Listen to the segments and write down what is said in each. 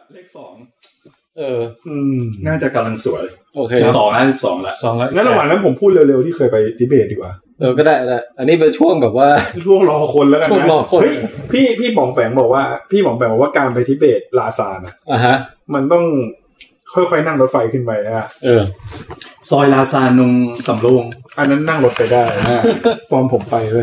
เลข2 น่าจะกำลังสวยโอเค 12แล้ว12แล้วงั้นระหว่างนั้นผมพูดเร็วๆที่เคยไปดีเบตดีกว่าก็ได้อันนี้เป็นช่วงแบบว่าช่วงรอคนแล้วกันนะช่วงรอคนเฮ้ยพี่ป๋องแปงบอกว่าการไปทิเบตลาซานมันต้องค่อยๆนั่งรถไฟขึ้นไปซอยลาซานนงสำโรงอันนั้นนั่งรถไปได้ตอนผมไปเลย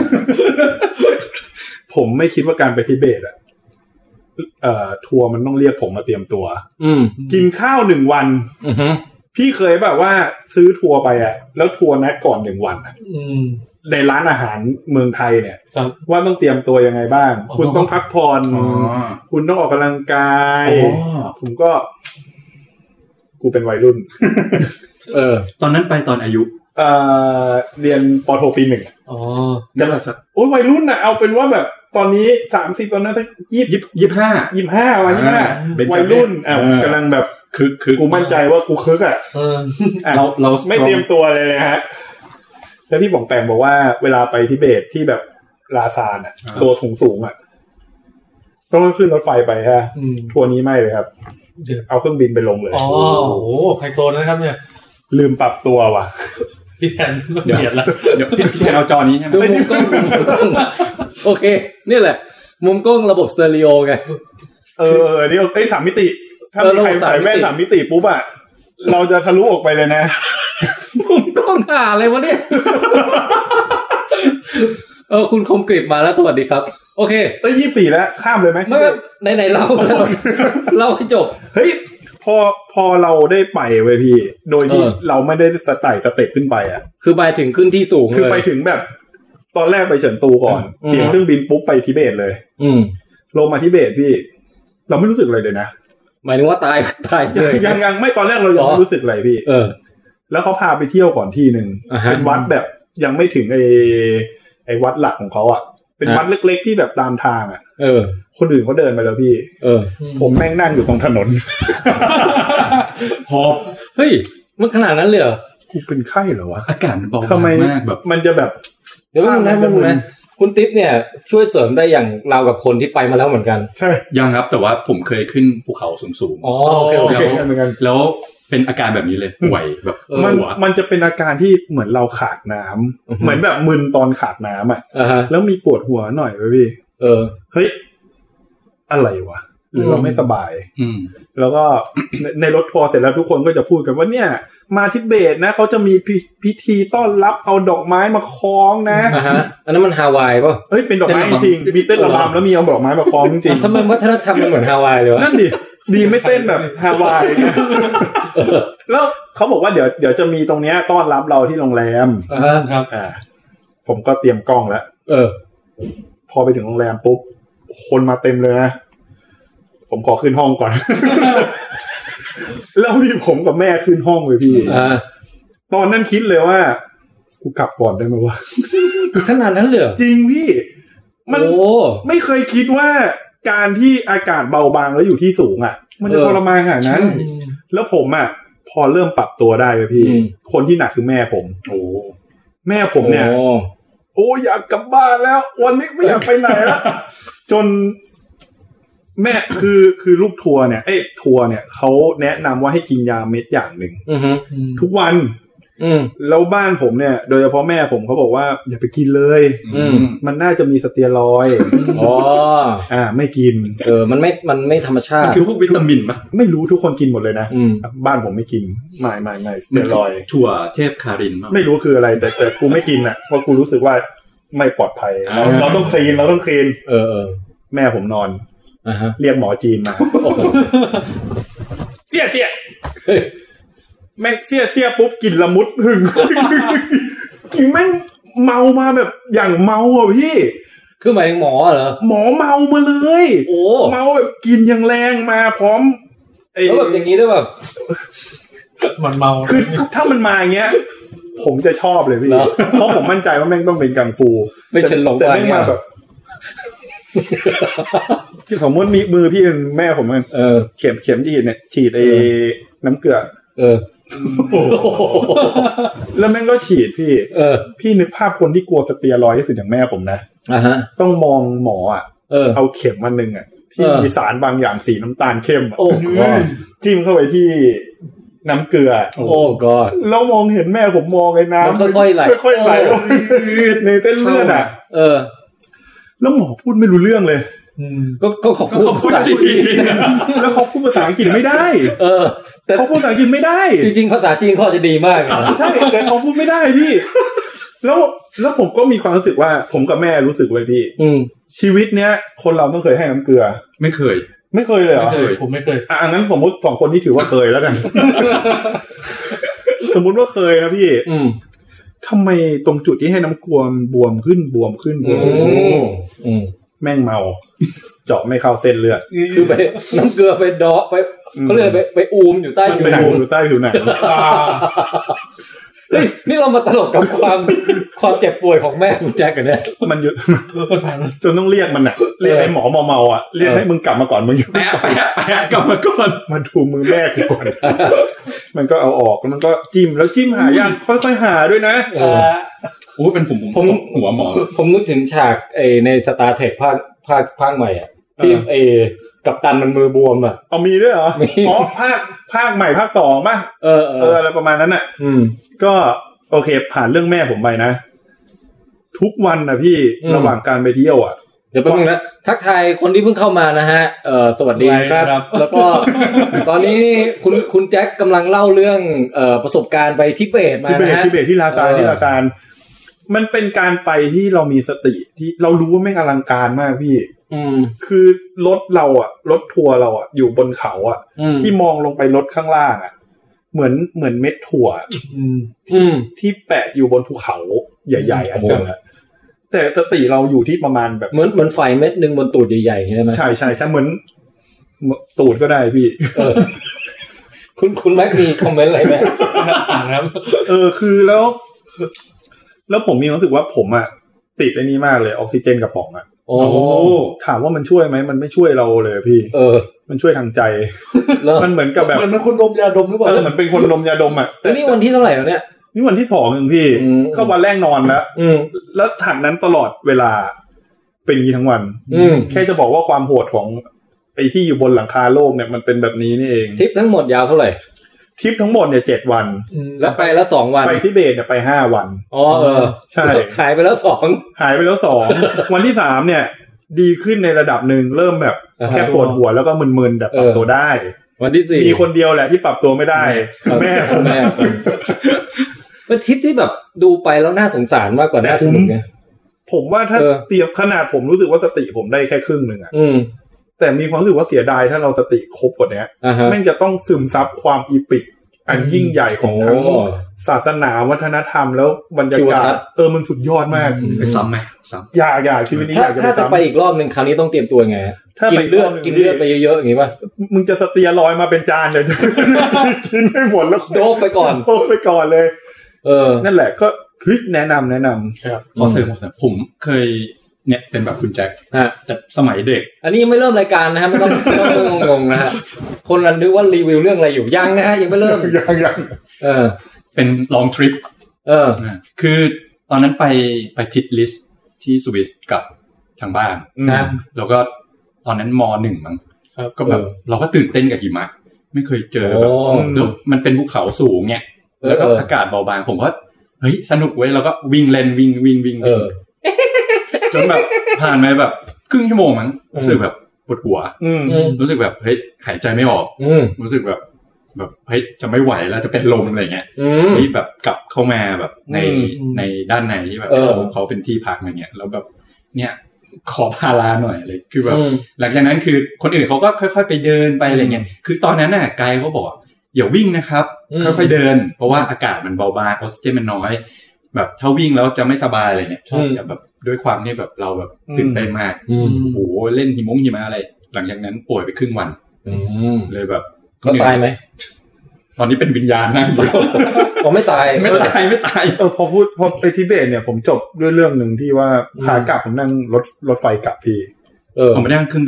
ผมไม่คิดว่าการไปทิเบตทัวร์มันต้องเรียกผมมาเตรียมตัวกินข้าว1วันพี่เคยแบบว่าซื้อทัวร์ไปแล้วทัวร์นัดก่อน1วันในร้านอาหารเมืองไทยเนี่ยว่าต้องเตรียมตัวยังไงบ้างคุณต้องพักผ่อนคุณต้องออกกำลังกายผมก็กูเป็นวัยรุ่นตอนนั้นไปตอนอายุเรียนป.โทปี1จะสักโอ้ยวัยรุ่นน่ะเอาเป็นว่าแบบตอนนี้30ตอนนั้นสัก25วันนี้วัยรุ่นกำลังแบบคือกูมั่นใจว่ากูคึกเราไม่เตรียมตัวเลยฮะแล้วพี่ป๋องแปงบอกว่าเวลาไปทิเบตที่แบบลาซานตัวสูงต้องขึ้นรถไฟไปฮะทัวร์นี้ไม่เลยครับเอาเครื่องบินไปลงเลยโอ้โหไฮโซนะครับเนี่ยลืมปรับตัวว่ะพี่แทนเปลี่ยนละเดี๋ยวพี่แทนเอาจอนี้ใช่ไหมมุมกล้องโอเคนี่แหละมุมกล้องระบบสเตอริโอไงนี่3 มิติถ้ามีใครใส่แว่น3 มิติปุ๊บเราจะทะลุออกไปเลยนะมุมกล้องหาอะไรวะเนี่ยคุณคมกริบมาแล้วสวัสดีครับโอเค 24แล้วข้ามเลยไหมไม่ไหนๆเราให้จบเฮ้ยพอเราได้ไปเว้ยพี่โดยที่เราไม่ได้สเต็ปขึ้นไปคือไปถึงขึ้นที่สูงคือไปถึงแบบตอนแรกไปเฉินตูก่อนเปลี่ยนเครื่องบินปุ๊บไปทิเบตเลยลงมาทิเบตพี่เราไม่รู้สึกอะไรเลยนะหมายถึงว่าตายเลยยังไม่ตอนแรกเรายังไม่รู้สึกอะไรพี่แล้วเขาพาไปเที่ยวก่อนที่นึงเป็นวัดแบบยังไม่ถึงไอ้วัดหลักของเขาเป็นวัดเล็กๆที่แบบตามทางคนอื่นเขาเดินไปแล้วพี่ผมแม่งนั่งอยู่ตรงถนนหอบเฮ้ยมันขนาดนั้นเลยเหรอกูเป็นไข้เหรอวะอากาศมันเบามากแบบมันจะแบบเดี๋ยวมันคุณติ๊บเนี่ยช่วยเสริมได้อย่างเรากับคนที่ไปมาแล้วเหมือนกันใช่ยังครับแต่ว่าผมเคยขึ้นภูเขาสูงๆโอเคเหมือนกันแล้วเป็นอาการแบบนี้เลยป่วยแบบมันจะเป็นอาการที่เหมือนเราขาดน้ำเหมือนแบบมึนตอนขาดน้ำแล้วมีปวดหัวหน่อยเว้ยพี่เฮ้ยอะไรวะหรือเราไม่สบายแล้วก็ในรถทัวร์เสร็จแล้วทุกคนก็จะพูดกันว่าเนี่ยมาทิเบตนะเขาจะมีพิธีต้อนรับเอาดอกไม้มาคล้องนะอันนั้นมันฮาวายป่ะเฮ้ยเป็นดอกไม้จริงมีเต้นระบำแล้วมีเอาดอกไม้มาคล้องจริงทำไมวัฒนธรรมมันเหมือนฮาวายเลยวะนั่นดิดีไม่เต้นแบบฮาวายแล้วเขาบอกว่าเดี๋ยวจะมีตรงเนี้ยต้อนรับเราที่โรงแรมครับผมก็เตรียมกล้องแล้วพอไปถึงโรงแรมปุ๊บคนมาเต็มเลยนะผมขอขึ้นห้องก่อนแล้วมีผมกับแม่ขึ้นห้องเลยพี่ตอนนั้นคิดเลยว่ากูกลับก่อนได้ไหมวะขนาดนั้นเลยจริงพี่มันไม่เคยคิดว่าการที่อากาศเบาบางแล้วอยู่ที่สูงมันจะทรมานขนาดนั้นแล้วผมพอเริ่มปรับตัวได้เลยพี่คนที่หนักคือแม่ผมแม่ผมเนี่ยอยากกลับบ้านแล้ววันนี้ไม่อยากไปไหนแล้วจนแม่คือลูกทัวร์เนี่ยทัวร์เนี่ยเขาแนะนำว่าให้กินยาเม็ดอย่างหนึ่งทุกวันแล้วบ้านผมเนี่ยโดยเฉพาะแม่ผมเขาบอกว่าอย่าไปกินเลยมันน่าจะมีสเตียรอยด์ไม่กินมันไม่ธรรมชาติมันคือพวกวิตามินป่ะไม่รู้ทุกคนกินหมดเลยนะบ้านผมไม่กินไม่สเตียรอยด์ถั่วเทพคารินไม่รู้คืออะไรแต่กูไม่กินเพราะกูรู้สึกว่าไม่ปลอดภัยเราต้องคลีนแม่ผมนอนเรียกหมอจีนมาเสียแม่งเสียปุ๊บกินละมุดหึงกินแม่งเมามาแบบอย่างเมาพี่คือหมายถึงหมอเหรอหมอเมามาเลยเมาแบบกินอย่างแรงมาพร้อมแล้วแบบอย่างนี้ด้วยแบบมันเมาคือถ้ามันมาอย่างเงี้ยผมจะชอบเลยพี่เพราะผมมั่นใจว่าแม่งต้องเป็นกังฟูไม่เช่นหลงไปแต่ไม่มาแบบที่สมมติมีมือพี่เป็นแม่ผมมันเข็มที่เนี่ยฉีดน้ำเกลือแล้วแม่งก็ฉีดพี่นึกภาพคนที่กลัวสเตียรอยด์ที่สุดอย่างแม่ผมนะต้องมองหมอเอาเข็มมันนึงที่มีสารบางอย่างสีน้ำตาลเข้มโอ้ก็จิ้มเข้าไปที่น้ำเกลือโอ้ก็แล้วมองเห็นแม่ผมมองไอ้น้ำค่อยๆไหลในเส้นเลือดอ่ะแล้วหมอพูดไม่รู้เรื่องเลยก็เขาพูดภาษาจีนแล้วเขาพูดภาษาอังกฤษไม่ได้แต่เขาพูดภาษาอังกฤษไม่ได้จริงๆภาษาจีนเขาจะดีมากใช่แต่เขาพูดไม่ได้พี่แล้วผมก็มีความรู้สึกว่าผมกับแม่รู้สึกไว้พี่ชีวิตเนี้ยคนเราต้องเคยให้น้ำเกลือไม่เคยเลยเหรอผมไม่เคยงั้นสมมติ2คนที่ถือว่าเคยแล้วกัน สมมุติว่าเคยนะพี่ทำไมตรงจุดที่ให้น้ำเกลือบวมขึ้นแม่งเมาเจาะไม่เข้าเส้นเลือดคือไปน้ำเกลือไปเดาะไปเขาเรียกไปอูมอยู่ใต้ผิวหนังอยู่ใต้ผิวหนังนี่เรามาตลกกับความเจ็บป่วยของแม่คุณแจ็คกันเนี่ยมันอยู่จนต้องเรียกมันอ่ะเรียกไอ้หมอเมาอ่ะเรียกให้มึงกลับมาก่อนมึงแปะกลับมาก่อนมาดูมือแม่กูก่อนมันก็เอาออกแล้วมันก็จิ้มหายากค่อยๆหาด้วยนะโอ้เป็นผมหัวหมอผมนึกถึงฉากใน Star Trek ภาคใหม่อ่ะที่กัปตันมันมือบวมอ่ะเอามีด้วยเหรออ๋อภาคใหม่ภาค2ป่ะอะไรประมาณนั้นน่ะก็โอเคผ่านเรื่องแม่ผมไปนะทุกวันนะพี่ระหว่างการไปเที่ยวอ่ะเดี๋ยวแป๊บนึงนะทักทายคนที่เพิ่งเข้ามานะฮะสวัสดีครับแล้วก็ตอนนี้คุณแจ็คกำลังเล่าเรื่องประสบการณ์ไปทิเบตมานะฮะทิเบตที่ลาซานมันเป็นการไปที่เรามีสติที่เรารู้ว่าแม่งอลังการมากพี่คือรถเราอ่ะรถทัวร์เราอ่ะอยู่บนเขาอ่ะที่มองลงไปรถข้างล่างอ่ะเหมือนเม็ดถั่วที่แปะอยู่บนภูเขาใหญ่ๆอันนึงอ่ะแต่สติเราอยู่ที่ประมาณแบบเหมือนไฟเม็ดนึงบนตูดใหญ่ๆใช่ไหมใช่เหมือนตูดก็ได้พี่คุณแม็กมีคอมเมนต์อะไรไหมครับคือแล้วผมมีความรู้สึกว่าผมอ่ะติดไอ้นี่มากเลยออกซิเจนกระป๋องอ่ะโอ้ถามว่ามันช่วยไหมมันไม่ช่วยเราเลยพี่มันช่วยทางใจมันเหมือนกับแบบเหมือนคนดมยาดมหรือเปล่าเหมือนเป็นคนดมยาดมอ่ะแต่นี่วันที่เท่าไหร่แล้วเนี่ยนี่วันที่2เองพี่เข้าวันแรกนอนแล้วถัดนั้นตลอดเวลาเป็นอย่างนี้ทั้งวันแค่จะบอกว่าความโหดของไอ้ที่อยู่บนหลังคาโลกเนี่ยมันเป็นแบบนี้นี่เองทริปทั้งหมดยาวเท่าไหร่ทริปทั้งหมดเนี่ย7วันแล้วไปแล้ว2วันไปทิเบตเนี่ยไป5วันอ๋อใช่หายไปแล้ว 2วันที่3เนี่ยดีขึ้นในระดับนึงเริ่มแบบแค่ปวดหัวแล้วก็มึนๆแบบปรับตัวได้วันที่4 มีคนเดียวแหละที่ปรับตัวไม่ได้แม่เป็นทริปที่แบบดูไปแล้วน่าสงสารมากกว่าน่าสนุกไงผมว่าถ้าเทียบขนาดผมรู้สึกว่าสติผมได้แค่ครึ่งนึงอ่ะแต่มีความรู้สึกว่าเสียดายถ้าเราสติครบกว่านี้แม่งจะต้องซึมซับความอีปิกอันยิ่งใหญ่ของทั้งศาสนาวัฒนธรรมแล้วบรรยากาศมันสุดยอดมากไปซ้ำไหมซ้ำอยากชีวิตนี้อยากจะถ้าจะไปอีกรอบนึงคราวนี้ต้องเตรียมตัวไงกินเลือดไปเยอะๆอย่างงี้ป่ะมึงจะสเตียรอยมาเป็นจานเลยกินไม่หมดแล้วโดบไปก่อนเลยนั่นแหละก็คือแนะนำครับขอเสริมผมเคยเนี่ยเป็นแบบคุณแจ็คแต่สมัยเด็กอันนี้ยังไม่เริ่มรายการนะฮะไม่ต้องงงนะฮะคนนึกว่ารีวิวเรื่องอะไรอยู่ยังนะฮะยังไม่เริ่มยังเป็นลองทริปคือตอนนั้นไปทิดลิสที่สวิสกับทางบ้านนะแล้วก็ตอนนั้นม.1 มั้งก็แบบเราก็ตื่นเต้นกับหิมะไม่เคยเจอแบบมันเป็นภูเขาสูงเนี่ยแล้วก็อากาศเบาบางผมก็เฮ้ยสนุกเว้ยแล้วก็วิ่งเล่นวิ่งจนแบบผ่านไปแบบครึ่งชั่วโมงมั้งรู้สึกแบบปวดหัวรู้สึกแบบเฮ้ยหายใจไม่ออกรู้สึกแบบเฮ้ยจะไม่ไหวแล้วจะเป็นลมอะไรเงี้ยนี่แบบกลับเข้ามาแบบในด้านในที่แบบเขาเป็นที่พักอะไรเงี้ยแล้วแบบเนี่ยขอพาลาหน่อยอะไรคือแบบหลังจากนั้นคือคนอื่นเขาก็ค่อยๆไปเดินไปอะไรเงี้ยคือตอนนั้นน่ะไกด์เขาบอกอย่าวิ่งนะครับค่อยๆเดินเพราะว่าอากาศมันเบาบางออกซิเจนมันน้อยแบบถ้าวิ่งแล้วจะไม่สบายอะไรเงี้ยแบบด้วยความที่แบบเราแบบตื่นเต้นมากโอ้โหเล่นหิมะอะไรหลังจากนั้นป่วยไปครึ่งวันเลยแบบก็ตายไหมตอนนี้เป็นวิญญาณนะผมไม่ตายพอไปทิเบตเนี่ยผมจบด้วยเรื่องนึงที่ว่าขากลับผมนั่งรถไฟกลับพี่ผมไม่ได้นั่งเครื่องบินกลับ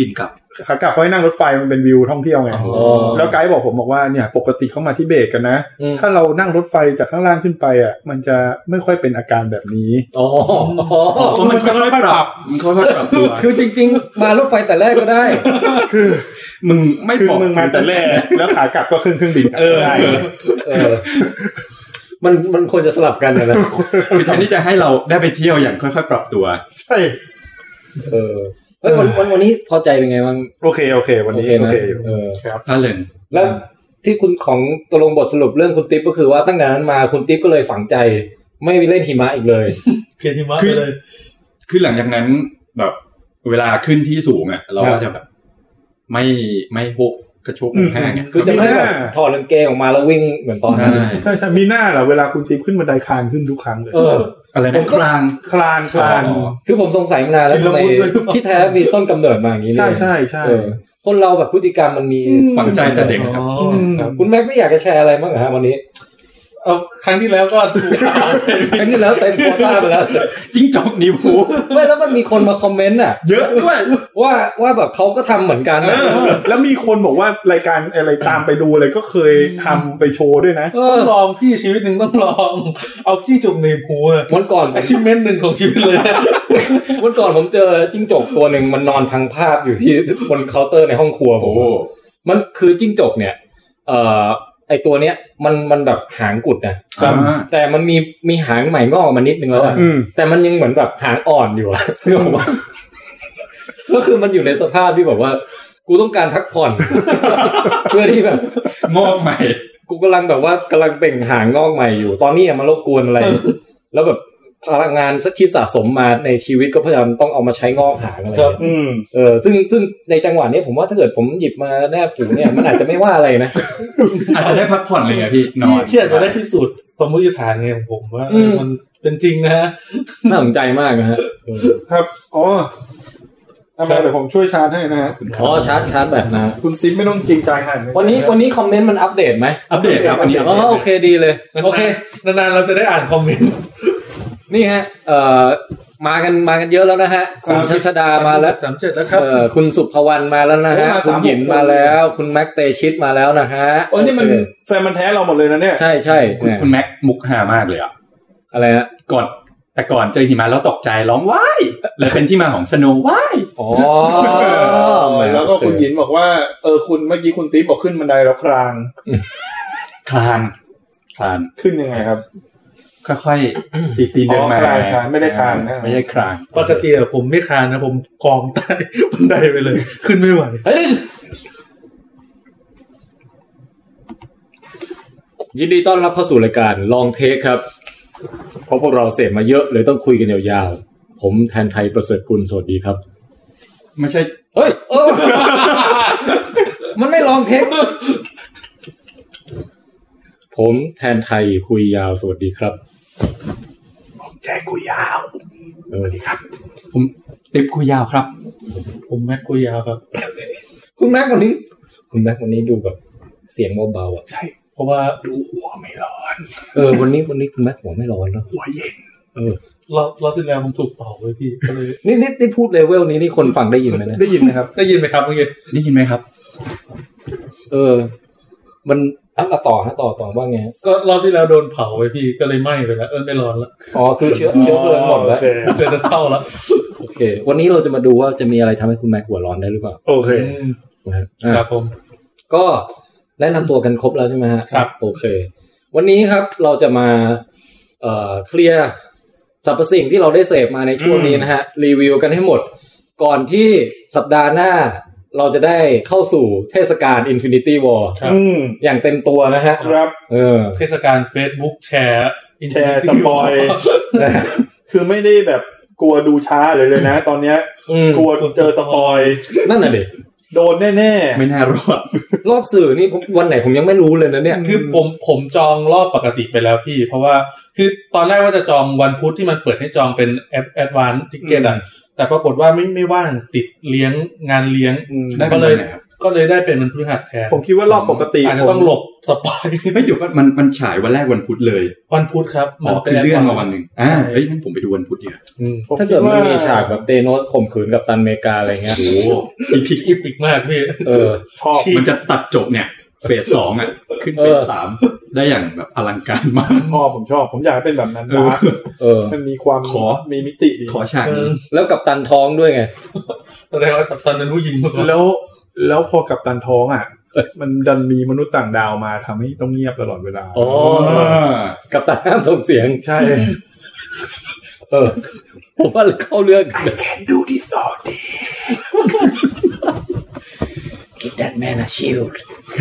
ขากลับเขาให้นั่งรถไฟมันเป็นวิวท่องเที่ยวไงแล้วไกด์บอกผมบอกว่าเนี่ยปกติเขามาที่เบรกกันนะถ้าเรานั่งรถไฟจากข้างล่างขึ้นไปอ่ะมันจะไม่ค่อยเป็นอาการแบบนี้มันค่อยๆปรับตัวคือจริงๆมารถไฟแต่แรกก็ได้คือมึงไม่บอกมึงมาแต่แรกแล้วขากลับก็ขึ้นเครื่องบินกลับได้มันควรจะสลับกันนะคือแทนที่จะให้เราได้ไปเที่ยวอย่างค่อยๆปรับตัวใช่เฮ้ยวันนี้พอใจเป็นไงบ้างโอเควันนี้โอเคอยู่ครับถ้าเล่นแล้วที่คุณของตกลงบทสรุปเรื่องคุณติ๊บก็คือว่าตั้งแต่นั้นมาคุณติ๊บก็เลยฝังใจไม่เล่นหิมะอีกเลยเพียนหิมะไปเลยคือหลังจากนั้นแบบเวลาขึ้นที่สูงอ่ะเราก็จะแบบไม่พกกระโชกแห้งคือจะไม่แบบถอดกางเกงออกมาแล้ววิ่งเหมือนตอนนั้นใช่มีหน้าเหรอเวลาคุณติ๊บขึ้นบันไดคลานขึ้นทุกครั้งเลยอะไรนะคลานคือผมสงสัยมานานแล้วทำไมที่แท้มีต้นกำเนิดมาอย่างนี้ใช่คนเราแบบพฤติกรรมมันมีฝังใจแต่เด็กครับคุณแม็กไม่อยากจะแชร์อะไรบ้างฮะวันนี้ครั้งที่แล้วก็ถูกครั้งที่แล้วเต็มโควต้าไปแล้วจิ้งจอกนิ้วไม่แล้วมันมีคนมาคอมเมนต์อ่ะเยอะด้วยว่าแบบเขาก็ทำเหมือนกันแล้วมีคนบอกว่ารายการอะไรตามไปดูอะไรก็เคยทำไปโชว์ด้วยนะต้องลองพี่ชีวิตหนึ่งต้องลองเอาจิ้งจกนิ้วพูวันก่อน achievement หนึ่งของชีวิตเลยวันก่อนผมเจอจิ้งจกตัวหนึ่งมันนอนพังภาพอยู่ที่บนเคาน์เตอร์ในห้องครัวผมมันคือจิ้งจกเนี่ยไอตัวเนี้ยมันแบบหางกุดนะแต่มันมีหางใหม่งอกมานิดนึงแล้วอ่ะแต่มันยังเหมือนแบบหางอ่อนอยู่อ่ะก็คือมันอยู่ในสภาพที่แบบว่ากูต้องการพักผ่อนเพื่อที่แบบงอกใหม่กูกำลังเบ่งหางงอกใหม่อยู่ตอนนี้มารบกวนอะไรแล้วแบบพลังงานที่สะสมมาในชีวิตก็พยายามต้องเอามาใช้งอกหางอะไรซึ่งในจังหวะนี้ผมว่าถ้าเกิดผมหยิบมาแนบหูเนี่ยมันอาจจะไม่ว่าอะไรนะอาจจะได้พักผ่อนเลยไงพี่นอนพี่อาจจะได้พิสูจน์สมมติฐานไงของผมว่ามันเป็นจริงนะฮะน่าสนใจมากนะฮะครับอ๋อเอามาเดี๋ยวผมช่วยชาร์จให้นะฮะชาร์จแบบนะคุณติ๊บไม่ต้องจริงใจขนาดนี้วันนี้คอมเมนต์มันอัปเดตไหมอัปเดตครับอันนี้โอเคดีเลยโอเคนานๆเราจะได้อ่านคอมเมนต์นี่ฮะมากันเยอะแล้วนะฮะคุณชัชดามาแล้ว 37แล้วครับคุณสุภวรรณมาแล้วนะฮะคุณหยินมาแล้วคุณแม็กเตชิตมาแล้วนะฮะนี่มันแฟนมันแท้เราหมดเลยนะเนี่ยใช่คุณแม็กมุกหามากเลยอ่ะอะไรฮะก่อนเจอหิมะแล้วตกใจร้องว้ายเลยเป็นที่มาของสโนว์ว้ายแล้วก็คุณหยินบอกว่าคุณเมื่อกี้คุณติ๊บบอกขึ้นบันไดแล้วคลานขึ้นยังไงครับค่อยๆสีตีนเดินมาไม่ได้คานนะไม่ใช่คลานปกติผมไม่คานนะผมกองใต้บันไดไปเลยขึ้นไม่ไหวยินดีต้อนรับเข้าสู่รายการลองเทคครับเพราะพวกเราเสพมาเยอะเลยต้องคุยกันยาวๆผมแทนไทยประเสริฐกุลสวัสดีครับไม่ใช่เฮ้ยมันไม่ลองเทคผมแทนไทยคุยยาวสวัสดีครับผมแจ๊คุยยาวสวัสดีครับผมติ๊บคุยยาวครับผมแม็กคุยยาวครับคุณแม็กวันนี้ดูแบบเสียงเบาๆอ่ะใช่เพราะว่าดูหัวไม่ร้อนวันนี้คุณแม็กหัวไม่ร้อนแล้วหัวเย็นเราที่แล้วผมถูกเป่าไว้พี่ก็เลยนี่พูดเลเวลนี้คนฟังได้ยินไหมนะได้ยินไหมครับได้ยินไหมครับเมื่อกี้ได้ยินไหมครับมันต่อว่าไงก็รอบที่แล้วโดนเผาไว้พี่ก็เลยไหม้ไปแล้วไม่ร้อนแล้วคือเชื้อเพลิงหมดแล้วเจอเท่าแล้วโอเควันนี้เราจะมาดูว่าจะมีอะไรทำให้คุณแม็กหัวร้อนได้หรือเปล่าโอเคครับผมก็แนะนำตัวกันครบแล้วใช่ไหมฮะครับโอเควันนี้ครับเราจะมาเคลียร์สรรพสิ่งที่เราได้เสพมาในช่วงนี้นะฮะรีวิวกันให้หมดก่อนที่สัปดาห์หน้าเราจะได้เข้าสู่เทศกาล Infinity War อย่างเต็มตัวนะฮะครับเทศกาล Facebook แชร์สปอยคือไม่ได้แบบกลัวดูช้าเลยนะตอนนี้กลัวเจอสปอยนั่นน่ะดิโดนแน่ๆไม่น่ารอดรอบสื่อนี่วันไหนผมยังไม่รู้เลยนะเนี่ยคือผมจองรอบปกติไปแล้วพี่เพราะว่าคือตอนแรกว่าจะจองวันพุธที่มันเปิดให้จองเป็นแอดวานซ์ทิกเก็ตอ่ะแต่ปรากฏว่าไม่ว่างติดเลี้ยงงานเลี้ยงก็เลยก็เลยได้เป็นวันพฤหัสแทนผมคิดว่ารอบปกติอาจจะต้องหลบสปอยไม่อยู่ก็มันฉายวันแรกวันพุธเลยวันพุธครับมันเป็นเรื่องมาวันนึงเฮ้ยงั้นผมไปดูวันพุธดีกว่าถ้าเกิดมันมีฉากแบบเตโนสข่มขืนกับตันอเมริกาอะไรเงี้ยโอ้อีพิกมากพี่ชอบมันจะตัดจบเนี่ยเฟส2อ่ะขึ้นเฟส3ได้อย่างแบบอลังการมากผมชอบผมอยากให้เป็นแบบนั้นนะมันมีความมีมิติดีขอฉากนี้แล้วกับตันท้องด้วยไงแสดงว่ากับตันเป็นผู้หญิงแล้วพอกับตันท้องอ่ะมันดันมีมนุษย์ต่างดาวมาทำให้ต้องเงียบตลอดเวลากับตันห้ามส่งเสียงใช่ผมว่าเข้าเรื่อง I can do this all day Give that man a shield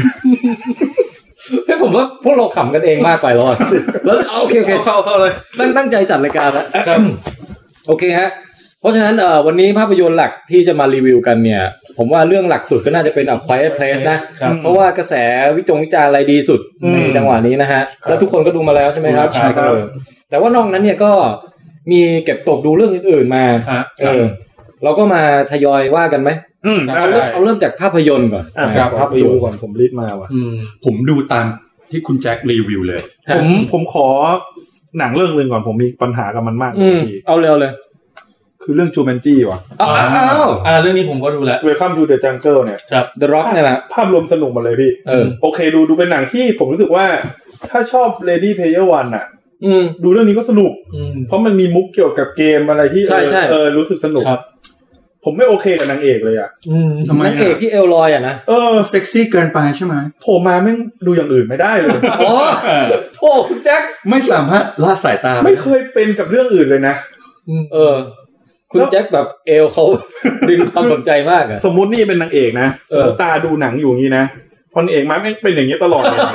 ให้ผมว่าพวกเราขำกันเองมากไปแล้วโอเคเข้าเลยตั้งใจจัดรายการแล้วโอเคฮะเพราะฉะนั้นวันนี้ภาพยนตร์หลักที่จะมารีวิวกันเนี่ยผมว่าเรื่องหลักสุดก็น่าจะเป็น A Quiet Place นะเพราะว่ากระแสวิจารณ์อะไรดีสุดในจังหวะนี้นะฮะแล้วทุกคนก็ดูมาแล้วใช่ไหมครับแต่ว่านอกนั้นเนี่ยก็มีเก็บตกดูเรื่องอื่นๆมาเราก็มาทยอยว่ากันไหมเอาเริ่มจากภาพยนตร์ก่อนภาพยนตร์ก่อนผมรีดมาว่ะผมดูตามที่คุณแจ็ครีวิวเลยผมขอหนังเรื่องนึงก่อนผมมีปัญหากับมันมากเอาเลยคือเรื่องจูแมนจี้ว่ะเรื่องนี้ผมก็ดูแล้ว Welcome to the Jungle เนี่ยครับ The Rock เนี่ยแหละภาพรวมสนุกหมดเลยพี่โอเคดูเป็นหนังที่ผมรู้สึกว่าถ้าชอบ Ready Player One อ่ะดูเรื่องนี้ก็สนุกเพราะมันมีมุกเกี่ยวกับเกมอะไรที่รู้สึกสนุกผมไม่โอเคกับนางเอกเลยอ่ะนางเอกที่เอลลอยอ่ะนะเซ็กซี่เกินไปใช่ไหมโผล่มาแม่งดูอย่างอื่นไม่ได้เลยโอ้คุณแจ็คไม่สามารถละสายตาไม่เคยเป็นกับเรื่องอื่นเลยนะคุณแจ็คแบบเอลเขาดึงความสนใจมากอ่ะสมมุตินี่เป็นนางเอกนะตาดูหนังอยู่งี้นะพอนางเอกมาแม่งเป็นอย่างนี้ตลอดเลย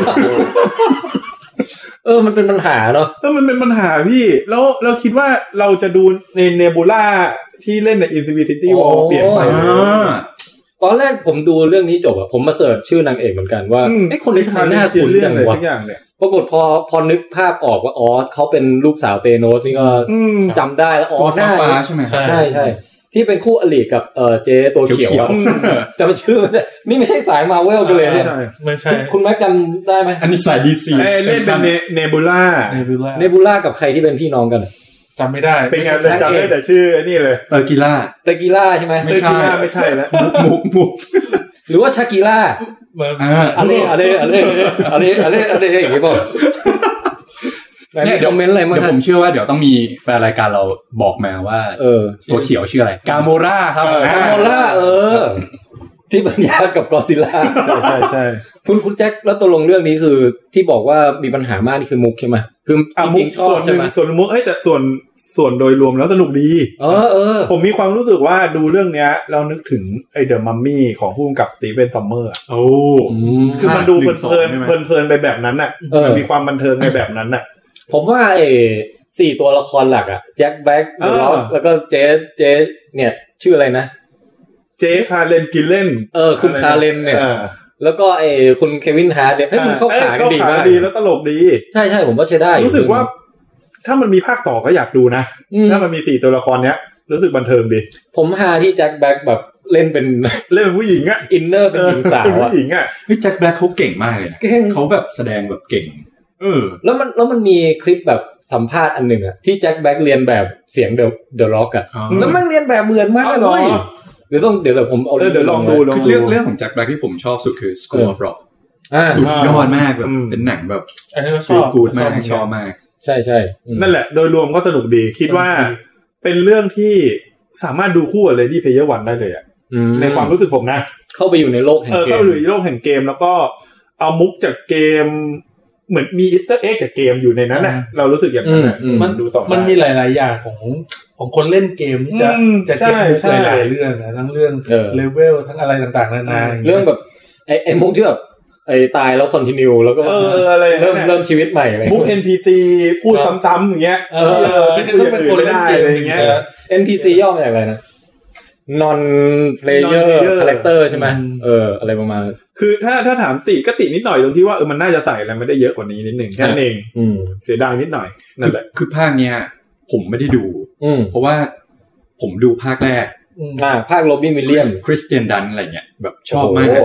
มันเป็นปัญหาเนาะมันเป็นปัญหาพี่แล้วเราคิดว่าเราจะดูในเนบูล่าที่เล่นใน Infinity War เปลี่ยนไปตอนแรกผมดูเรื่องนี้จบอะผมมาเสิร์ชชื่อนางเอกเหมือนกันว่าไอ้คนนี้ทำหน้าคุ้นจังวะปรากฏพอนึกภาพออกว่าเขาเป็นลูกสาวเตโนสนี่ก็จำได้แล้วหน้าใช่ไหมใช่ที่เป็นคู่อริกับเจตัวเขียวอะจำชื่อนี่ไม่ใช่สายมาเวลกันเลยเนี่ยไม่ใช่คุณแม็กจำได้ไหมอันนี้สาย DC เล่นเป็นเนบูล่ากับใครที่เป็นพี่น้องกันจำไม่ได้เป็นไงจำได้แต่ชื่อนี่เลยเตกิล่าใช่ไหมไม่ใช่แล้วมุกหรือว่าชากิล่าอะไรอย่างงี้ป่ะเนี่ยคอมเมนต์อะไรมาเดี๋ยวผมเชื่อว่าเดี๋ยวต้องมีแฟนรายการเราบอกมาว่าตัวเขียวชื่ออะไรกาโมราครับกาโมราที่บรรยายกับกอซิลล่าใช่คุณแจ็คแล้วตัวลงเรื่องนี้คือที่บอกว่ามีปัญหามากนี่คือมุกใช่ไหมคือจริงๆชอบใช่ไหมส่วนมุกแต่ส่วนโดยรวมแล้วสนุกดีผมมีความรู้สึกว่าดูเรื่องเนี้ยเรานึกถึงไอ้เดอะมัมมี่ของผู้กำกับสตีเวนซัมเมอร์คือมันดูเพลินไปแบบนั้นน่ะมันมีความบันเทิงในแบบนั้นน่ะผมว่า4ตัวละครหลักอ่ะแจ็คแบ็คแล้วก็เจเนี่ยชื่ออะไรนะเจคาเลนกิลเลนคุณคาเลนเนี่ยแล้วก็คุณเควินฮาร์ดเนี่ยให้คุณเข้าขากันดีมากดีแล้วตลกดีใช่ๆผมว่าใช้ได้รู้สึกว่าถ้ามันมีภาคต่อก็อยากดูนะถ้ามันมี4ตัวละครเนี้ยรู้สึกบันเทิงดีผมฮาที่แจ็คแบ็คแบบเล่นเป็นผู้หญิงอ่ะอินเนอร์เป็นหญิงสาวผู้หญิงอ่ะแจ็คแบ็คเขาเก่งมากเลยนะเขาแบบแสดงแบบเก่งแล้วมันมีคลิปแบบสัมภาษณ์อันหนึ่งอ่ะที่แจ็คแบ็คเรียนแบบเสียงเดอะร็อกอ่ะแล้วมันเรียนแบบเหมือนมากเลยเดี๋ยวผมเอาเดี๋ยวลองดูเรื่องของแจ็คแบ็คที่ผมชอบสุดคือ School of Rock สุดยอดมากแบบเป็นหนังแบบฟีลกู๊ดมากชอบมากใช่ๆนั่นแหละโดยรวมก็สนุกดีคิดว่าเป็นเรื่องที่สามารถดูคู่กับ Ready Player One ได้เลยอ่ะในความรู้สึกผมนะเข้าไปอยู่ในโลกแห่งเกมเข้าไปอยู่ในโลกแห่งเกมแล้วก็เอามุกจากเกมเหมือนมีอีสเตอร์เอ็กจากเกมอยู่ในนั้นน่ะเรารู้สึกอย่างนั้นน่ะมันดูต่อมันมีหลายๆอย่างของคนเล่นเกมที่จะเก็บมุกหลายๆเรื่องนะทั้งเรื่องเลเวลทั้งอะไรต่างๆนานาเรื่องแบบไอ้มุกที่แบบตายแล้วคอนทินิวแล้วก็เริ่มชีวิตใหม่อะไรมุก NPC พูดซ้ำๆอย่างเงี้ยต้องเป็นคนเล่นเกมอย่างเงี้ย NPC ย่อมาจากอะไรนะ non player character ใช่ไหมอะไรประมาณคือถ้าถามติก็ตินิดหน่อยตรงที่ว่ามันน่าจะใส่อะไรไม่ได้เยอะกว่านี้นิดหนึ่งแค่นั้นเองเสียดายนิดหน่อยนั่นแหละคือภาคเนี้ยผมไม่ได้ดูเพราะว่าผมดูภาคแรกภาคโรบินวิลเลียมคริสเตียนดันอะไรเงี้ยแบบชอบมาก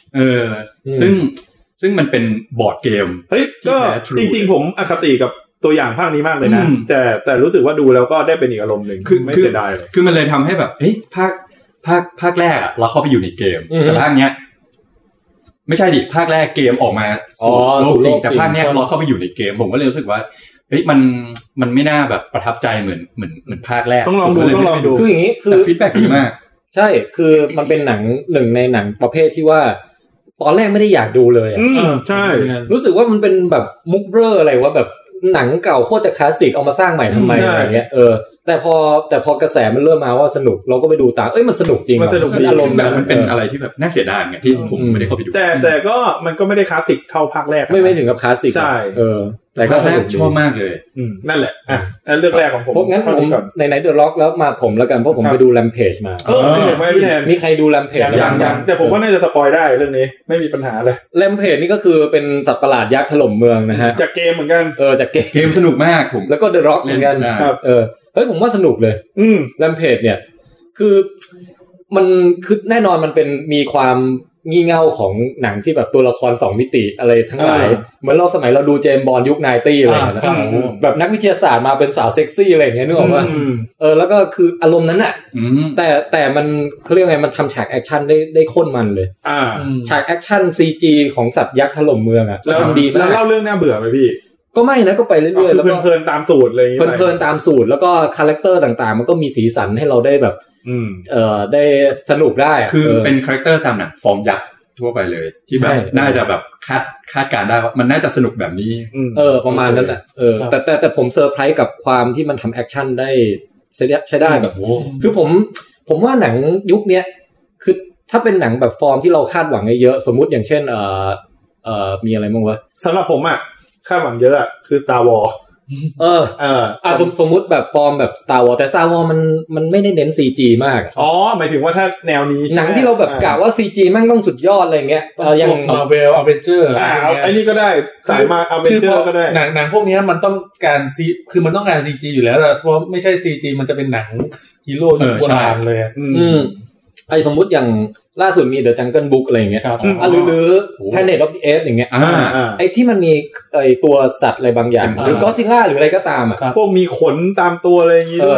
ซึ่งมันเป็นบอร์ดเกมเฮ้ยก็จริงๆผมอคติกับตัวอย่างภาคนี้มากเลยนะแต่รู้สึกว่าดูแล้วก็ได้เป็นอีกอารมณ์นึงไม่เสียดายเลยคือมันเลยทำให้แบบภาคแรกอ่ะเราเข้าไปอยู่ในเกมแต่ภาคเนี้ยไม่ใช่ดิภาคแรกเกมออกมาสู่โลกจริงแต่ภาคเนี้ยเราเข้าไปอยู่ในเกมผมก็เลยรู้สึกว่าเฮ้ยมันไม่น่าแบบประทับใจเหมือนภาคแรกต้องลองดูคืออย่างนี้คือฟีดแบ็กดีมากใช่คือมันเป็นหนังหนึ่งในหนังประเภทที่ว่าตอนแรกไม่ได้อยากดูเลยใช่รู้สึกว่ามันเป็นแบบมุกเบ้ออะไรว่าแบบหนังเก่าโคตรจะคลาสสิกเอามาสร้างใหม่ทำไมอะไรเงี้ยแต่พอกระแสมันเริ่มมาว่าสนุกเราก็ไปดูตามมันสนุกจริงมันสนุกอารมณ์แบบมันเป็นอะไรที่แบบน่าเสียดายไงที่ผมไม่ได้เข้าไปดูแต่ก็มันก็ไม่ได้คลาสสิกเท่าภาคแรกไม่ถึงกับคลาสสิกใช่แต่ก็ชอบมากเลยนั่นแหละเรื่องแรกของผมงั้นผมในเดอะล็อกแล้วมาผมแล้วกันเพราะผมไปดู Rampage มามีใครดู Rampage ยังแต่ผมว่าน่าจะสปอยได้เรื่องนี้ไม่มีปัญหาเลย Rampage นี่ก็คือเป็นสัตว์ประหลาดยักษ์ถล่มเมืองนะฮะจากเกมเหมือนกันจากเกมสนุกมากผมแล้วก็ The Rock เหมือนกันครับเฮ้ยผมว่าสนุกเลยRampage เนี่ยคือมันคือแน่นอนมันเป็นมีความงี่เง่าของหนังที่แบบตัวละคร2มิติอะไรทั้งหลายเหมือนเราสมัยเราดูเจมส์บอนด์ยุค90อะไรอย่างเงี้ยแบบนักวิทยาศาสตร์มาเป็นสาวเซ็กซี่อะไรอย่างเงี้ยนึกออกป่ะแล้วก็คืออารมณ์นั้นน่ะแต่มันเค้าเรียกไงมันทำฉากแอคชั่นได้โคตรมันเลยฉากแอคชั่น CG ของสัตว์ยักษ์ถล่มเมืองอ่ะทำดีมากแล้วเล่าเรื่องน่าเบื่อมั้ยพี่ก็ไม่นะก็ไปเรื่อยๆแล้วก็เพลินๆตามสูตรอะไรอย่างเงี้ยเพลินๆตามสูตรแล้วก็คาแรคเตอร์ต่างๆมันก็มีสีสันให้เราได้แบบได้สนุกได้คือเป็นคาแรคเตอร์ตามหนังฟอร์มยักษ์ทั่วไปเลยที่แบบน่าจะแบบคาดการได้ว่ามันน่าจะสนุกแบบนี้ประมาณนั้นแหละแต่ผมเซอร์ไพรส์กับความที่มันทำแอคชั่นได้ใช้ได้แบบคือผมว่าหนังยุคเนี้ยคือถ้าเป็นหนังแบบฟอร์มที่เราคาดหวังเยอะสมมุติอย่างเช่นมีอะไรบ้างวะสำหรับผมอ่ะคาดหวังเยอะอ่ะคือ Star Wars สมมุติแบบฟอร์มแบบ Star Wars แต่ Star Wars มันไม่ได้เน้น CG มากหมายถึงว่าถ้าแนวนี้หนังที่เราแบบกะว่า CG แม่งต้องสุดยอดอะไรเงี้ยอย่าง Marvel Avenger ไอ้นี่ก็ได้สายมา Avenger ก็ได้หนังพวกนี้มันต้องการคือมันต้องการ CG อยู่แล้วเพราะไม่ใช่ CG มันจะเป็นหนังฮีโร่ยุคโบราณเลยไอ้สมมุติอย่างล่าสุดมี The Jungle Book อะไรอย่างเงี้ยหรือ Planet of the Apes อย่างเงี้ยไอ้ที่มันมีไอ้ตัวสัตว์อะไรบางอย่างหรือ Godzilla หรืออะไรก็ตามอ่ะพวกมีขนตามตัวอะไรอย่างงี้ด้วย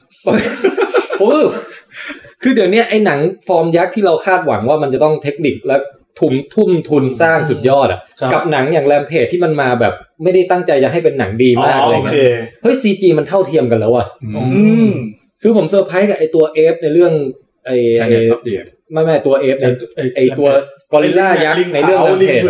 คือเดี๋ยวนี้ไอ้หนังฟอร์มยักษ์ที่เราคาดหวังว่ามันจะต้องเทคนิคและทุ่มทุนสร้างสุดยอดอ่ะกับหนังอย่าง Rampage ที่มันมาแบบไม่ได้ตั้งใจจะให้เป็นหนังดีมากอะไรเงี้ยเฮ้ย CG มันเท่าเทียมกันแล้วอ่ะคือผมเซอร์ไพรส์กับไอ้ตัว F ในเรื่องไอ้ไม่ตัว F ในไอ้ตัวกอริลลายักษ์ในเรื่อง Rampage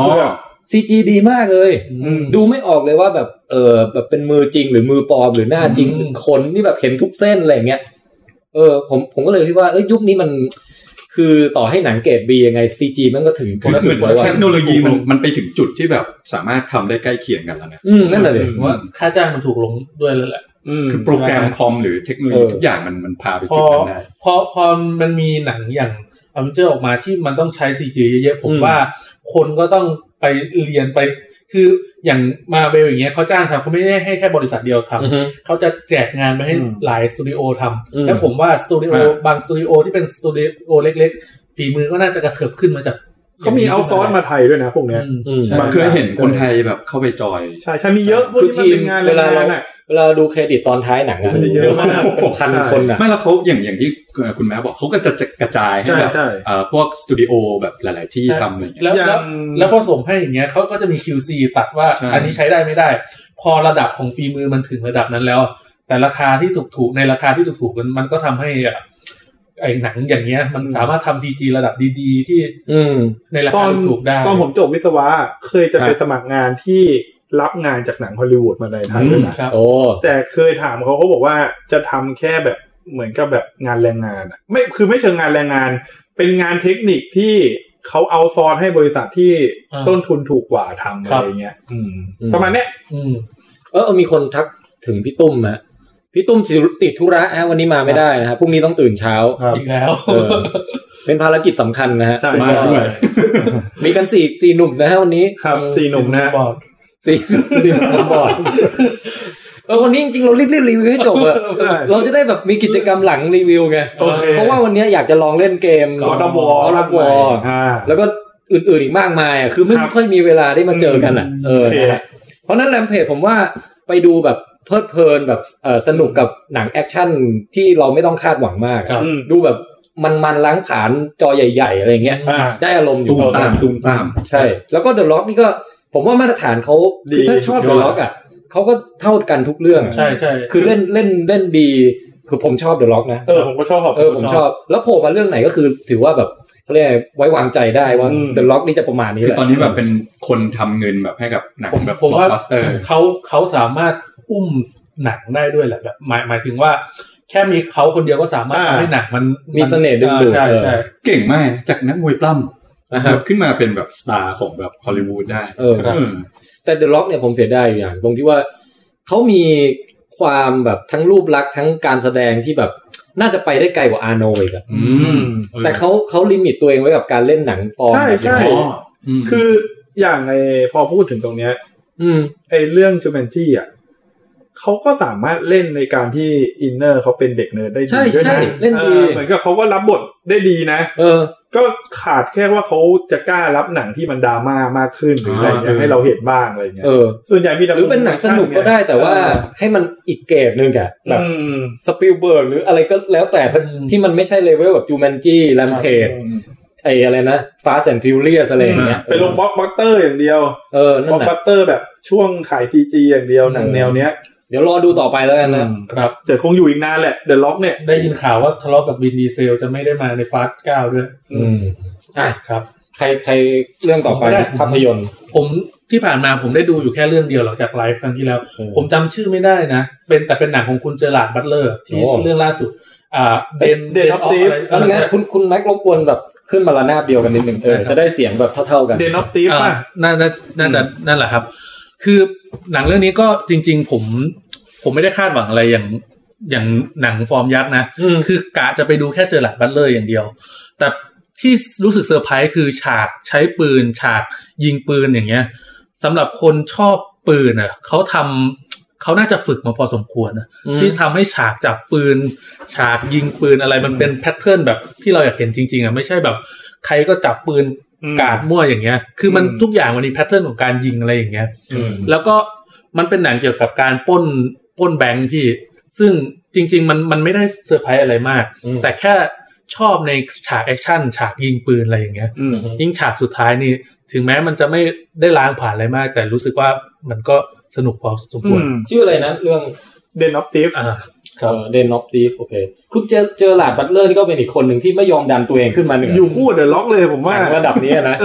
CG ดีมากเลยดูไม่ออกเลยว่าแบบแบบเป็นมือจริงหรือมือปลอมหรือหน้าจริงคนนี่แบบเห็นทุกเส้นอะไรเงี้ยผมก็เลยคิดว่ายุคนี้มันคือต่อให้หนังเกรด B ยังไง CG มันก็ถึงเหมือนเทคโนโลยีมันไปถึงจุดที่แบบสามารถทำได้ใกล้เคียงกันแล้วนะนั่นแหละเลยว่าค่าจ้างมันถูกลงด้วยแล้วแหละคือโปรแกรมคอมหรือเทคโนโลยีทุกอย่างมันพาไปจุดนั้นได้พอมันมีหนังอย่างAvenger ออกมาที่มันต้องใช้ CG เยอะๆผมว่าคนก็ต้องไปเรียนไปคืออย่าง Marvel อย่างเงี้ยเขาจ้างทำเขาไม่ได้ให้แค่บริษัทเดียวทำเขาจะแจกงานไปให้หลายสตูดิโอทำแล้วผมว่าสตูดิโอบางสตูดิโอที่เป็นสตูดิโอเล็กๆฝีมือก็น่าจะกระเถิบขึ้นมาจากเขามีเอาซอสมาไทยด้วยนะพวกเนี้ยเคยเห็นคนไทยแบบเข้าไปจอยใช่มีเยอะพวกนี้มันเป็นงานแรงงานอ่ะเวลาดูเครดิตตอนท้ายหนังเยอะมากเป็นพันคนอ่ะไม่แล้วเขาอย่างที่คุณแม่บอกเขาก็จะกระจายให้แบบพวกสตูดิโอแบบหลายๆที่ทำอะไรอย่างเงี้ยแล้วพอส่งให้อย่างเงี้ยเขาก็จะมี QC ตัดว่าอันนี้ใช้ได้ไม่ได้พอระดับของฝีมือมันถึงระดับนั้นแล้วแต่ราคาที่ถูกในราคาที่ถูกมันก็ทำให้ไอ้หนังอย่างเงี้ยมันสามารถทำ CG ระดับดีๆที่ในราคาถูกได้ตอนผมจบวิศวะเคยจะไปสมัครงานที่รับงานจากหนังฮอลลีวูดมาในไทยด้วยนะแต่เคยถามเขาบอกว่าจะทำแค่แบบเหมือนกับแบบงานแรงงานไม่เชิงงานแรงงานเป็นงานเทคนิคที่เขาเอาซอร์ให้บริษัทที่ต้นทุนถูกกว่าทำอะไรเงี้ยประมาณเนี้ยมีคนทักถึงพี่ตุ้มนะพี่ตุ้มติดธุระวันนี้มาไม่ได้นะครับพรุ่งนี้ต้องตื่นเช้าอีกแล้วเป็นภารกิจสำคัญนะฮะมาด้วยมีกัน4หนุ่มนะฮะวันนี้ครับ4หนุ่มนะ 4หนุ่มบอร์ดวันนี้จริงๆเรารีบรีวิวให้จบอะเราจะได้แบบมีกิจกรรมหลังรีวิวไงเพราะว่าวันนี้อยากจะลองเล่นเกม God of War แล้วก็อื่นๆอีกมากมายอ่ะคือไม่ค่อยมีเวลาได้มาเจอกันอ่ะเพราะนั้นแรมเพจผมว่าไปดูแบบเพลิดเพลินแบบสนุกกับหนังแอคชั่นที่เราไม่ต้องคาดหวังมากดูแบบมันล้างผลาญจอใหญ่ๆอะไรเงี้ยได้อารมณ์อยู่ตุ้มตามใช่แล้วก็ The Rock นี่ก็ผมว่ามาตรฐานเขาถ้าชอบ The Rock อ่ะเขาก็เท่ากันทุกเรื่องใช่ๆคือเล่นดีคือผมชอบ The Rock นะผมก็ชอบผมชอบแล้วโผล่มาเรื่องไหนก็คือถือว่าแบบเขาเรียกไว้วางใจได้ว่า The Rock นี่จะประมาณนี้แหละคือตอนนี้แบบเป็นคนทำเงินแบบให้กับหนังแบบผมว่าเขาสามารถอุ้มหนังได้ด้วยแหละแบบหมายถึงว่าแค่มีเขาคนเดียวก็สามารถทำให้หนังมันมีเสน่ห์ดึงดูดใช่เก่งมากจากนักมวยปล้ำขึ้นมาเป็นแบบสตาร์ของแบบฮอลลีวูดได้แต่ The Rock เนี่ยผมเสียดายอย่างตรงที่ว่าเขามีความแบบทั้งรูปลักษณ์ทั้งการแสดงที่แบบน่าจะไปได้ไกลกว่าอาร์โนอีกอ่ะแต่เขาลิมิตตัวเองไว้กับการเล่นหนังฟอร์มใช่คืออย่างพอพูดถึงตรงเนี้ยเรื่องจูแมนจี้อ่ะเขาก็สามารถเล่นในการที่อินเนอร์เขาเป็นเด็กเนิร์ดได้ดีด้วยนะเล่นดีเหมือนกับเขาก็รับบทได้ดีนะก็ขาดแค่ว่าเขาจะกล้ารับหนังที่มันดราม่ามากขึ้นหรืออะไรอย่างให้เราเห็นบ้างอะไรเงี้ยส่วนใหญ่มีหรือเป็นหนังสนุกก็ได้แต่ว่าให้มันอีกเกรดนึงอ่ะแบบสปิลเบิร์กหรืออะไรก็แล้วแต่ที่มันไม่ใช่เลเวลแบบจูแมนจี้แรมเพจอะไรนะ Fast and Furious อะไรอย่างเงี้ยไปลงบล็อกบัสเตอร์อย่างเดียวบล็อกบัสเตอร์แบบช่วงขาย CG อย่างเดียวหนังแนวเนี้ยเดี๋ยวรอดูต่อไปแล้วกันนะครับแต่คงอยู่อีกนานแหละ The Rock เนี่ยได้ยินข่าวว่าทะเลาะกับวินดีเซลจะไม่ได้มาใน Fast 9ด้วยครับใครเรื่องต่อไปภาพยนตร์ผมที่ผ่านมาผมได้ดูอยู่แค่เรื่องเดียวหลังจากไลฟ์ครั้งที่แล้วผมจำชื่อไม่ได้นะเป็นหนังของคุณเจอราร์ดบัตเลอร์ที่เรื่องล่าสุดเดนออฟตีฟแล้วงั้นคุณแม็กรบกวนแบบขึ้นมาระนาบเดียวกันนิดนึงจะได้เสียงแบบเท่าๆกันเดนออฟตีฟป่ะน่าจะนั่นแหละครับคือหนังเรื่องนี้ก็จริงๆผมไม่ได้คาดหวังอะไรอย่างหนังฟอร์มยักษ์นะคือกะจะไปดูแค่เจอราร์ดบัตเลอร์อย่างเดียวแต่ที่รู้สึกเซอร์ไพรส์คือฉากใช้ปืนฉากยิงปืนอย่างเงี้ยสำหรับคนชอบปืนอ่ะเขาน่าจะฝึกมาพอสมควรนะที่ทำให้ฉากจับปืนฉากยิงปืนอะไรมันเป็นแพทเทิร์นแบบที่เราอยากเห็นจริงๆอ่ะไม่ใช่แบบใครก็จับปืนกาดมั่วอย่างเงี้ยคือมันทุกอย่างมันมีแพทเทิร์นของการยิงอะไรอย่างเงี้ยแล้วก็มันเป็นหนังเกี่ยวกับการปล้นแบงค์พี่ซึ่งจริงๆมันไม่ได้เซอร์ไพรส์อะไรมากแต่แค่ชอบในฉากแอคชั่นฉากยิงปืนอะไรอย่างเงี้ยยิ่งฉากสุดท้ายนี่ถึงแม้มันจะไม่ได้ล้างผ่านอะไรมากแต่รู้สึกว่ามันก็สนุกพอสมควรชื่ออะไรนะเรื่อง Den of Thief ครับ Den of Thief โอเคคุณเจอราร์ดบัตเลอร์นี่ก็เป็นอีกคนหนึ่งที่ไม่ยอมดันตัวเองขึ้นมาเหนืออยู่คู่เดอะล็อกเลยผมว่าระดับนี้นะ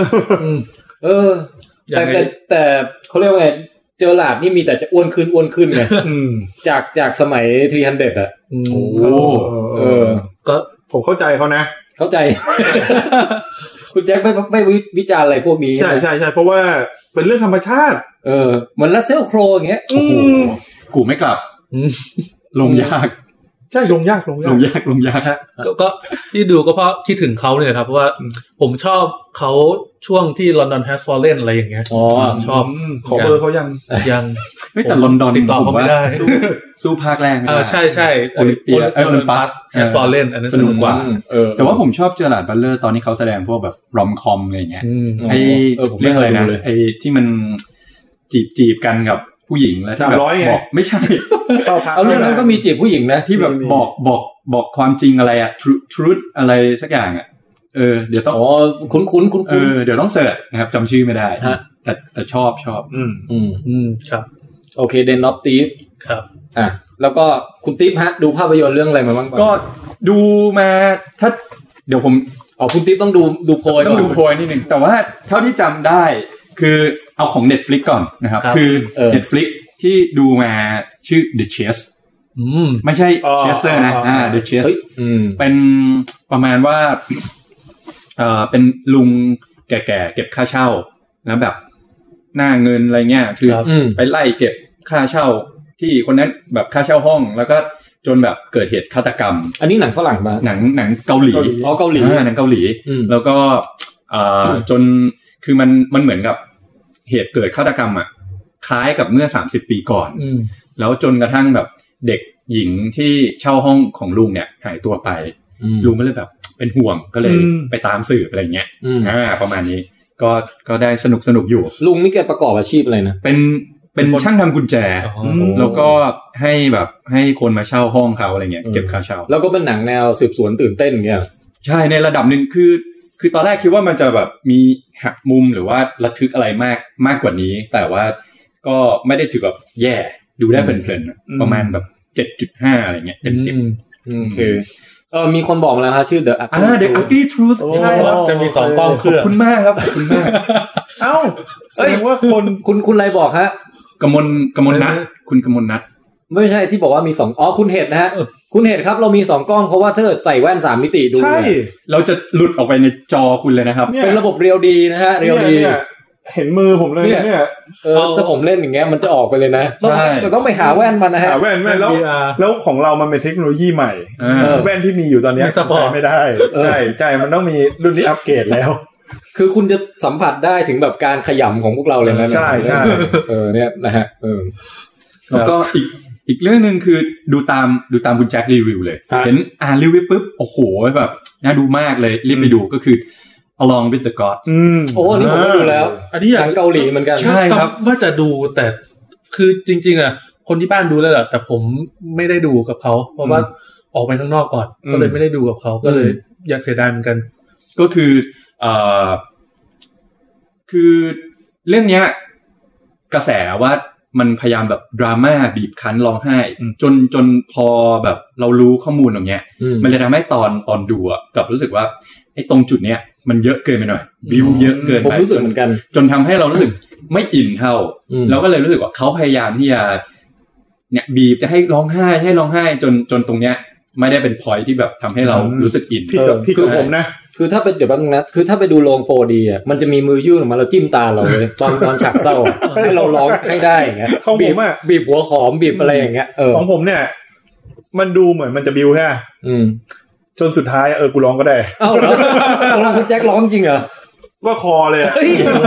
แต่เขาเรียกว่าไงเจอราร์ดนี่มีแต่จะอ้วนขึ้นไงจากสมัย300อ่ะโอ้ก็ผมเข้าใจเขานะเข้าใจคุณแจ็คไม่วิจารณ์อะไรพวกนี้ใช่เพราะว่าเป็นเรื่องธรรมชาติเหมือนรัสเซลโครอย่างเงี้ยโอ้โหกูไม่กลับลงยากใช่ลงยากก็ที่ดูก็เพราะคิดถึงเขาเนี่ยครับเพราะว่าผมชอบเขาช่วงที่ London Has Fallen อะไรอย่างเงี้ยชอบขอเบอร์เขายังไม่แต่ลอนดอนติดต่อเขาไม่ได้สู้ภาคแรกไม่ได้ใช่โอลิมเปีย Olympus Has Fallen อันนั้นสนุกกว่าแต่ว่าผมชอบเจอราร์ดบัตเลอร์ตอนนี้เขาแสดงพวกแบบรอมคอมอะไรอย่างเงี้ยไอ้เรื่องอะไรนะไอ้ที่มันจีบกันกับผู้หญิงแล้วที่แบบบอกไม่ใช่เอาเรื่องนั้นก็มีจีบผู้หญิงนะที่แบบบอกความจริงอะไรอะ truth อะไรสักอย่างอะเดี๋ยวต้องคุ้นเดี๋ยวต้องเสิร์ชนะครับจำชื่อไม่ได้แต่ชอบครับโอเค Den of Thief ครับแล้วก็คุณติ๊บฮะดูภาพยนตร์เรื่องอะไรมาบ้างก็ดูมาถ้าเดี๋ยวผมคุณติ๊บต้องดูโพยต้องดูโพยนิดนึงแต่ว่าเท่าที่จำได้คือเอาของ Netflix ก่อนนะครับคือ Netflix ที่ดูมาชื่อ The Chase ไม่ใช่ Chaser นะThe Chase เป็นประมาณว่าเป็นลุงแก่ๆเก็บค่าเช่าแล้วแบบหน้าเงินอะไรเงี้ยคือไปไล่เก็บค่าเช่าที่คนนั้นแบบค่าเช่าห้องแล้วก็จนแบบเกิดเหตุฆาตกรรมอันนี้หนังฝรั่งป่ะหนังเกาหลีเกาหลีหนังเกาหลีแล้วก็จนคือมันเหมือนกับเหตุเกิดฆาตกรรมอ่ะคล้ายกับเมื่อ30ปีก่อนแล้วจนกระทั่งแบบเด็กหญิงที่เช่าห้องของลุงเนี่ยหายตัวไปลุงก็เลยแบบเป็นห่วงก็เลยไปตามสืบอะไรเงี้ยประมาณนี้ก็ได้สนุกอยู่ลุงนี่แกประกอบอาชีพอะไรนะเป็นช่างทำกุญแจแล้วก็ให้แบบให้คนมาเช่าห้องเขาอะไรเงี้ยเก็บค่าเช่าแล้วก็เป็นหนังแนวสืบสวนตื่นเต้นอย่างเงี้ยใช่ในระดับนึงคือตอนแรกคิดว่ามันจะแบบมีหักมุมหรือว่าระทึกอะไรมากกว่านี้แต่ว่าก็ไม่ได้ถือแบบแย่ดูได้เพลินๆประมาณแบบ 7.5 อะไรเงี้ยเต็ม10 คือมีคนบอกมาแล้วฮะชื่อ The Ugly Truth ใช่ครับจะมี2กล้องขอบคุณมากครับขอบคุณมากเอ้าแสดงว่าคุณอะไรบอกฮะกมลนัทคุณกมลนัทไม่ใช่ที่บอกว่ามี2คุณเห็ดนะฮะคุณเห็ดครับเรามี2กล้องเพราะว่าถ้าเกิดใส่แว่น3มิติดูใช่เราจะหลุดออกไปในจอคุณเลยนะครับเป็นระบบเรียลดีนะฮะเรียลดีเห็นมือผมเลยเนี่ยถ้าผมเล่นอย่างเงี้ยมันจะออกไปเลยนะต้องไปหาแว่นมานะฮะหาแว่นแล้วของเรามันเป็นเทคโนโลยีใหม่แว่นที่มีอยู่ตอนนี้ใช้ไม่ได้ใช่มันต้องมีรุ่นที่อัปเกรดแล้วคือคุณจะสัมผัสได้ถึงแบบการขยำของพวกเราเลยนะใช่เนี่ยนะฮะแล้วก็อีกเรื่องนึงคือดูตามคุณแจ็ครีวิวเลยเห็นรีวิวปุ๊บโอ้โหแบบน่าดูมากเลยรีบไปดูก็คือ Along with the Gods โอ้นี่ผมก็ดูแล้วอันนี้อย่างเกาหลีเหมือนกันใช่ครับว่าจะดูแต่คือจริงๆอ่ะคนที่บ้านดูแล้วแหละแต่ผมไม่ได้ดูกับเขาเพราะว่าออกไปข้างนอกก่อนก็เลยไม่ได้ดูกับเขาก็เลยอยากเสียดายเหมือนกันก็คือคือเรื่องเนี้ยกระแสว่ามันพยายามแบบดราม่าบีบคั้นร้องไห้จนพอแบบเรารู้ข้อมูลตรงเนี้ยมันเลยทำให้ตอนดูอ่ะกลับรู้สึกว่าไอ้ตรงจุดเนี้ยมันเยอะเกินไปหน่อยบิวเยอะเกินไปผมรู้สึกเหมือนกันจนทำให้เรารู้สึกไม่อินเท่าแล้วก็เลยรู้สึกว่าเขาพยายามที่จะเนี่ยบีบจะให้ร้องไห้จนตรงเนี้ยไม่ได้เป็นพอยท์ที่แบบทำให้เรารู้สึกอินพี่กับผมนะคือถ้าเป็นเดี๋ยวแป๊บนึงนะคือถ้าไปดูโรง 4D อ่ะมันจะมีมือยื่นออกมาแล้วจิ้มตาเราเลยตอนฉากเศร้าให้เราร้องให้ได้อย่างเงี้ยของผมอ่ะบีบหัวหอมบีบอะไรอย่างเงี้ยของผมเนี่ยมันดูเหมือนมันจะบิวแค่จนสุดท้ายกูร้องก็ได้เอ้าแล้วคุณแจ็คร้องจริงเหรอก็คอเลยอ่ะ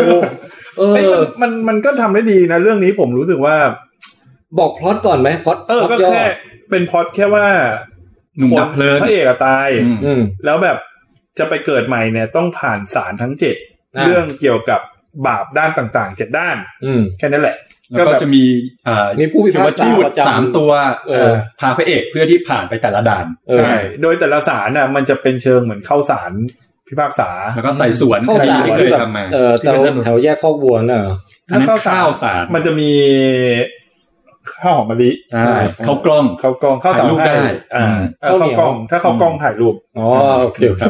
มันก็ทำได้ดีนะเรื่องนี้ผมรู้สึกว่าบอกพล็อตก่อนไหมพล็อตก็แค่เป็นพล็อตแค่ว่าหนุ่มดับเพลิงพระเอกตายแล้วแบบจะไปเกิดใหม่เนี่ยต้องผ่านศาลทั้ง7เรื่องเกี่ยวกับบาปด้านต่างๆ7ด้านแค่นั้นแหละก็จะมีผู้พิพากษาประจำ 3ตัวพาพระเอกเพื่อที่ผ่านไปแต่ละด่านใช่โดยแต่ละศาลน่ะมันจะเป็นเชิงเหมือนเข้าศาลพิพากษาแล้วก็ไต่สวนใครที่เคยทำมาแถวแยกคอกวัวน่ะถ้าเข้าศาลมันจะมีข้าวหอมมะลิเข้ากล้องข้าวถ่ายรูปได้เข้ากล้องถ้าเข้ากล้องถ่ายรูปอ๋อโอเคครับ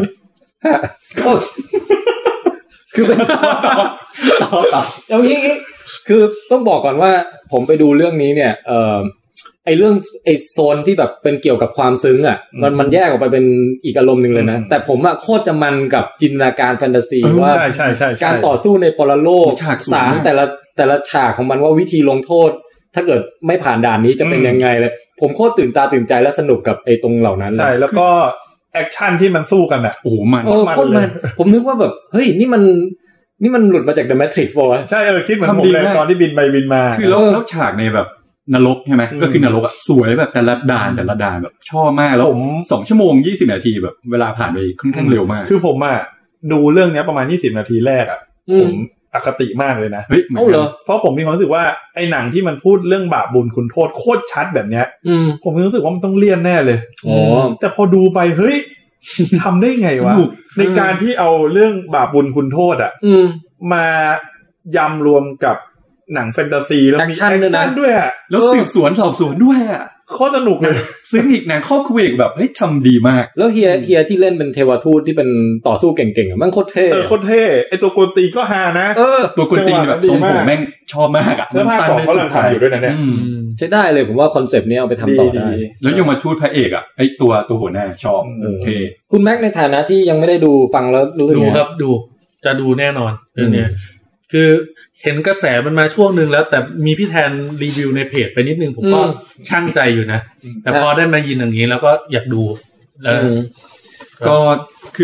คือเป็นต่ออย่างนี้คือต้องบอกก่อนว่าผมไปดูเรื่องนี้เนี่ยไอเรื่องไอโซนที่แบบเป็นเกี่ยวกับความซึ้งอ่ะมันแยกออกไปเป็นอีกอารมณ์นึงเลยนะแต่ผมอ่ะโคตรจะมันกับจินตนาการแฟนตาซีว่าการต่อสู้ในปรโลกศาลแต่ละฉากของมันว่าวิธีลงโทษถ้าเกิดไม่ผ่านด่านนี้จะเป็นยังไงเลยผมโคตรตื่นตาตื่นใจและสนุกกับไอ้ตรงเหล่านั้นใช่แล้วก็แอคชั่นที่มันสู้กันอ่ะโอ้โหมันโคตรมันผมนึกว่าแบบเฮ้ยนี่มันหลุดมาจาก The Matrix ป่ะวะใช่คิดเหมือนผมเลยตอนที่บินไปบินมาคือแล้วฉากในแบบนรกใช่ไหมก็คือนรกอ่ะสวยแบบแต่ละด่านแบบชอบมากแล้ว2 ชั่วโมง20 นาทีแบบเวลาผ่านไปค่อนข้างเร็วมากคือผมอ่ะดูเรื่องนี้ประมาณ20 นาทีแรกอ่ะผมอคติมากเลยนะเหรอเพราะผมมีความรู้สึกว่าไอ้หนังที่มันพูดเรื่องบาปบุญคุณโทษโคตรชัดแบบเนี้ยผมรู้สึกว่ามันต้องเลี่ยนแน่เลยแต่พอดูไปเฮ้ยทำได้ไงวะในการที่เอาเรื่องบาปบุญคุณโทษอ่ะมายำรวมกับหนังแฟนตาซีแล้วมีแอคชั่นด้วยอ่ะแล้วสืบสวนสอบสวนด้วยอ่ะโคตรสนุกเลยซึ่งอีกหนังครอบครัวอีกแบบเฮ้ยทำดีมากแล้วเฮียที่เล่นเป็นเทวทูตที่เป็นต่อสู้เก่งๆอ่ะมันโคตรเท่โคตรเท่ไอตัวกวนตีก็ฮานะตัวกวนตีแบบทรงผมแม่งชอบมากอ่ะแล้วภาค2เขาลังทำอยู่ด้วยนะเนี่ยใช้ได้เลยผมว่าคอนเซปต์นี้เอาไปทำต่อได้แล้วยังมาชูดพระเอกอ่ะไอตัวหัวหน้าชอบโอเคคุณแม็กในฐานะที่ยังไม่ได้ดูฟังแล้วรู้สึกดูครับดูจะดูแน่นอนเรื่องนี้คือเห็นกระแสมันมาช่วงนึงแล้วแต่มีพี่แทนรีวิวในเพจไปนิดนึงผมก็ช่างใจอยู่นะแต่พอได้มายินอย่างนี้แล้วก็อยากดูแล้วก็คือ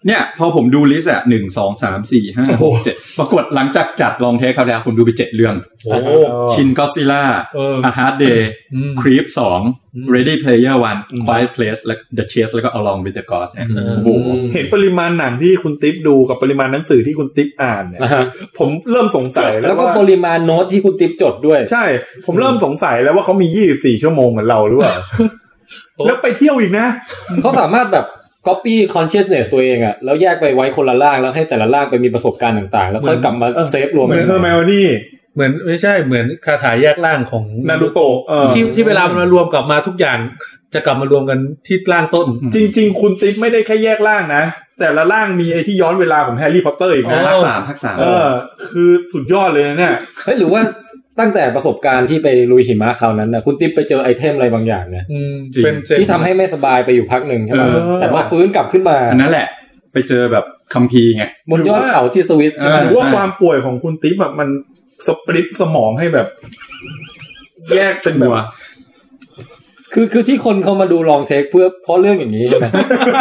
เนี่ยพอผมดูลิสต์อ่ะ1 2 3 4 5 6 7ปรากฏหลังจากจัดลองเทคเขาแล้วผมดูไป7เรื่องชินก็อดซิลล่า A Hard Day Creep 2 Ready Player One Quiet Place และ The Chase แล้วก็ Along with the Gods เนี่ยโอ้โหเห็นปริมาณหนังที่คุณติ๊บดูกับปริมาณหนังสือที่คุณติ๊บอ่านเนี่ยผมเริ่มสงสัยแล้วก็ปริมาณโน้ตที่คุณติ๊บจดด้วยใช่ผมเริ่มสงสัยแล้วว่าเขามี24ชั่วโมงเหมือนเราหรือเปล่าแล้วไปเที่ยวอีกนะเขาสามารถแบบcopy consciousness ตัวเองอะแล้วแยกไปไว้คนละร่างแล้วให้แต่ละร่างไปมีประสบการณ์ต่างๆแล้วค่อยกลับมาเซฟรวมเหมือนเฮอร์ไมโอนี่เหมือนไม่ใช่เหมือนคาถาแยกร่างของนารูโตะที่เวลามันมารวมกลับมาทุกอย่างจะกลับมารวมกันที่ร่างต้นจริงๆคุณติ๊กไม่ได้แค่แยกร่างนะแต่ละร่างมีไอ้ที่ย้อนเวลาของแฮร์รี่พอตเตอร์อีกนะภาค 3 คือสุดยอดเลยนะเนี่ยเฮ้ยหรือว่าตั้งแต่ประสบการณ์ที่ไปลุยหิมะคราวนั้นนะคุณติ๊บไปเจอไอเทมอะไรบางอย่างเนี่ยที่ทำให้ไม่สบายไปอยู่พักหนึ่งใช่ไหมแต่ว่าฟื้นกลับขึ้นมาอันนั้นแหละไปเจอแบบคัมภีร์ไงบนยอดเขาที่สวิสใช่ไหมหรือว่าความป่วยของคุณติ๊บแบบมันสปริตสมองให้แบบแยกเป็นแบบคือที่คนเขามาดูลองเทคเพื่อเพราะเรื่องอย่างนี้ใช่ไหม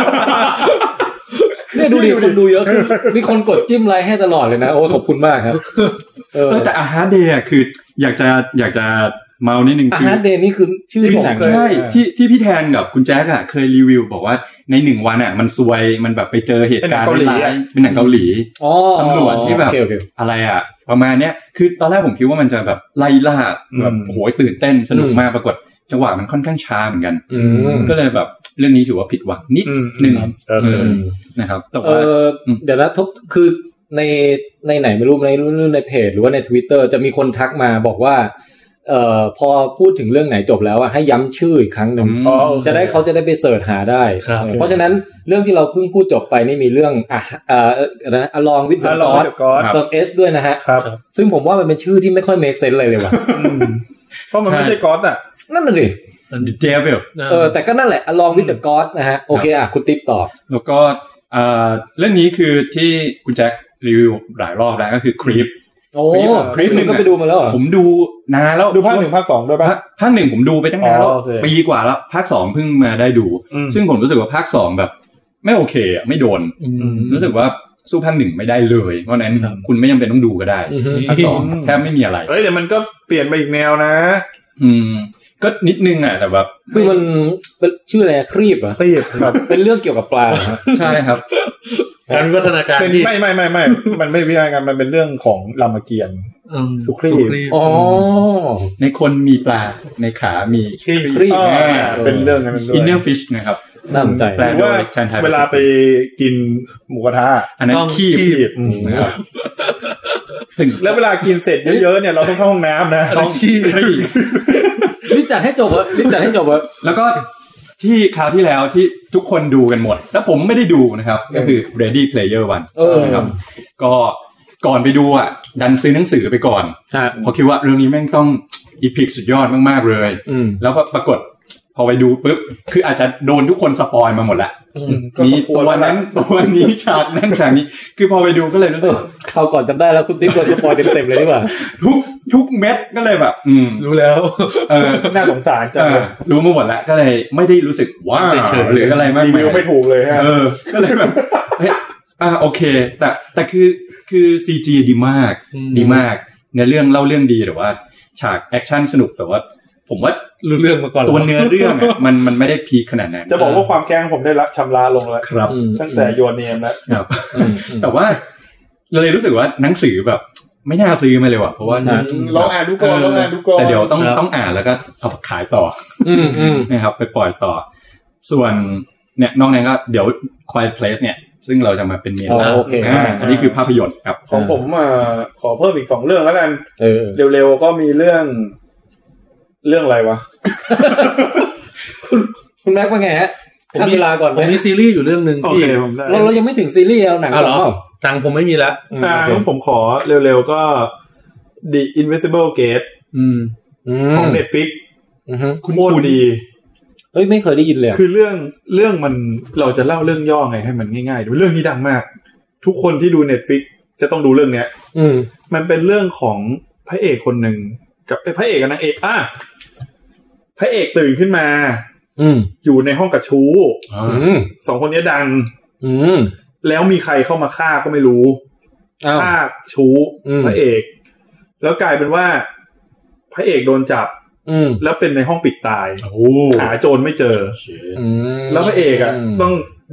เนี่ยดูดิคนดูเยอะคือมีคนกดจิ้มไลค์ให้ตลอดเลยนะโอ้ขอบคุณมากครับแต่A Hard Dayอ่ะคืออยากจะเมานิดนึงคือA Hard Dayนี่คือชื่อของใช่ที่พี่แทนกับคุณแจ๊คอ่ะเคยรีวิวบอกว่าใน1วันอ่ะมันซวยมันแบบไปเจอเหตุการณ์ร้ายเป็นหนังเกาหลีตำรวจที่แบบอะไรอ่ะประมาณเนี้ยคือตอนแรกผมคิดว่ามันจะแบบไล่ล่าแบบโหยตื่นเต้นสนุกมากปรากฏจังหวะมันค่อนข้างช้าเหมือนกันก็เลยแบบเรื่องนี้ถือว่าผิดหวังนิดนึงนะครับแต่ว่าเดี๋ยวนะคือในไหนไม่รู้ในเพจหรือว่าใน Twitter จะมีคนทักมาบอกว่าพอพูดถึงเรื่องไหนจบแล้วอ่ะให้ย้ำชื่ออีกครั้งนึงจะได้เขาจะได้ไปเสิร์ชหาได้เพราะฉะนั้นเรื่องที่เราเพิ่งพูดจบไปนี่มีเรื่องAlong with the God เติม S ด้วยนะฮะซึ่งผมว่ามันเป็นชื่อที่ไม่ค่อย make sense เลยว่ะเพราะมันไม่ใช่ God อ่ะนั่นน่ะดิ The Devil แต่ก็นั่นแหละ Along with the God นะฮะโอเคคุณติ๊บต่อแล้วก็เรื่องนี้คือที่คุณแจ็ครีวิวหลายรอบแล้วก็คือ Creep โอ้คลิปนึงก็ไปดูมาแล้วผมดูนานแล้วดูภาค1ภาค2ด้วยป่ะภาค1ผมดูไปตั้งนานแล้วปีกว่าแล้วภาค2เพิ่งมาได้ดูซึ่งผมรู้สึกว่าภาค2แบบไม่โอเคอ่ะไม่โดนรู้สึกว่าสู้ภาค1ไม่ได้เลยเพราะนั้นคุณไม่จำเป็นต้องดูก็ได้ภาค2แทบไม่มีอะไรเดี๋ยวมันก็เปลี่ยนไปอีกแนวนะก็นิดนึงอ่ะแต่แบบคือมันเป็นชื่ออะไรครีบอ่ะครีบครับเป็นเรื่องเกี่ยวกับปลาใช่ครับการวิวัฒนาการที่ไม่มันไม่วิวัฒนาการมันเป็นเรื่องของรามเกียรติ์สุครีบอ๋อในคนมีปลาในขามีครีบเป็นเรื่องนั้นด้วย Inner Fish นะครับน่าสนใจแปลว่าเวลาไปกินหมูกระทะอันนั้นคีบนะครับแล้วเวลากินเสร็จเยอะๆเนี่ยเราต้องเข้าห้องน้ำนะต้องขี้รีบจัดให้จบแล้วก็ที่คราวที่แล้วที่ทุกคนดูกันหมดแล้วผมไม่ได้ดูนะครับก็คือ Ready Player One นะครับก็ก่อนไปดูอ่ะดันซื้อหนังสือไปก่อนเพราะคิดว่าเรื่องนี้แม่งต้องอีพิกสุดยอดมากๆเลยแล้วปรากฏพอไปดูปุ๊บคืออาจจะโดนทุกคนสปอยมาหมดละมีตัวนั้นตัวนี้ฉากนั้นฉากนี้คือพอไปดูก็เลยรู้สึกเข้าก่อนจำได้แล้วคุณติ๊กโดนสปอยเต็มๆเลยดีกว่าทุกเม็ดก็เลยแบบรู้แล้วน่าสงสารจังเลยรู้มาหมดแล้วก็เลยไม่ได้รู้สึกว้าวหรืออะไรมากรีวิวไม่ถูกเลยฮะก็เลยแบบโอเคแต่คือ CG ดีมากในเรื่องเล่าเรื่องดีแต่ว่าฉากแอคชั่นสนุกแต่ว่าผมว่าเรื่องมาก่อนตัวเนื้อเรื่องมันไม่ได้พีคขนาดนั้นจะบอกว่าความแค้นผมได้ชำระลงแล้วครับตั้งแต่โยนเนมแล้วครับแต่ว่าเลยรู้สึกว่าหนังสือแบบไม่น่าซื้อมาเลยว่ะเพราะว่าลองอ่านดูก่อนแต่เดี๋ยวต้องอ่านแล้วก็เอาขายต่อนะครับไปปล่อยต่อส่วนเนี่ยนอกนั้นก็เดี๋ยว Quiet Place เนี่ยซึ่งเราจะมาเป็นเมนโอเคอันนี้คือภาพยนตร์ครับของผมขอเพิ่มอีก2เรื่องแล้วกันเร็วๆก็มีเรื่องอะไรวะคุณแม็กว่าไงฮะทำเวลาก่อนผมมีซีรีส์อยู่เรื่องนึงที่เรายังไม่ถึงซีรีส์เอาหนังก่อนหนังผมไม่มีละผมขอเร็วๆก็ The Invisible Gate ของ Netflix โคตรดีเฮ้ยไม่เคยได้ยินเลยคือเรื่องมันเราจะเล่าเรื่องย่อไงให้มันง่ายๆดูเรื่องนี้ดังมากทุกคนที่ดู Netflix จะต้องดูเรื่องเนี้ยมันเป็นเรื่องของพระเอกคนนึงกับพระเอกกับนางเอกพระเอกตื่นขึ้นมาอยู่ในห้องกับชู้2คนนี้ดังแล้วมีใครเข้ามาฆ่าก็ไม่รู้ฆ่าชู้พระเอกแล้วกลายเป็นว่าพระเอกโดนจับแล้วเป็นในห้องปิดตายหาโจรไม่เจอแล้วพระเอกอ่ะต้อง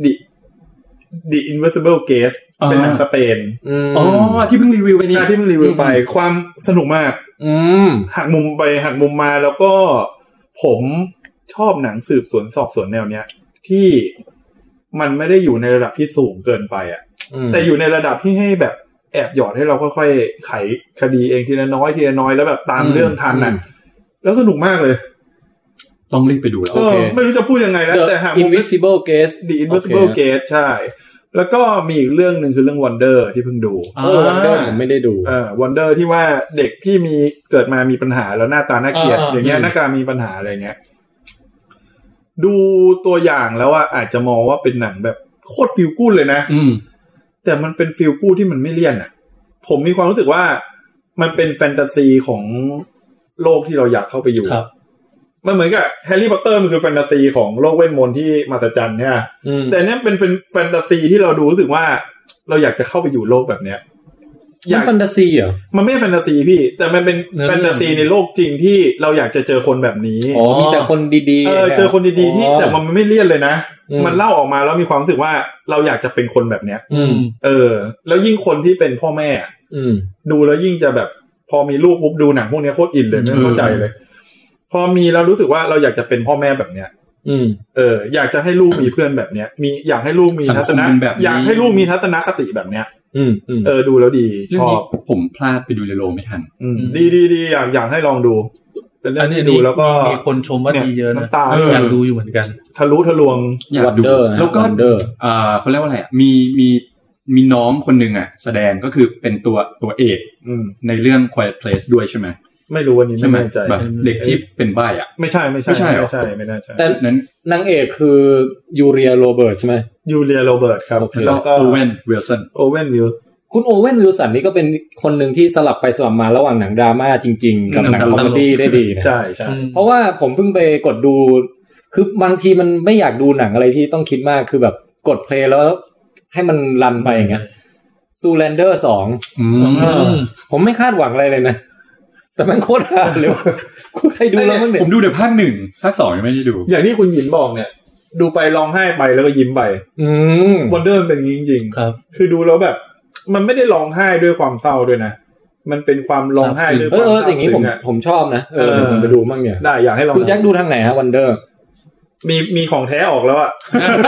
The Invisible Guest เป็นหนังสเปนที่เพิ่งรีวิวไปนี่ที่เพิ่งรีวิวไปความสนุกมากหักมุมไปหักมุมมาแล้วก็ผมชอบหนังสืบสวนสอบสวนแนวเนี้ยที่มันไม่ได้อยู่ในระดับที่สูงเกินไปอ่ะแต่อยู่ในระดับที่ให้แบบแอบหยอดให้เราค่อยๆไขคดีเองทีละน้อยทีละน้อยแล้วแบบตามเรื่องทันน่ะแล้วสนุกมากเลยต้องรีบไปดูแล้วไม่รู้จะพูดยังไงแล้วแต่หาก Invisible Guest The Invisible Guest ใช่แล้วก็มีอีกเรื่องนึงคือเรื่อง Wonder ที่เพิ่งดู Wonder ผมไม่ได้ดู Wonder ที่ว่าเด็กที่มีเกิดมามีปัญหาแล้วหน้าตาน่าเกลียดอย่างเงี้ยหน้าตามีปัญหาอะไรเงี้ยดูตัวอย่างแล้วอ่ะอาจจะมองว่าเป็นหนังแบบโคตรฟีลกู๊ดเลยนะแต่มันเป็นฟีลกู๊ดที่มันไม่เลี่ยนอ่ะผมมีความรู้สึกว่ามันเป็นแฟนตาซีของโลกที่เราอยากเข้าไปอยู่มันเหมือนกับแฮร์รี่พอตเตอร์มันคือแฟนตาซีของโลกเวทมนต์ที่มหัศจรรย์เนี่ยแต่เนี้ยเป็นแฟนตาซีที่เราดูรู้สึกว่าเราอยากจะเข้าไปอยู่โลกแบบเนี้ยมันแฟนตาซีเหรอมันไม่ใช่แฟนตาซีพี่แต่มันเป็นแฟนตาซีในโลกจริงที่เราอยากจะเจอคนแบบนี้มีแต่คนดีๆเจอคนดีๆที่แต่มันไม่เลี่ยนเลยนะมันเล่าออกมาแล้วมีความรู้สึกว่าเราอยากจะเป็นคนแบบเนี้ยแล้วยิ่งคนที่เป็นพ่อแม่ดูแล้วยิ่งจะแบบพอมีลูกปุ๊บดูหนังพวกนี้โคตรอินเลยไม่เข้าใจเลยพอมีเรารู้สึกว่าเราอยากจะเป็นพ่อแม่แบบเนี้ยอยากจะให้ลูกมีเพื่อนแบบเนี้ยอยากให้ลูกมีทัศนะอยากให้ลูกมีทัศนคติแบบเนี้ยดูแล้วดีชอบผมพลาดไปดูในโรงไม่ทันดีอยากให้ลองดูเป็นเรื่องที่ดูแล้วก็มีคนชมว่าดีเยอะนะอยากดูอยู่เหมือนกันทะลุทะลวงอยากดูแล้วก็เขาเรียกว่าอะไรมีน้องคนนึงอ่ะแสดงก็คือเป็นตัวเอกในเรื่อง Quiet Place ด้วยใช่ไหมไม่รู้วันนี้ไม่แน่ใจแบบเด็กที่เป็นใบ้อ่ะไม่ใช่ไม่น่าใช่แต่นั้นนางเอกคือยูเรียโรเบิร์ตใช่ไหมยูเรียโรเบิร์ตครับแล้วก็โอเวนวิลสันคุณโอเวนวิลสันนี่ก็เป็นคนหนึ่งที่สลับไปสลับมาระหว่างหนังดราม่าจริงๆกับหนังคอมเมดี้ได้ดีนะใช่เพราะว่าผมเพิ่งไปกดดูคือบางทีมันไม่อยากดูหนังอะไรที่ต้องคิดมากคือแบบกดเพลย์แล้วให้มันรันไปอย่างเงี้ยซูแลนเดอร์2ผมไม่คาดหวังอะไรเลยนะแต่มันโคตรฮาเลยคุณใครดูแล้วมั้งเนี่ยผมดูแต่ภาค1ภาค2ยังไม่ได้ดูอย่างที่คุณหยินบอกเนี่ยดูไปร้องไห้ไปแล้วก็ยิ้มไปวันเดอร์เป็นจริงๆครับคือดูแล้วแบบมันไม่ได้ร้องไห้ด้วยความเศร้าด้วยนะมันเป็นความร้องไห้ด้วยความเศร้าอย่างนี้ผมชอบนะผมไปดูมั่งเนี่ยได้อยากให้ลองคุณแจ็คดูทางไหนฮะวันเดอร์มีของแท้ออกแล้วอ่ะ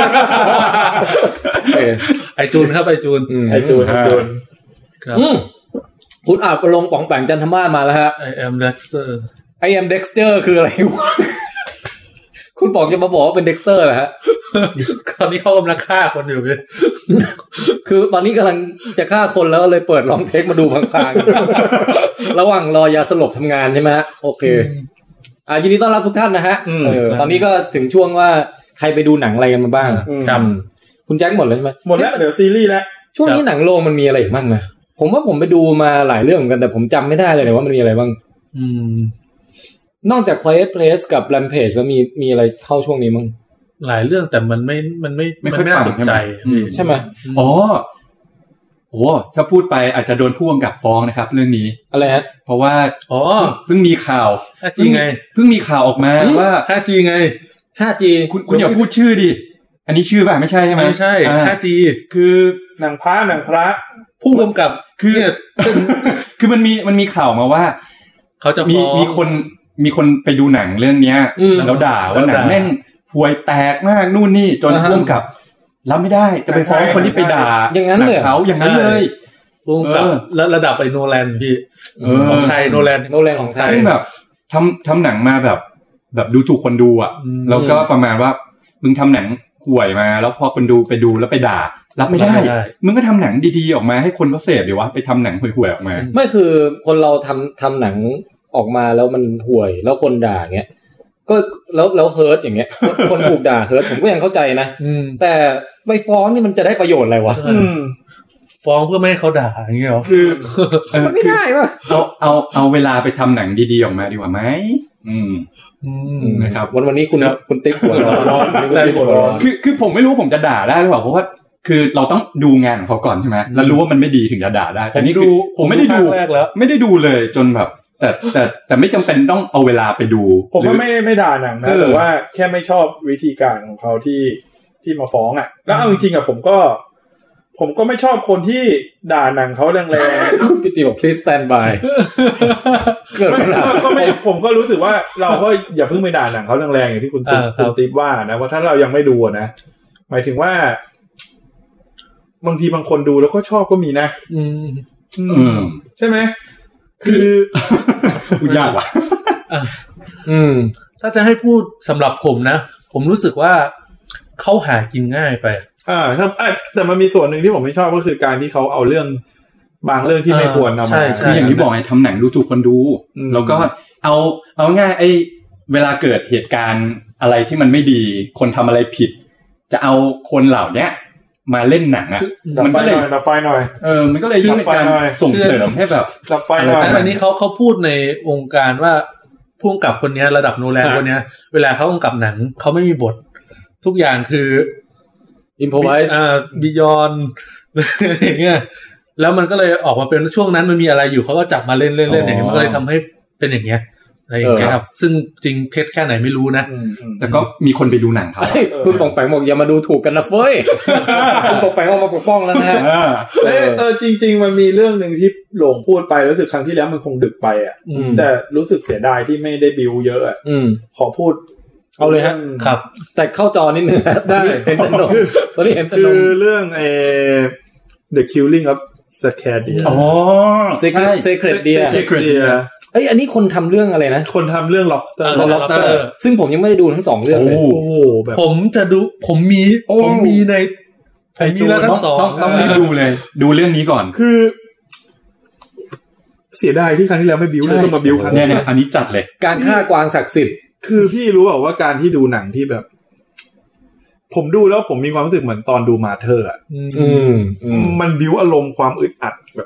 ไอจูนครับไอจูนครับคุณอาบลงป๋องแปงจันทมาศมาแล้วฮะ I am Dexter I am Dexter คืออะไรวะคุณบอกจะมาบอกว่าเป็น Dexter เหรอฮะตอนนี้เขากำลังฆ่าคนอยู่พี่คือตอนนี้กำลังจะฆ่าคนแล้วเลยเปิดลองเทคมาดูพังๆระหว่างรอยาสลบทำงานใช่ไหมฮะโอเคยินดีต้อนรับทุกท่านนะฮะตอนนี้ก็ถึงช่วงว่าใครไปดูหนังอะไรกันมาบ้างครับคุณแจ็คหมดแล้วใช่ไหมหมดแล้วเดี๋ยวซีรีส์แล้วช่วงนี้หนังโรงมันมีอะไรบ้างนะผมว่าผมไปดูมาหลายเรื่องเหมือนกันแต่ผมจำไม่ได้เลยนะว่ามันมีอะไรบ้างนอกจาก Quiet Place กับ Rampage แล้วมีอะไรเข้าช่วงนี้มั้งหลายเรื่องแต่มันไม่ค่อยน่าสนใจใช่ไหมโอ้ถ้าพูดไปอาจจะโดนผู้กำกับฟ้องนะครับเรื่องนี้อะไรฮะเพราะว่าเพิ่งมีข่าว 5G ไงเพิ่งมีข่าวออกมาว่า 5G ไง 5G คุณอย่าพูดชื่อดิอันนี้ชื่อป่ะไม่ใช่ใช่ไหมไม่ใช่ 5G คือหนังพระผู้กำกับคือมันมีข่าวมาว่าเขาจะมีคนไปดูหนังเรื่องนี้แล้วด่าว่าหนังแม่งห่วยแตกมากนู่นนี่จนผู้กำกับรับไม่ได้จะไปฟ้องคนที่ไปด่าอย่างนั้นเลยเขาอย่างนั้นเลยผู้กำกับระดับไปโนแลนพี่ของไทยโนแลนของไทยซึ่งแบบทำหนังมาแบบดูถูกคนดูอ่ะแล้วก็ประมาณว่ามึงทำหนังห่วยมาแล้วพอคนดูไปดูแล้วไปด่ารับไม่ได้มึงก็ทำหนังดีๆออกมาให้คนเขาเสพดีวะไปทำหนังห่วยๆออกมาไม่คือคนเราทำหนังออกมาแล้วมันห่วยแล้วคนด่าเงี้ยก็แล้วเฮิร์ตอย่างเงี้ยคนถูกด่าเฮิร์ตผมก็ยังเข้าใจนะแต่ไปฟ้องนี่มันจะได้ประโยชน์อะไรวะฟ้องเพื่อไม่ให้เขาด่าอย่างเงี้ยหรอคือมันไม่ได้ป่ะเอาเวลาไปทำหนังดีๆออกมาดีกว่าไหมนะครับวันนี้คุณติ๊กหัวร้อนคือผมไม่รู้ผมจะด่าได้หรือเปล่าเพราะว่าคือเราต้องดูงานของเขาก่อนใช่ไหมแล้วรู้ว่ามันไม่ดีถึงจะด่าได้แต่นี่คือผมไม่ได้ดูไม่ได้ดูเลยจนแบบแต่ไม่จำเป็นต้องเอาเวลาไปดูผมว่าไม่ด่าหนังนะแต่ว่าแค่ไม่ชอบวิธีการของเขาที่มาฟ้องอ่ะแล้วเอาจริงๆอ่ะผมก็ไม่ชอบคนที่ด่าหนังเขาแรงๆคุณพี่ติ๋ว please stand by เกิดก็ไม่ผมก็รู้สึกว่าเราก็อย่าเพิ่งไปด่าหนังเขาแรงๆอย่างที่คุณติ๊บว่านะว่าถ้าเรายังไม่ดูนะหมายถึงว่าบางทีบางคนดูแล้วก็ชอบก็มีนะใช่ไหมคือพูดยากว่ะถ้าจะให้พูดสำหรับผมนะผมรู้สึกว่าเขาหากินง่ายไปแต่มันมีส่วนหนึ่งที่ผมไม่ชอบก็คือการที่เขาเอาเรื่องบางเรื่องที่ไม่ควรเอามาคืออย่างที่บอกไงทำหนังดูถูกคนดูแล้วก็เอาง่ายเวลาเกิดเหตุการณ์อะไรที่มันไม่ดีคนทำอะไรผิดจะเอาคนเหล่านี้มาเล่นหนังอ่ะมันก็เลยดับไฟหน่อยมันก็เลยยิ่งเป็นการส่งเสริมให้แบบดับไฟหน่อยอันนี้เขาพูดในวงการว่าผู้กำกับคนนี้ระดับโนแลนคนนี้เวลาเขากำกับหนังเขาไม่มีบททุกอย่างคือ improvise beyond อย่างเงี้ยแล้วมันก็เลยออกมาเป็นช่วงนั้นมันมีอะไรอยู่เขาก็จับมาเล่นอย่างเงี้ยมันก็เลยทำให้เป็นอย่างเงี้ยอะไรอย่างเงี้ยครับซึ่งจริงเท็จแค่ไหนไม่รู้นะแต่ก็มีคนไปดูหนังเขาคุณปองแปงบอกอย่ามาดูถูกกันนะเฟ้ยคุณปองแปงออกมาปกป้องแล้วนะจริงๆมันมีเรื่องนึงที่หลงพูดไปรู้สึกครั้งที่แล้วมันคงดึกไปอ่ะแต่รู้สึกเสียดายที่ไม่ได้บิวเยอะอ่ะขอพูดเอาเลยฮะครับแต่เข้าจอนิดนึงได้เห็นตอนนี้เห็นคือเรื่องThe Killing of Scadia อ๋อ Secret Deer เอ้ยอันนี้คนทำเรื่องอะไรนะคนทำเรื่อง Lobster ซึ่งผมยังไม่ได้ดูทั้ง2เรื่องเลยโอ้โหแบบผมจะดูผมมีในมีแล้วทั้ง2 ต้องรีบดูเลยดูเรื่องนี้ก่อนคือเสียดายที่ครั้งที่แล้วไม่บิ้วเลยต้องมาบิ้วครั้งนี้เนี่ยอันนี้จัดเลยการฆ่ากวางศักดิ์สิทธิ์คือพี่รู้ป่าวว่าการที่ดูหนังที่แบบผมดูแล้วผมมีความรู้สึกเหมือนตอนดูมาเธออ่ะมันบิ้วอารมณ์ความอึดอัดแบบ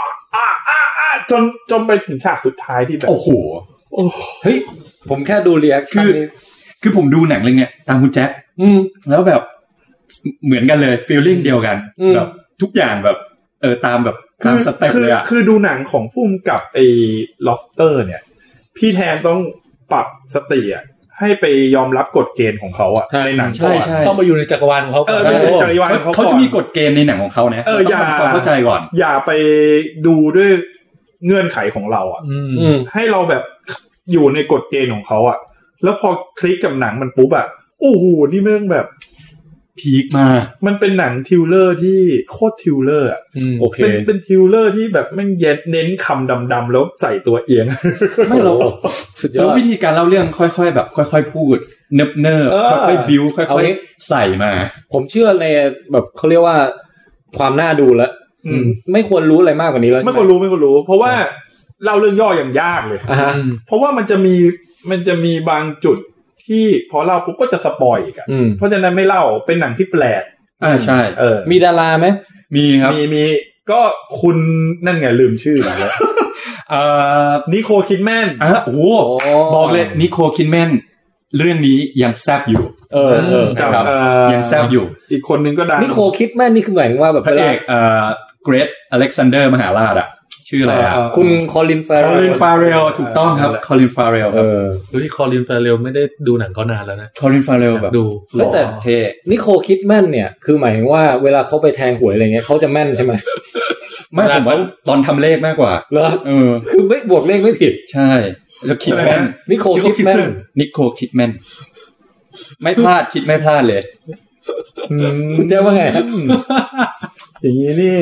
จนไปถึงฉากสุดท้ายที่แบบโอ้โหเฮ้ยผมแค่ดูเรียกคือผมดูหนังเรื่องเนี้ยตามคุณแจ็คแล้วแบบเหมือนกันเลยฟีลลิ่งเดียวกันแบบทุกอย่างแบบตามแบบตามสเต็ปเลยอ่ะคือดูหนังของพุ่มกับไอ้ Lobster เนี่ยพี่แทนต้องปรับสติอ่ะให้ไปยอมรับกฎเกณฑ์ของเขาอ่ะในหนังใช่ต้องมาอยู่ในจักรวาลของเขาในจักรวาลของเขาจะมีกฎเกณฑ์ในหนังของเขานะอย่าเข้าใจก่อนอย่าไปดูด้วยเงื่อนไขของเราอ่ะให้เราแบบอยู่ในกฎเกณฑ์ของเขาอ่ะแล้วพอคลิกกับหนังมันปุ๊บอ่ะโอ้โหนี่แม่งแบบพีคมากมันเป็นหนังทิวเลอร์ที่โคตรทิวเลอร์อ่ะโอเคเป็นทิวเลอร์ที่แบบแม่งเน้นคำดำๆแล้วใส่ตัวเอียงไม่หรอกสุดยอดแล้ววิธีการเล่าเรื่องค่อยๆแบบค่อยๆพูดเนิบๆค่อยๆบิ้วค่อยๆใส่มาผมเชื่อในแบบเขาเรียกว่าความน่าดูแล้วไม่ควรรู้อะไรมากกว่านี้แล้วไม่ควรรู้เพราะว่าเล่าเรื่องย่ออย่างยากเลยเพราะว่ามันจะมีบางจุดที่พอเล่าปุ๊บก็จะสปอยอีกอ่ะเพราะฉะนั้นไม่เล่าเป็นหนังที่แปลกใช่มีดาราไหมมีครับมีก็คุณนั่นไงลืมชื่อแล้วนิโคลคิดแมนโอ้บอกเลยนิโคลคิดแมนเรื่องนี้ยังแซ่บอยู่ยังแซ่บอยู่อีกคนนึงก็ดังนิโคลคิดแมนนี่คือหมายถึงว่าแบบพระเอกเกรทอเล็กซานเดอร์มหาราชอ่ะชื่ออะไรอ่ะคุณคอลินฟาเรลถูกต้องครับคอลินฟาเรลดูที่คอลินฟาเรลไม่ได้ดูหนังเขานานแล้วนะคอลินฟาเรลแบบดูแต่เท่นิโคลคิดแมนเนี่ยคือหมายถึงว่าเวลาเขาไปแทงหวยอะไรเงี้ยเขาจะแม่นใช่ไหมไม่ผมว่าตอนทำเลขมากกว่าเหรอคือไม่บวกเลขไม่ผิดใช่แล้วคิดแม่นนิโคลคิดแมนไม่พลาดคิดไม่พลาดเลยคุณแจ๊คว่าไงอย่างนี้นี่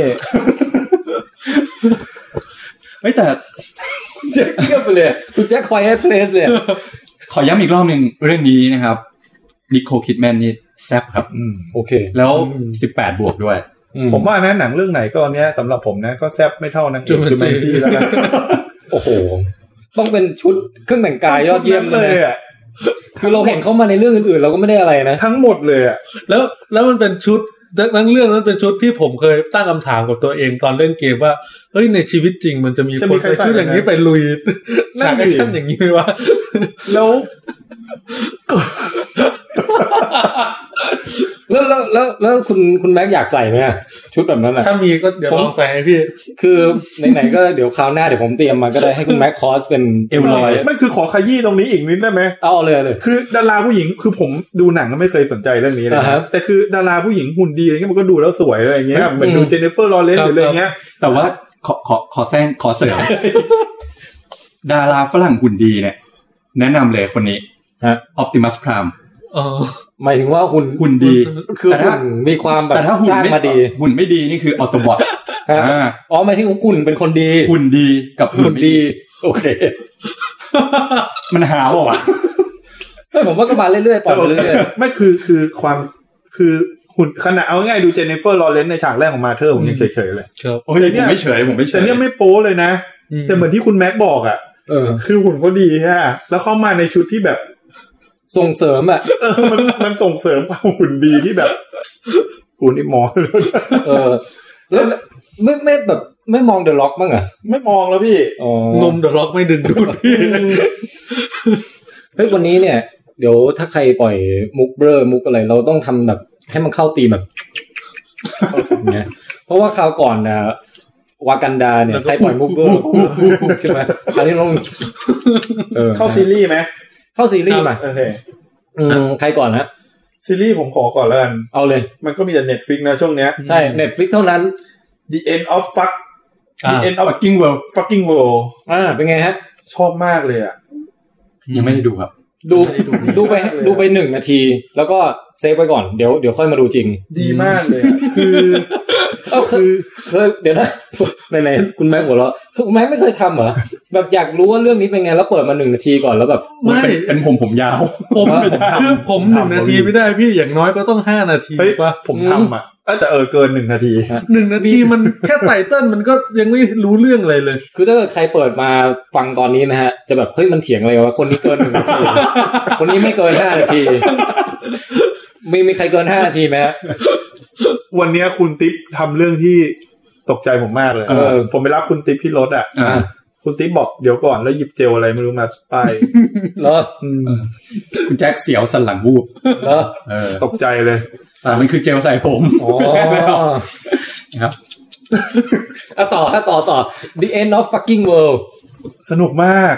ไม่แต่แจ็คเทียบไปเลยคุณแจ็คคอยให้เพลสเลยขอย้ำอีกรอบนึงเรื่องนี้นะครับนิโคลคิดแมนนี่แซ่บครับโอเคแล้ว18บวกด้วยผมว่านะหนังเรื่องไหนก็เนี้ยสำหรับผมนะก็แซ่บไม่เท่านังจูแมนจี้แล้วกันโอ้โหต้องเป็นชุดเครื่องแต่งกายยอดเยี่ยมเลยอ่ะคือเราเห็นเขามาในเรื่องอื่นๆเราก็ไม่ได้อะไรนะทั้งหมดเลยอ่ะแล้วมันเป็นชุดทั้งเรื่องนั้นเป็นชุดที่ผมเคยตั้งคำถามกับตัวเองตอนเล่นเกมว่าเฮ้ยในชีวิตจริงมันจะมีคนใส่ชุดอย่างนี้ไปลุยฉากแอคชั่นอย่างนี้ไหมวะแล้วแล้วคุณแม็กอยากใส่ไหมชุดแบบนั้นอ่ะถ้ามีก็เดี๋ยวลองใส่ให้พี่คือไหนๆก็เดี๋ยวคราวหน้าเดี๋ยวผมเตรียมมาก็ได้ให้คุณแม็กคอสเป็นเอลลอยไม่คือขอขยี้ตรงนี้อีกนิดได้ไหมเอาเลยคือดาราผู้หญิงคือผมดูหนังก็ไม่เคยสนใจเรื่องนี้เลยแต่คือดาราผู้หญิงหุ่นดีอะไรเงี้ยมันก็ดูแล้วสวยอะไรเงี้ยเหมือนดูเจนนิเฟอร์ลอเรนซ์หรืออะไรเงี้ยแต่ว่าขอเสริมดาราฝรั่งหุ่นดีเนี่ยแนะนำเลยคนนี้Optimus Prime หมายถึงว่าหุ่นดีคือหุ่นมีความแบบสร้างมาดีหุ่นไม่ดีนี่คือ Autobot หมายถึงหุ่นเป็นคนดีหุ่นดีกับหุ่นดีโอเคมันหาวอ่ะไม่ผมว่าก็มาเรื่อยๆปล่อยไปเรื่อยๆไม่คือความคือหุ่นขนาดเอาง่ายดูเจนนิเฟอร์ลอเรนซ์ในฉากแรกของมาเธอผมยังเฉยๆเลยโอ้ยผมไม่เฉยแต่เนี่ยไม่โป๊เลยนะแต่เหมือนที่คุณแม็กบอกอ่ะคือหุ่นเขาดีฮะแล้วเข้ามาในชุดที่แบบส่งเสริมอ่ะมันส่งเสริมความหุ่นดีที่แบบกูนี่มองแล้วไม่แบบไม่มองเดอะล็อกบ้างอ่ะไม่มองแล้วพี่นมเดอะล็อกไม่ดึงดูดพี่เฮ้ยวันนี้เนี่ยเดี๋ยวถ้าใครปล่อยมุกเบลอมุกอะไรเราต้องทำแบบให้มันเข้าตีมแบบเงี้ยเพราะว่าคราวก่อนนะวากันดาเนี่ยใครปล่อยมุกเบลอใช่ไหมคราวนี้ต้องเข้าซีรีส์ไหมเข้าซีรีส์มาโอเคใครก่อนฮะซีรีส์ผมขอก่อนแล้วกันเอาเลยมันก็มีแต่ Netflix นะช่วงเนี้ยใช่ Netflix เท่านั้น The End of The End of Fucking World เป็นไงฮะชอบมากเลยอ่ะยังไม่ได้ดูครับดูไป1นาทีแล้วก็เซฟไว้ก่อนเดี๋ยวค่อยมาดูจริงดีมากเลยคือเดี๋ยวนะไหนๆคุณแม็กบอกแล้วคุณแม็กไม่เคยทำเหรอแบบอยากรู้ว่าเรื่องนี้เป็นไงแล้วเปิดมา1นาทีก่อนแล้วแบบไม่เป็นผมยาวผมคือผม1นาทีไม่ได้พี่อย่างน้อยก็ต้อง5นาทีป่ะผมทำอ่ะแต่เกิน1นาที 1นาทีมันแค่ไตเติ้ลมันก็ยังไม่รู้เรื่องอะไรเลยคือถ้าเกิดใครเปิดมาฟังตอนนี้นะฮะจะแบบเฮ้ยมันเถียงอะไรวะคนนี้เกิน1นาทีคนนี้ไม่เกิน5นาทีมีใครเกิน5นาทีไหมฮะวันนี้คุณติ๊บทำเรื่องที่ตกใจผมมากเลยผมไปรับคุณติ๊บที่รถอ่ะคุณติ๊บบอกเดี๋ยวก่อนแล้วหยิบเจลอะไรไม่รู้มาป้ายเหรอคุณแจ็คเสียวสันหลังวูบเหรอตกใจเลยมันคือเจลใส่ผมครับต่อ The End of Fucking World สนุกมาก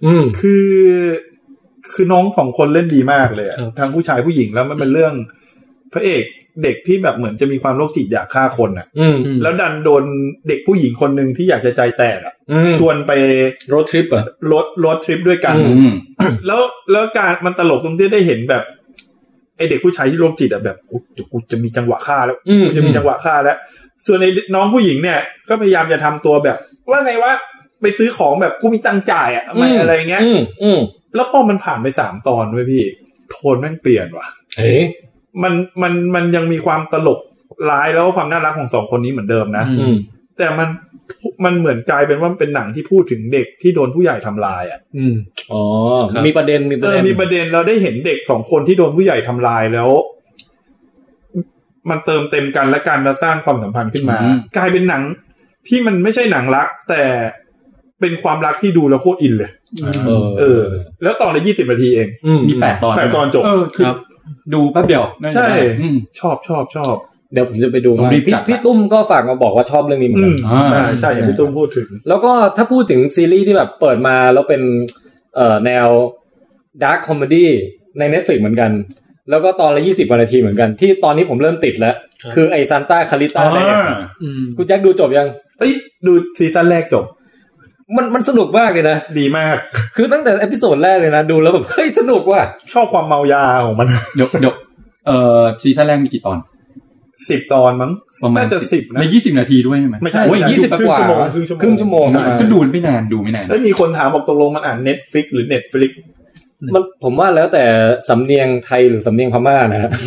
คือน้อง2คนเล่นดีมากเลยทั้งผู้ชายผู้หญิงแล้วมันเป็นเรื่องพระเอกเด็กที่แบบเหมือนจะมีความโรคจิตอยากฆ่าคนอ่ะแล้วดันโดนเด็กผู้หญิงคนนึงที่อยากจะใจแตกอ่ะชวนไปโรดทริปอ่ะโรดทริปด้วยกันแล้วการมันตลกตรงที่ได้เห็นแบบไอเด็กผู้ชายที่โรคจิตอ่ะแบบกูจะมีจังหวะฆ่าแล้วกูจะมีจังหวะฆ่าแล้วส่วนไอ้น้องผู้หญิงเนี่ยก็พยายามจะทำตัวแบบว่าไงวะไปซื้อของแบบกูมีตังค์จ่ายอ่ะไม่อะไรเงี้ยแล้วพอมันผ่านไป3ตอนเว้ยพี่โทนแม่งเปลี่ยนว่ะมันยังมีความตลกร้ายแล้วความน่ารักของ2คนนี้เหมือนเดิมนะแต่มันเหมือนกลายเป็นว่าเป็นหนังที่พูดถึงเด็กที่โดนผู้ใหญ่ทำลายอ่ะมีประเด็นเราได้เห็นเด็ก2คนที่โดนผู้ใหญ่ทำลายแล้วมันเติมเต็มกันและกันแล้วสร้างความสัมพันธ์ขึ้นมากลายเป็นหนังที่มันไม่ใช่หนังรักแต่เป็นความรักที่ดูแล้วโคตรอินเลยแล้วตอนละ20นาทีเองมี8 ตอนจบครับดูแป๊บเดียวใช่ชอบเดี๋ยวผมจะไปดูมาพี่ตุ้มก็ฝากมาบอกว่าชอบเรื่องนี้เหมือนกันใช่พี่ตุ้มพูดถึงแล้วก็ถ้าพูดถึงซีรีส์ที่แบบเปิดมาแล้วเป็นแนวดาร์คคอมเมดี้ใน Netflix เหมือนกันแล้วก็ตอนละ20นาทีเหมือนกันที่ตอนนี้ผมเริ่มติดแล้วคือไอ้ซานต้าคาริต้าแดงคุณแจ็คดูจบยังดูซีซั่นแรกจบมันสนุกมากเลยนะดีมากคือตั้งแต่เอพิโซดแรกเลยนะดูแล้วแบบเฮ้ยสนุกว่ะชอบความเมายาของมันเดี๋ยวซีซั่นแรกมีกี่ตอน 10 ตอนมั้งน่าจะ10นะใน20นาทีด้วยใช่มั้ยไม่ใช่ 20กว่าครึ่งชั่วโมงก็ดูไม่นานแล้วมีคนถามบอกตกลงมันอ่าน Netflix หรือ Netflix มันผมว่าแล้วแต่สำเนียงไทยหรือสำเนียงพม่านะฮะ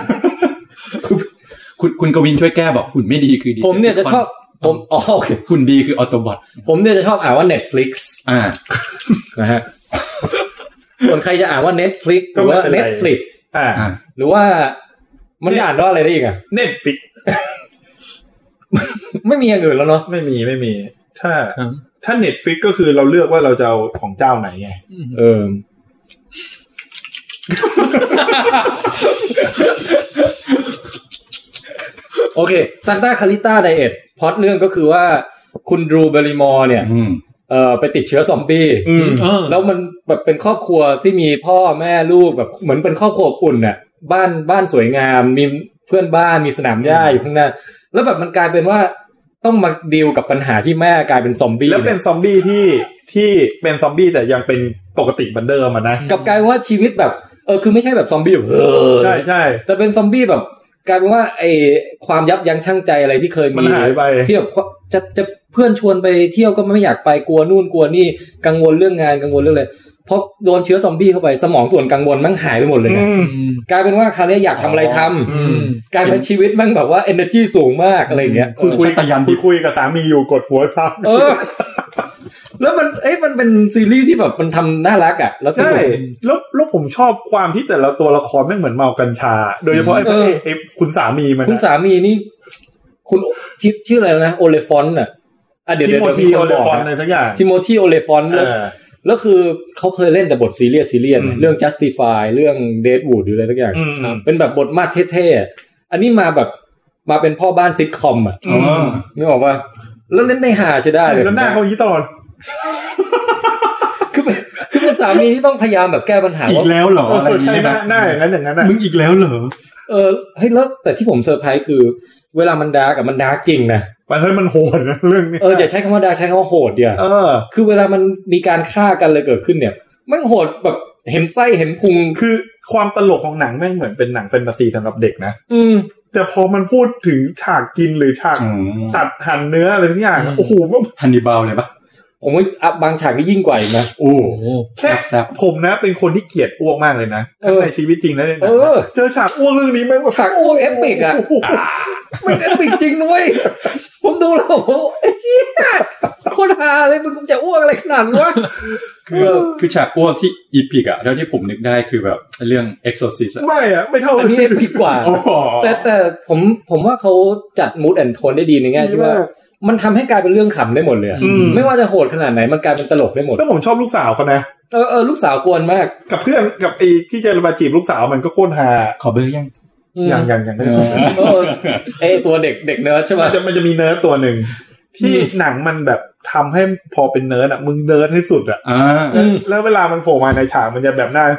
คุณกวินช่วยแก้บอกหุ่นไม่ดีคือผมเนี่ยจะชอบโอเคหุ่นดีคือ Autobot ผมเนี่ยจะชอบอ่านว่า Netflix นะฮะส่วนใครจะอ่านว่า Netflix หรือว่า Netflix หรือว่ามันอ่านว่าอะไรได้อีกอ่ะ Netflix ไม่มีอย่างอื่นแล้วเนาะไม่มีถ้า Netflix ก็คือเราเลือกว่าเราจะเอาของเจ้าไหนไงโอเคซันต้าคาริต้าไดเอทพล็อตเรื่องก็คือว่าคุณดรูเบริมอร์เนี่ยไปติดเชื้อซอมบี้แล้วมันแบบเป็นครอบครัวที่มีพ่อแม่ลูกแบบเหมือนเป็นครอบครัวอุ่นน่ะบ้านสวยงามมีเพื่อนบ้านมีสนามหญ้าอยู่ข้างหน้าแล้วแบบมันกลายเป็นว่าต้องมาดีลกับปัญหาที่แม่กลายเป็นซอมบี้แล้วเป็นซอมบี้ที่เป็นซอมบี้แต่ยังเป็นปกติเหมือนเดิมนะกับกลายว่าชีวิตแบบคือไม่ใช่แบบซอมบี้แบบใช่แต่เป็นซอมบี้แบบกลายเป็นว่าไอ้ความยับยั้งชั่งใจอะไรที่เคยมีมันหายไปที่แบบจะเพื่อนชวนไปเที่ยวก็ไม่อยากไปกลัวนู่นกลัวนี่กังวลเรื่องงานกังวลเรื่องอะไรเพราะโดนเชื้อซอมบี้เข้าไปสมองส่วนกังวลมันหายไปหมดเลยกลายเป็นว่าคราวนี้อยากทำอะไรทำกลายเป็นชีวิตมันแบบว่า energy สูงมากอะไรอย่างเงี้ยคุยกับสามีอยู่กดหัวซ้ำแล้วมันเป็นซีรีส์ที่แบบมันทำน่ารักอ่ะแล้วใช่แล้วผมชอบความที่แต่ละตัวละครไม่เหมือนเมากัญชาโดยเฉพาะไอ้คุณสามีมันคุณสามีนี่คุณชื่ออะไรนะโอเลฟอนต์อ่ะทิโมธีโอเลฟอนต์อะไรสักอย่างทิโมธีโอเลฟอนต์แล้วคือเขาเคยเล่นแต่บทซีเรียสเรื่อง Justify เรื่อง Deadwood หรืออะไรสักอย่างเป็นแบบบทมาดเท่ๆอันนี้มาแบบมาเป็นพ่อบ้านซิทคอมอ่ะนึกออกป่ะแล้วเล่นได้หาใช่ได้เลยแล้วหน้าเขาอย่างนี้ตลอดคือเป็นสามีที่ต้องพยายามแบบแก้ปัญหาอีกแล้วเหรออะไรอย่างเงี้ยหน้าอย่างนั้นน่ะมึงอีกแล้วเหรอเฮ้ยแล้วแต่ที่ผมเซอร์ไพรส์คือเวลามันดาร์กกับมันดาร์กจริงนะมันโหดนะเรื่องนี้อย่าใช้คำว่าดาร์กใช้คำว่าโหดเดี๋ยวคือเวลามันมีการฆ่ากันเลยเกิดขึ้นเนี่ยมันโหดแบบเห็นไส้เห็นพุงคือความตลกของหนังแม่งเหมือนเป็นหนังแฟนตาซีสำหรับเด็กนะแต่พอมันพูดถึงฉากกินหรือฉากตัดหั่นเนื้ออะไรทุกอย่างโอ้โหฮันนิบาลเลยปะผมว่าบางฉากนี่ยิ่งกว่าอีกนะโอ้แค่ผมนะเป็นคนที่เกลียดอ้วกมากเลยนะในชีวิตจริงแล้วเนี่ยเจอฉากอ้วกเรื่องนี้แม่งฉากอ้วกเอปิกอ่ะมันเอปิกจริงด้วยผมดูแล้วโคตรฮาเลยมึงจะอ้วกอะไรขนาดวะคือฉากอ้วกที่อีพิกอ่ะแล้วที่ผมนึกได้คือแบบเรื่อง Exorcist ไม่เท่าอันนี้เอปิกกว่าแต่ผมว่าเขาจัดมูดแอนด์โทนได้ดีในแง่ที่ว่ามันทำให้กลายเป็นเรื่องขำได้หมดเลยไม่ว่าจะโหดขนาดไหนมันกลายเป็นตลกได้หมดแล้วผมชอบลูกสาวเขานะลูกสาวกวนมากกับเพื่อนกับไอ้ที่จะมาจีบลูกสาวมันก็โคตรฮาขอเบอร์ยังไม่ได้ไอ้ตัวเด็กเนิร์ดใช่ไหมมันจะมีเนิร์ดตัวหนึ่งที่หนังมันแบบทำให้พอเป็นเนิร์ดอ่ะมึงเนิร์ดให้สุดอ่ะแล้วเวลามันโผล่มาในฉากมันจะแบบหน้า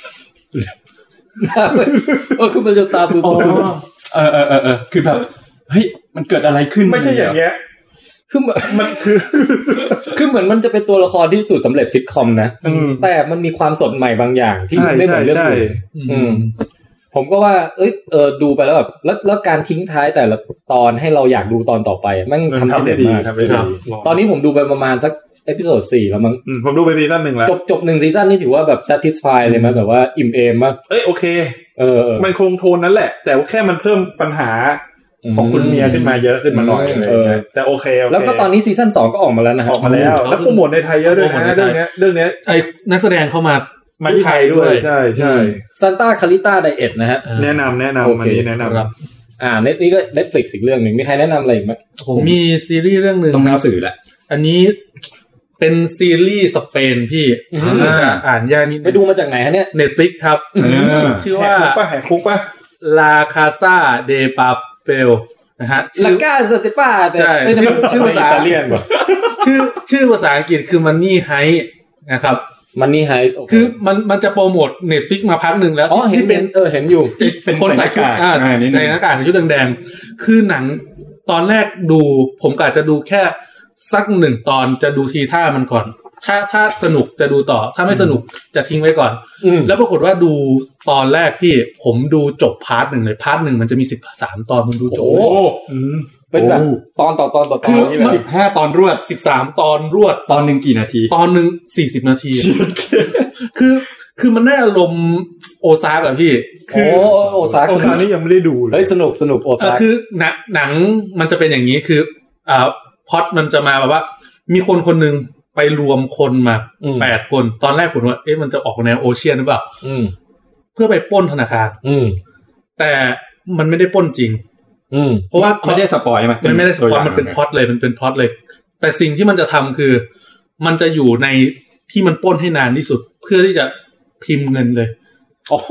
คือมันจะตาปื้อคือแบบเฮ้ยมันเกิดอะไรขึ้นไม่ใช่อย่างเงี้ยมันคือเหมือนมันจะเป็นตัวละครที่สูตรสำเร็จซิทคอมนะแต่มันมีความสดใหม่บางอย่างที่ไม่เหมือนเรื่องอื่นผมก็ว่าดูไปแล้วแบบแล้วการทิ้งท้ายแต่ละตอนให้เราอยากดูตอนต่อไปมันทำได้ดีมากตอนนี้ผมดูไปประมาณสักเอพิโซด4แล้วมั้งผมดูไปซีซั่น1แล้วจบ1ซีซั่นนี่ถือว่าแบบ satisfy เลยมั้ยแบบว่าอิ่มเอมมากโอเคมันคงโทนนั้นแหละแต่แค่มันเพิ่มปัญหาของคุณเมียขึ้นมาเยอะขึ้นมาหน่อยแต่โอเคแล้วก็ตอนนี้ซีซั่น2ก็ออกมาแล้วนะออกมาแล้วโปรโมทในไทยเยอะด้วยนะเรื่องนี้ไอ้นักแสดงเข้ามาที่ไทยด้วยใช่ซันต้าคาริต้าไดเอทนะฮะแนะนำอันนี้แนะนำเน็ตนี้ก็ Netflix อีกเรื่องนึงมีใครแนะนำอะไรอีกมั้ยผมมีซีรีส์เรื่องนึงต้องหนังสือแหละอันนี้เป็นซีรีส์สเปนพี่อ่านยากนิดไปดูมาจากไหนฮะเนี่ย Netflix ครับชื่อว่าแหกคุกป่ะ La Casa de Papel นะฮะ La Casa de Papel ใช่ชื่อภาษาอิตาเลียนป่ะชื่อภาษาอังกฤษคือ Money Heist นะครับ Money Heist คือมันจะโปรโมท Netflix มาพักนึงแล้วที่เป็นเห็นอยู่เป็นคนใส่ชุดใส่หน้ากากชุดแดงๆคือหนังตอนแรกดูผมกะจะดูแค่สัก1ตอนจะดูทีท่ามันก่อนถ้าสนุกจะดูต่อถ้าไม่สนุกจะทิ้งไว้ก่อนแล้วปรากฏว่าดูตอนแรกพี่ผมดูจบพาร์ท1เลยพาร์ท1มันจะมี13ตอนผมดูจบเป็นแบบตอนต่อคือ15ตอนรวด 13ตอนรวดตอนนึงกี่นาทีตอนนึง40นาทีคือมันได้อารมณ์โอซากอะพี่คือโอซากนี่ยังไม่ได้ดูเลยเฮ้ยสนุกโอซากคือหนังมันจะเป็นอย่างนี้คือพล็อตมันจะมาแบบว่ามีคนนึงไปรวมคนมา8คนตอนแรกผมว่ามันจะออกแนวโอเชียนหรือเปล่าเพื่อไปปล้นธนาคารแต่มันไม่ได้ปล้นจริงเพราะว่าไม่ได้สปอยล์มั้ยมันไม่ได้สปอยล์มันเป็นพล็อตเลยมันเป็นพล็อตเลยแต่สิ่งที่มันจะทำคือมันจะอยู่ในที่มันปล้นให้นานที่สุดเพื่อที่จะพิมพ์เงินเลยโอ้โห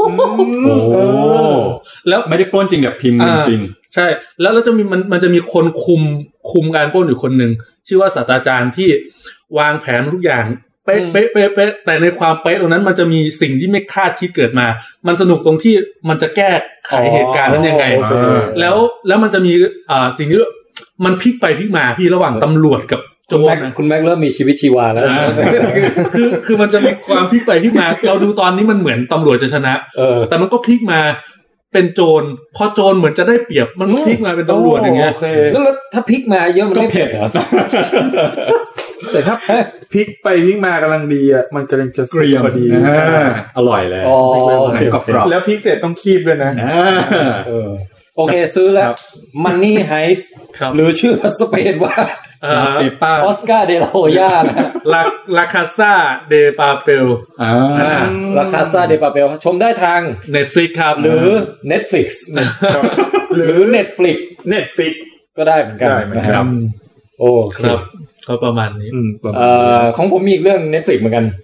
แล้วไม่ได้ปล้นจริงแบบพิมพ์จริงใช่แล้วจะมีมันจะมีคนคุมการปล้นอยู่คนหนึ่งชื่อว่าศาสตราจารย์ที่วางแผนทุกอย่างเป๊ะแต่ในความเป๊ะตรงนั้นมันจะมีสิ่งที่ไม่คาดคิดเกิดมามันสนุกตรงที่มันจะแก้ไขเหตุการณ์นั้นยังไงแล้วมันจะมีสิ่งที่มันพลิกไปพลิกมาพี่ระหว่างตำรวจกับโจรนะคุณแม็กเริ่มมีชีวิตชีวาแล้วคือมันจะมีความพลิกไปพลิกมาเราดูตอนนี้มันเหมือนตำรวจจะชนะแต่มันก็พลิกมาเป็นโจรพอโจรเหมือนจะได้เปรียบมันพลิกมาเป็นตำรวจอย่างเงี้ยแล้วถ้าพลิกมาเยอะมันไม่เผ็ดเหรอแต่ถ้าพลิกไปพลิกมากำลังดีอ่ะมันกำลังจะเกรียมพอดีอร่อยเลยแล้วพลิกเสร็จต้องคีบด้วยนะโอเคซื้อแล้ว Money Heist หรือชื่อสเปนว่าออสการ์เดลาโฮย่านะลาคาซาเดปาเปลลาคาซาเดปาเปลชมได้ทาง Netflix ครับหรือ Netflix หรือ Netflix ก็ได้เหมือนกันนะครับโอ้ครับก็ประมาณนี้ของผมมีอีกเรื่อง Netflix เหมือนกัน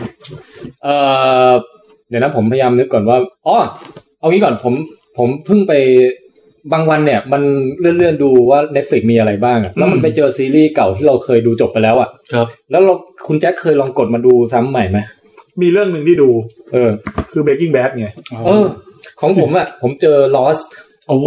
เดี๋ยวนะผมพยายามนึกก่อนว่าเอางี้ก่อนผมเพิ่งไปบางวันเนี่ยมันเลื่อนๆดูว่า Netflix มีอะไรบ้างแล้วมันไปเจอซีรีส์เก่าที่เราเคยดูจบไปแล้วอ่ะครับแล้วคุณแจ็คเคยลองกดมาดูซ้ำใหม่ไหมมีเรื่องนึงที่ดูคือ Breaking Bad ไงของผมอ่ะผมเจอ Lost โอ้โห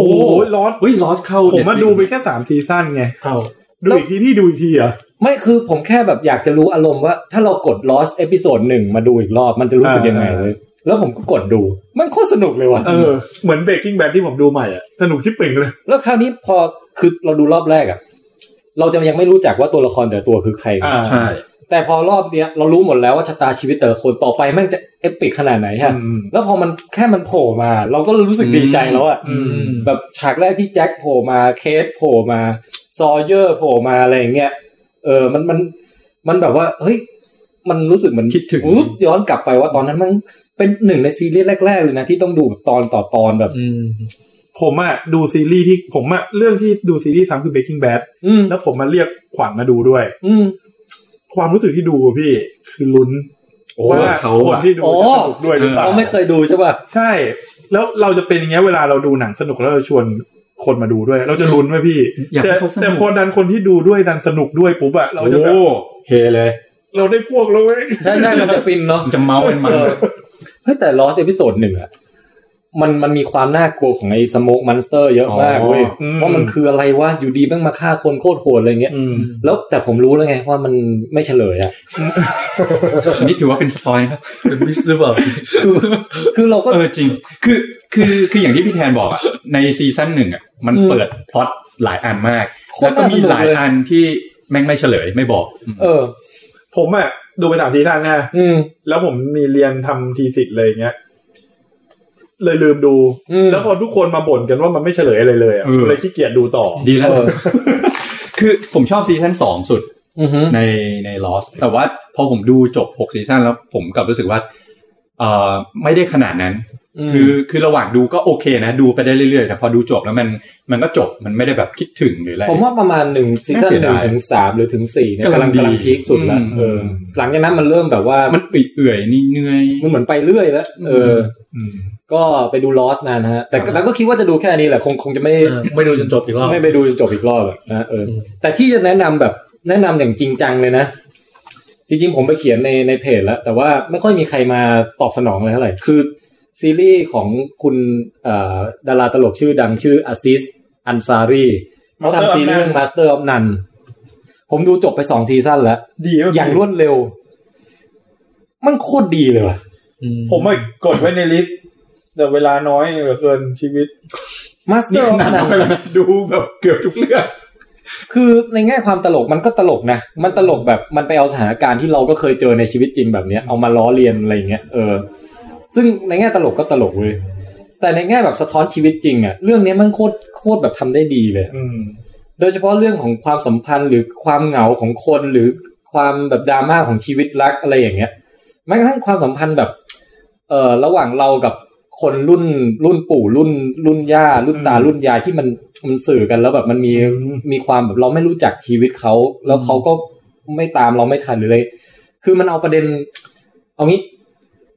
Lost เข้าผมมาดูไปแค่3ซีซั่นไงเข้าดูอีกทีพี่ดูอีกทีอ่ะไม่คือผมแค่แบบอยากจะรู้อารมณ์ว่าถ้าเรากด Lost เอพิโซด1มาดูอีกรอบมันจะรู้สึกยังไงเลยแล้วผมก็กดดูมันโคตรสนุกเลยว่ะเหมือน Breaking Bad ที่ผมดูใหม่อ่ะสนุกชิบเป่งเลยแล้วคราวนี้พอคือเราดูรอบแรกอ่ะเราจะยังไม่รู้จักว่าตัวละครแต่ตัวคือใครใช่แต่พอรอบเนี้ยเรารู้หมดแล้วว่าชะตาชีวิตแต่ละคนต่อไปแม่งจะเอปิกขนาดไหนฮะแล้วพอมันแค่มันโผล่มาเราก็รู้สึกดีใจแล้วอ่ะแบบฉากแรกที่แจ็คโผล่มาเคสโผล่มาซอเยอร์โผล่มาอะไรอย่างเงี้ยมันแบบว่าเฮ้ยมันรู้สึกเหมือนคิดถึงย้อนกลับไปว่าตอนนั้นมันเป็นหนึ่งในซีรีส์แรกๆเลยนะที่ต้องดูแบบตอนต่อตอนแบบผมอ่ะดูซีรีส์ที่ผมอ่ะเรื่องที่ดูซีรีส์ซ้ำคือ Breaking Bad แล้วผมมาเรียกขวัญมาดูด้วยความรู้สึกที่ดูพี่คือลุ้นว่าคนที่ดูจะสนุกด้วยหรือเปล่าเขาไม่เคยดูใช่ป่ะใช่แล้วเราจะเป็นอย่างเงี้ยเวลาเราดูหนังสนุกแล้วเราชวนคนมาดูด้วยเราจะลุ้นไหมพี่แต่พอดันคนที่ดูด้วยดันสนุกด้วยปุ๊บอะเราจะแบบเฮเลยเราได้พวกแล้วเว้ยใช่ๆมันจะฟินเนาะจะเมามันเฮ้ยแต่ Lost เอพิโซด1อ่ะมันมีความน่ากลัวของไอ้ Smoke Monster เยอะมากเว้ยว่ามันคืออะไรวะอยู่ดีแม่งมาฆ่าคนโคตรโหดอะไรเงี้ยแล้วแต่ผมรู้แล้วไงว่ามันไม่เฉลยอ่ะนี่ถือว่าเป็นสปอยล์ครับเป็นมิสหรือเปล่าคือเราก็จริงคืออย่างที่พี่แทนบอกอ่ะในซีซั่น1อ่ะมันเปิดพล็อตหลายอันมากแล้วก็มีหลายอันที่แม่งไม่เฉลยไม่บอกผมอ่ะดูไป3ซีซั่นนะแล้วผมมีเรียนทำทีสิทธิ์เลยอย่างเงี้ยเลยลืมดูแล้วพอทุกคนมาบ่นกันว่ามันไม่เฉลยอะไรเลยอ่ะเลยขี้เกียจดูต่อดีแล้วคือผมชอบซีซั่น2สุดใน Lost แต่ว่าพอผมดูจบ6ซีซั่นแล้วผมกลับรู้สึกว่าไม่ได้ขนาดนั้นคือระหว่างดูก็โอเคนะดูไปได้เรื่อยๆแต่พอดูจบแล้วมันก็จบมันไม่ได้แบบคิดถึงหรืออะไรผมว่าประมาณ1ซีซั่น1ถึง3หรือถึง4เนี่ยกำลังพีคสุดแล้วหลังจากนั้นมันเริ่มแบบว่ามันเอื่อยๆนี่เหนื่อยมันเหมือนไปเรื่อยแล้วก็ไปดู Lost นานฮะแต่แล้วก็คิดว่าจะดูแค่นี้แหละคงจะไม่ดูจนจบอีกรอบไม่ไปดูจนจบอีกรอบนะแต่ที่จะแนะนำอย่างจริงจังเลยนะจริงๆผมไปเขียนในเพจแล้วแต่ว่าไม่ค่อยมีใครมาตอบสนองอะไรเท่าไหร่คือซีรีส์ของคุณดาราตลกชื่อดังชื่ออาซิสอันซารีเขาทำซีรีส์เรื่อง Master of None ผมดูจบไป2ซีซั่นแล้วอย่างรวดเร็วมันโคตรดีเลยว่ะผมไม่กดไว้ในลิสต์แต่เวลาน้อยเหลือเกินชีวิต Master of None ดูแบบเกือบทุกเรื่องคือในแง่ความตลกมันก็ตลกนะมันตลกแบบมันไปเอาสถานการณ์ที่เราก็เคยเจอในชีวิตจริงแบบนี้เอามาล้อเลียนอะไรอย่างเงี้ยซึ่งในแง่ตลกก็ตลกเลยแต่ในแง่แบบสะท้อนชีวิตจริงอ่ะเรื่องนี้มันโคตรแบบทำได้ดีเลยโดยเฉพาะเรื่องของความสัมพันธ์หรือความเหงาของคนหรือความแบบดราม่าของชีวิตรักอะไรอย่างเงี้ยแม้กระทั่งความสัมพันธ์แบบระหว่างเรากับคนรุ่นปู่รุ่นย่ารุ่นตารุ่นยายที่มันสื่อกันแล้วแบบมันมีความแบบเราไม่รู้จักชีวิตเขาแล้วเขาก็ไม่ตามเราไม่ทันหรืออะไรคือมันเอาประเด็นเอางี้ค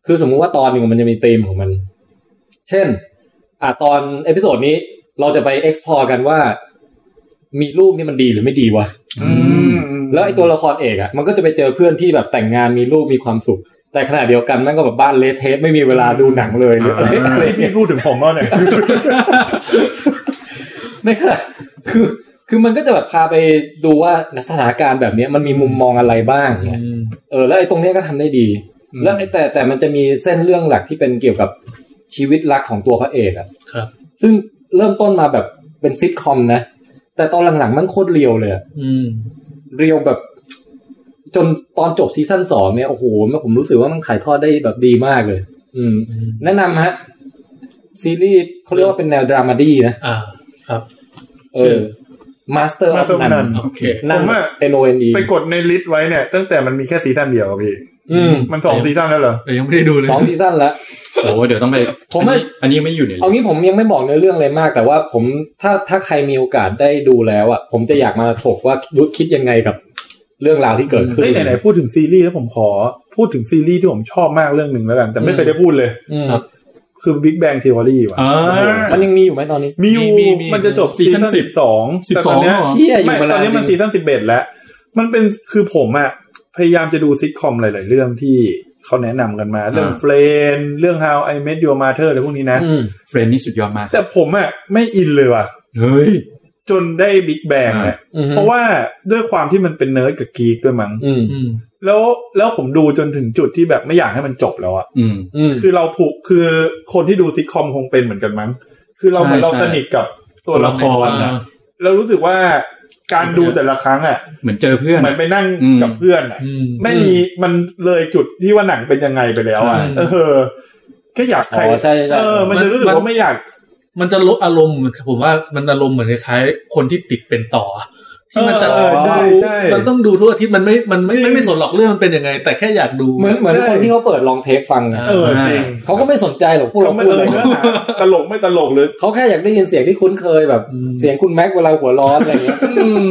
คือสมมุติว่าตอนนึงมันจะมีธีมของมันเช่นตอนเอพิโซดนี้เราจะไป explore กันว่ามีลูกนี่มันดีหรือไม่ดีวะแล้วไอ้ตัวละครเอกมันก็จะไปเจอเพื่อนที่แบบแต่งงานมีลูกมีความสุขแต่ขณะเดียวกันแม่งก็แบบบ้านเละเทะไม่มีเวลาดูหนังเลยหรืออะไรพี่พูดถึงผมก็เนี่ยในขณะคือมันก็จะแบบพาไปดูว่าสถานการณ์แบบนี้มันมีมุมมองอะไรบ้างเนี่ยแล้วไอ้ตรงนี้ก็ทำได้ดีแล้วแต่มันจะมีเส้นเรื่องหลักที่เป็นเกี่ยวกับชีวิตรักของตัวพระเอกครับซึ่งเริ่มต้นมาแบบเป็นซิทคอมนะแต่ตอนหลังๆมันโคตรเรียวเลยเรียวแบบจนตอนจบซีซั่น2เนี่ยโอ้โหผมรู้สึกว่ามันถ่ายทอดได้แบบดีมากเลยแนะนำฮะซีรีส์เขาเรียกว่าเป็นแนวดราม่าดี้นะครับMaster of None โอเคนั่น NONE ไปกดในลิสต์ไว้เนี่ยตั้งแต่มันมีแค่ซีซั่นเดียวอ่ะพี่มัน2ซีซั่นแล้วเหรอยังไม่ได้ดูเลย 2ซีซั่นแล้วโอ้เดี๋ยวต้องไปผมอันนี้ไม่อยู่ในเอางี้ผมยังไม่บอกในเรื่องอะไรมากแต่ว่าผมถ้าใครมีโอกาสได้ดูแล้วอ่ะผมจะอยากมาถกว่าคิดยังไงกับเรื่องราวที่เกิดขึ้นไหนๆพูดถึงซีรีส์แล้วผมขอพูดถึงซีรีส์ที่ผมชอบมากเรื่องนึงแล้วกันแต่ไม่เคยได้พูดเลยครับคือ Big Bang Theory ว่ะมันยังมีอยู่ไหมตอนนี้มีอยู่มันจะจบซีซั่น12แต่ตอนนี้ตอนนี้มันซีซั่น11แล้วมันเป็นคือผมอ่ะพยายามจะดูซิทคอมหลายๆเรื่องที่เขาแนะนำกันมาเรื่อง Friends เรื่อง How I Met Your Mother อะไรพวกนี้นะ Friends นี่สุดยอดมากแต่ผมอ่ะไม่อินเลยว่ะเฮ้ยจนได้ Big Bang เนี่ยเพราะว่าด้วยความที่มันเป็นเนิร์ดกับกี๊กด้วยมั้งแล้วผมดูจนถึงจุดที่แบบไม่อยากให้มันจบแล้วอ่ะคือเราผูกคือคนที่ดูซิทคอมคงเป็นเหมือนกันมั้งคือเราเหมือนเราสนิทกับตัวละครนะเรารู้สึกว่าการดูแต่ละครั้งอ่ะเหมือนเจอเพื่อนเหมือนไปนั่งกับเพื่อนอ่ะไม่มีมันเลยจุดที่ว่าหนังเป็นยังไงไปแล้วอ่ะแค่อยากใครมันจะรู้สึกว่าไม่อยากมันจะลดอารมณ์ผมว่ามันอารมณ์เหมือนคล้ายๆคนที่ติดเป็นต่อที่มันจะใช่มันต้องดูทุกอาทิตย์มันไม่สนหรอกเรื่องเป็นยังไงแต่แค่อยากดูเหมือนคนที่เขาเปิดลองเทคฟังจริงเขาก็ไม่สนใจหรอกพวกเราพูดอะไรตลกไม่ตลกเลยเขาแค่อยากได้ยินเสียงที่คุ้นเคยแบบเสียงคุณแม็กเวลาหัวร้อนอะไรอย่างเงี้ย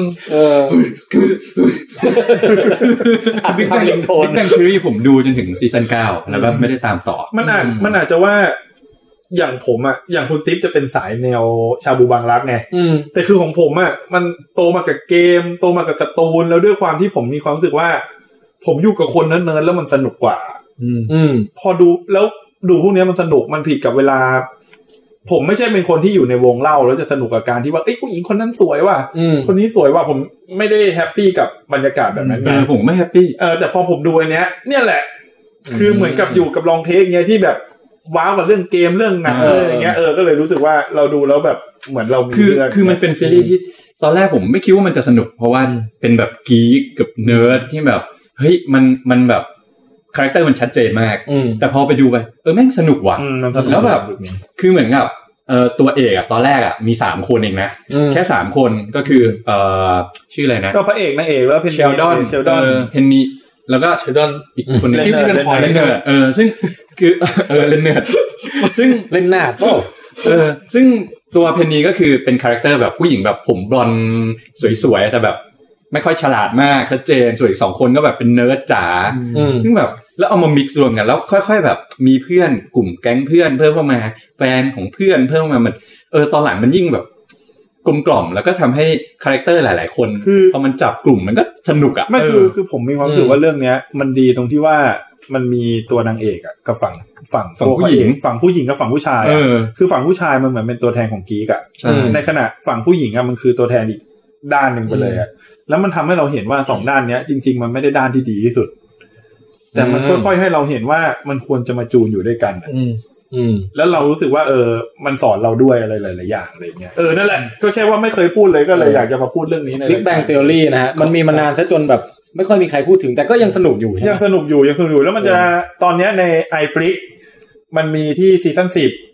Big Bang Theory ผมดูจนถึงซีซั่น9แล้วก็ไม่ได้ตามต่อมันอาจจะว่าอย่างผมอ่ะอย่างคุณติ๊บจะเป็นสายแนวชาบูบางรักไงแต่คือของผมอ่ะมันโตมากับเกมโตมากับการ์ตูนแล้วด้วยความที่ผมมีความรู้สึกว่าผมอยู่กับคนเนิร์ดๆแล้วมันสนุกกว่าพอดูแล้วดูพวกนี้มันสนุกมันผิดกับเวลาผมไม่ใช่เป็นคนที่อยู่ในวงเล่าแล้วจะสนุกกับการที่ว่าเอ้ยผู้หญิงคนนั้นสวยว่ะคนนี้สวยว่ะผมไม่ได้แฮปปี้กับบรรยากาศแบบนั้นผมไม่แฮปปี้แต่พอผมดูอันเนี้ยเนี่ยแหละคือเหมือนกับอยู่กับลองเทคเงี้ยที่แบบว้าวกับเรื่องเกมเรื่องหนังอะไรอย่างเงี้ยก็เลยรู้สึกว่าเราดูแล้วแบบเหมือนเรามีเรื่องคือมันเป็นซีรีส์ที่ตอนแรกผมไม่คิดว่ามันจะสนุกเพราะว่าเป็นแบบกี๊กกับเนิร์ดที่แบบเฮ้ยมันแบบคาแรคเตอร์มันชัดเจนมากแต่พอไปดูไปแม่งสนุกว่ะแล้วแบบคือเหมือนกับตัวเอกอะตอนแรกอะมี3คนเองนะแค่3คนก็คือชื่ออะไรนะก็พระเอกนางเอกแล้วเพนนีเชลดอนเพนนีแล้วก็เชลดอนอีกคนนึงที่เป็นพอเล่นเนิร์ดซึ่งคือเล่นเนิร์ดซึ่งเล่นหน้าโตซึ่งตัวเพนนีก็คือเป็นคาแรคเตอร์แบบผู้หญิงแบบผมบลอนด์สวยๆแต่แบบไม่ค่อยฉลาดมากชัดเจนส่วนอีก2คนก็แบบเป็นเนิร์ดจ๋าซึ่งแบบแล้วเอามามิกซ์รวมกันแล้วค่อยๆแบบมีเพื่อนกลุ่มแก๊งเพื่อนเพิ่มเข้ามาแฟนของเพื่อนเพิ่มเข้ามามันตอนหลังมันยิ่งแบบกลมกล่อมแล้วก็ทำให้คาแรคเตอร์หลายๆคนพอมันจับกลุ่มมันก็สนุกอ่ะไม่คือผมมีความรู้สึกว่าเรื่องเนี้ยมันดีตรงที่ว่ามันมีตัวนางเอกอ่ะกับฝั่งผู้หญิงกับฝั่งผู้ชายคือฝั่งผู้ชายมันเหมือนเป็นตัวแทนของกี๊กอ่ะในขณะฝั่งผู้หญิงอ่ะมันคือตัวแทนอีกด้านนึงไปเลยอ่ะแล้วมันทำให้เราเห็นว่า2ด้านเนี้ยจริงๆมันไม่ได้ด้านที่ดีที่สุดแต่มันค่อยๆให้เราเห็นว่ามันควรจะมาจูนอยู่ด้วยกันแล้วเรารู้สึกว่ามันสอนเราด้วยอะไรหลายๆอย่างอะไรเงี้ยนั่นแหละก็แค่ว่าไม่เคยพูดเลยก็เลยอยากจะมาพูดเรื่องนี้ใน Big Bang Theory นะฮะมันมีมานานซะจนแบบไม่ค่อยมีใครพูดถึงแต่ก็ยังสนุกอยู่ยังสนุกอยู่แล้วมันจะตอนนี้ใน iFlix มันมีที่ซีซั่น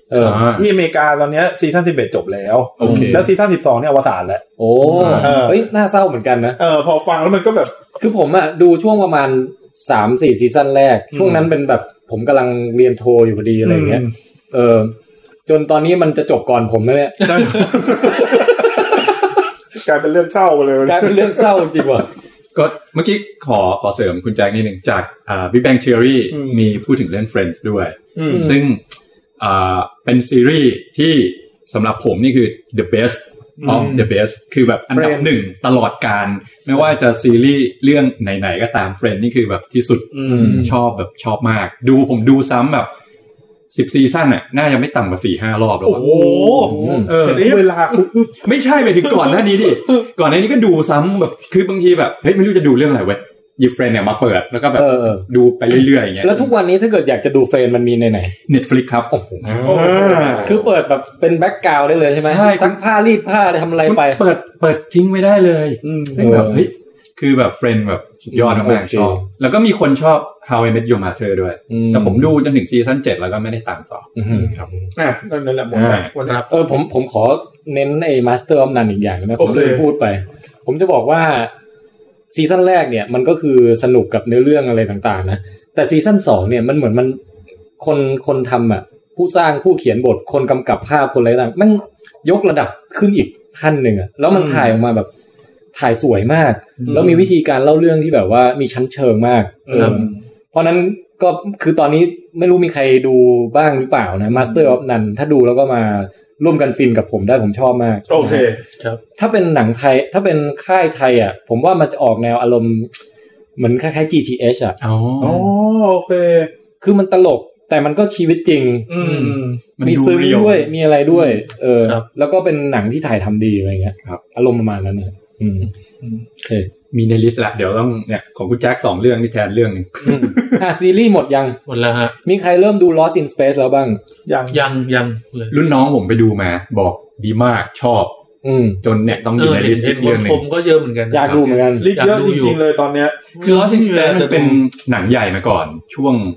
10ที่อเมริกาตอนนี้ซีซั่น11จบแล้วแล้วซีซั่น12เนี่ยอวสานแล้วโอ้เฮ้ยน่าเศร้าเหมือนกันนะพอฟังแล้วมันก็แบบคือผมอ่ะดูช่วงประมาณ 3-4 ซีซั่นแรกช่วงนั้นเป็นแบบผมกำลังเรียนโทอยู่พอดีอะไรเงี้ยจนตอนนี้มันจะจบก่อนผมแล้วเนี่ยกลายเป็นเรื่องเศร้าไปเลยกลายเป็นเรื่องเศร้าจริงว่ะก็เมื่อกี้ขอเสริมคุณแจ็คนิดนึงจากBig Bang Theory มีพูดถึงเรื่อง Friends ด้วยซึ่งเป็นซีรีส์ที่สำหรับผมนี่คือ the best of the best คือแบบอันดับหนึ่งตลอดกาลไม่ว่าจะซีรีส์เรื่องไหนๆก็ตาม Friends นี่คือแบบที่สุดชอบมากผมดูซ้ำแบบ10ซีซั่นน่ะน่าจะไม่ต่ำกว่า 4-5 รอบแล้วโอ้โหเวลาไม่ใช่ไปถึงก่อนหน้านี้ดิก่อนหน้านี้ก็ดูซ้ำแบบคือบางทีแบบเฮ้ยไม่รู้จะดูเรื่องอะไรเว้ยหยิบเฟรนด์เนี่ยมาเปิดแล้วก็แบบดูไปเรื่อยๆอย่างเงี้ยแล้วทุกวันนี้ถ้าเกิดอยากจะดูเฟรนด์มันมีในไหน Netflix ครับโอ้โหคือเปิดแบบเป็นแบ็คกราวด์ได้เลยใช่ไหมซักผ้ารีดผ้าทำอะไรไปเปิดทิ้งไม่ได้เลยแบบเฮ้ยคือแบบเฟรนด์แบบสุดยอดมากๆชอบแล้วก็มีคนชอบ How I Met Your Mother ด้วยแต่ผมดูจนถึงซีซั่น7แล้วก็ไม่ได้ตามต่อครับนั่นแหละหมดแล้วผมขอเน้นไอ้ Master of None อีกอย่างนะผมเลยพูดไปผมจะบอกว่าซีซั่นแรกเนี่ยมันก็คือสนุกกับเนื้อเรื่องอะไรต่างๆนะแต่ซีซั่น2เนี่ยมันเหมือนมันคนทำอ่ะผู้สร้างผู้เขียนบทคนกำกับภาพคนอะไรต่างๆมันยกระดับขึ้นอีกขั้นนึงอ่ะแล้วมันถ่ายออกมาแบบถ่ายสวยมากแล้วมีวิธีการเล่าเรื่องที่แบบว่ามีชั้นเชิงมากเพราะนั้นก็คือตอนนี้ไม่รู้มีใครดูบ้างหรือเปล่านะ Master of None ถ้าดูแล้วก็มาร่วมกันฟินกับผมได้ผมชอบมากโอเคครับถ้าเป็นหนังไทยถ้าเป็นค่ายไทยอ่ะผมว่ามันจะออกแนวอารมณ์เหมือนคล้ายๆ GTH อ่ะอ๋อโอเคคือมันตลกแต่มันก็ชีวิตจริงมีซึ้งด้วยมีอะไรด้วยแล้วก็เป็นหนังที่ถ่ายทำดีอะไรเงี้ยอารมณ์ประมาณนั้นเนี่ยโอเคมีในลิสต์ละเดี๋ยวต้องเนี่ยของคุณแจ็ค2เรื่องนี่แทนเรื่องนึงซีรีส์หมดแล้วฮะมีใครเริ่มดู Lost in Space แล้วบ้างยังเลยรุ่นน้องผมไปดูมาบอกดีมากชอบจนเนี่ยต้องอยู่ในลิสต์เรื่องนึงผมก็เยอะเหมือนกันอยากดูเหมือนกันลิสต์เยอะจริงๆเลยตอนเนี้ยคือ Lost in Space มันเป็นหนังใหญ่มาก่อนช่วง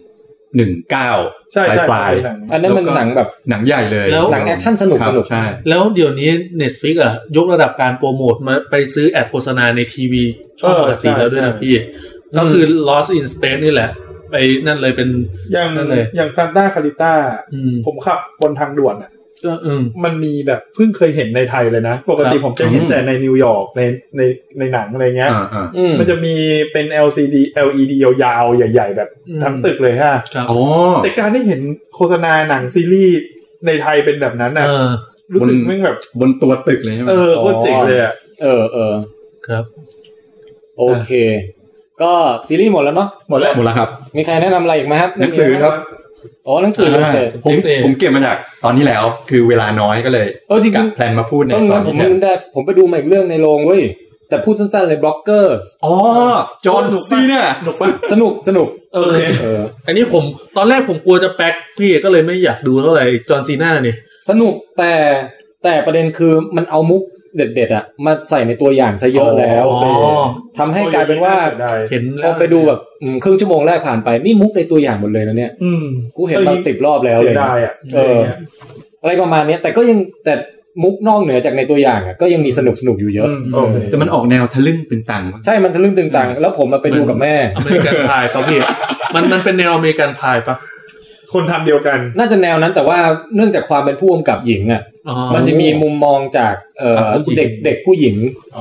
19 ใช่ปลายอันนั้นมันหนังแบบหนังใหญ่เลยหนังแอคชั่นสนุกใช่แล้วเดี๋ยวนี้ Netflix อ่ะยกระดับการโปรโมทมาไปซื้อแอดโฆษณาในทีวีช่องปกติแล้วด้วยนะพี่ก็คือ Lost in Space นี่แหละไปนั่นเลยเป็นอย่างซานต้าคาริต้าผมขับบนทางด่วนอ่ะมันมีแบบเพิ่งเคยเห็นในไทยเลยนะปกติผมจะเห็นแต่ในนิวยอร์กในหนังอะไรเงี้ยมันจะมีเป็น LED ยาวๆใหญ่ๆแบบทั้งตึกเลยฮะแต่การได้เห็นโฆษณาหนังซีรีส์ในไทยเป็นแบบนั้นน่ะรู้สึกแม่งแบบบนตัวตึกเลยใช่ไหมโคตรเจ๋งเลยอ่ะครับโอเคก็ซีรีส์หมดแล้วเนาะหมดแล้วครับมีใครแนะนำอะไรอีกไหมครับหนังสือครับหนังสือผมเก็บมาจากตอนนี้แล้วคือเวลาน้อยก็เลยจริงๆแพลนมาพูดในตอนนี้ผมไปดูมาอีกเรื่องในโรงเว้ยแต่พูดสั้นๆเลยบล็อกเกอร์จอห์นซีน่าสนุกโอเคอันนี้ผมตอนแรกผมกลัวจะแป๊กพี่ก็เลยไม่อยากดูเท่าไหร่จอห์นซีน่านี่สนุกแต่ประเด็นคือมันเอามุกเด็ดๆอ่ะมาใส่ในตัวอย่างซะเยอะแล้วทำให้กลายเป็นว่าเห็นพอไปดูแบบครึ่งชั่วโมงแรกผ่านไปนี่มุกในตัวอย่างหมดเลยนะเนี่ยกูเห็นมา10 รอบแล้วเลยอะไรประมาณนี้แต่ก็ยังแต่มุกนอกเหนือจากในตัวอย่างอ่ะก็ยังมีสนุกอยู่เยอะแต่มันออกแนวทะลึ่งตึงตังใช่มันทะลึ่งตึงตังแล้วผมมาไปดูกับแม่อเมริกันพายป่ะพี่มันเป็นแนวอเมริกันพายป่ะคนทำเดียวกันน่าจะแนวนั้นแต่ว่าเนื่องจากความเป็นผู้กำกับหญิงอ่ะมันจะมีมุมมองจากเด็กผู้หญิง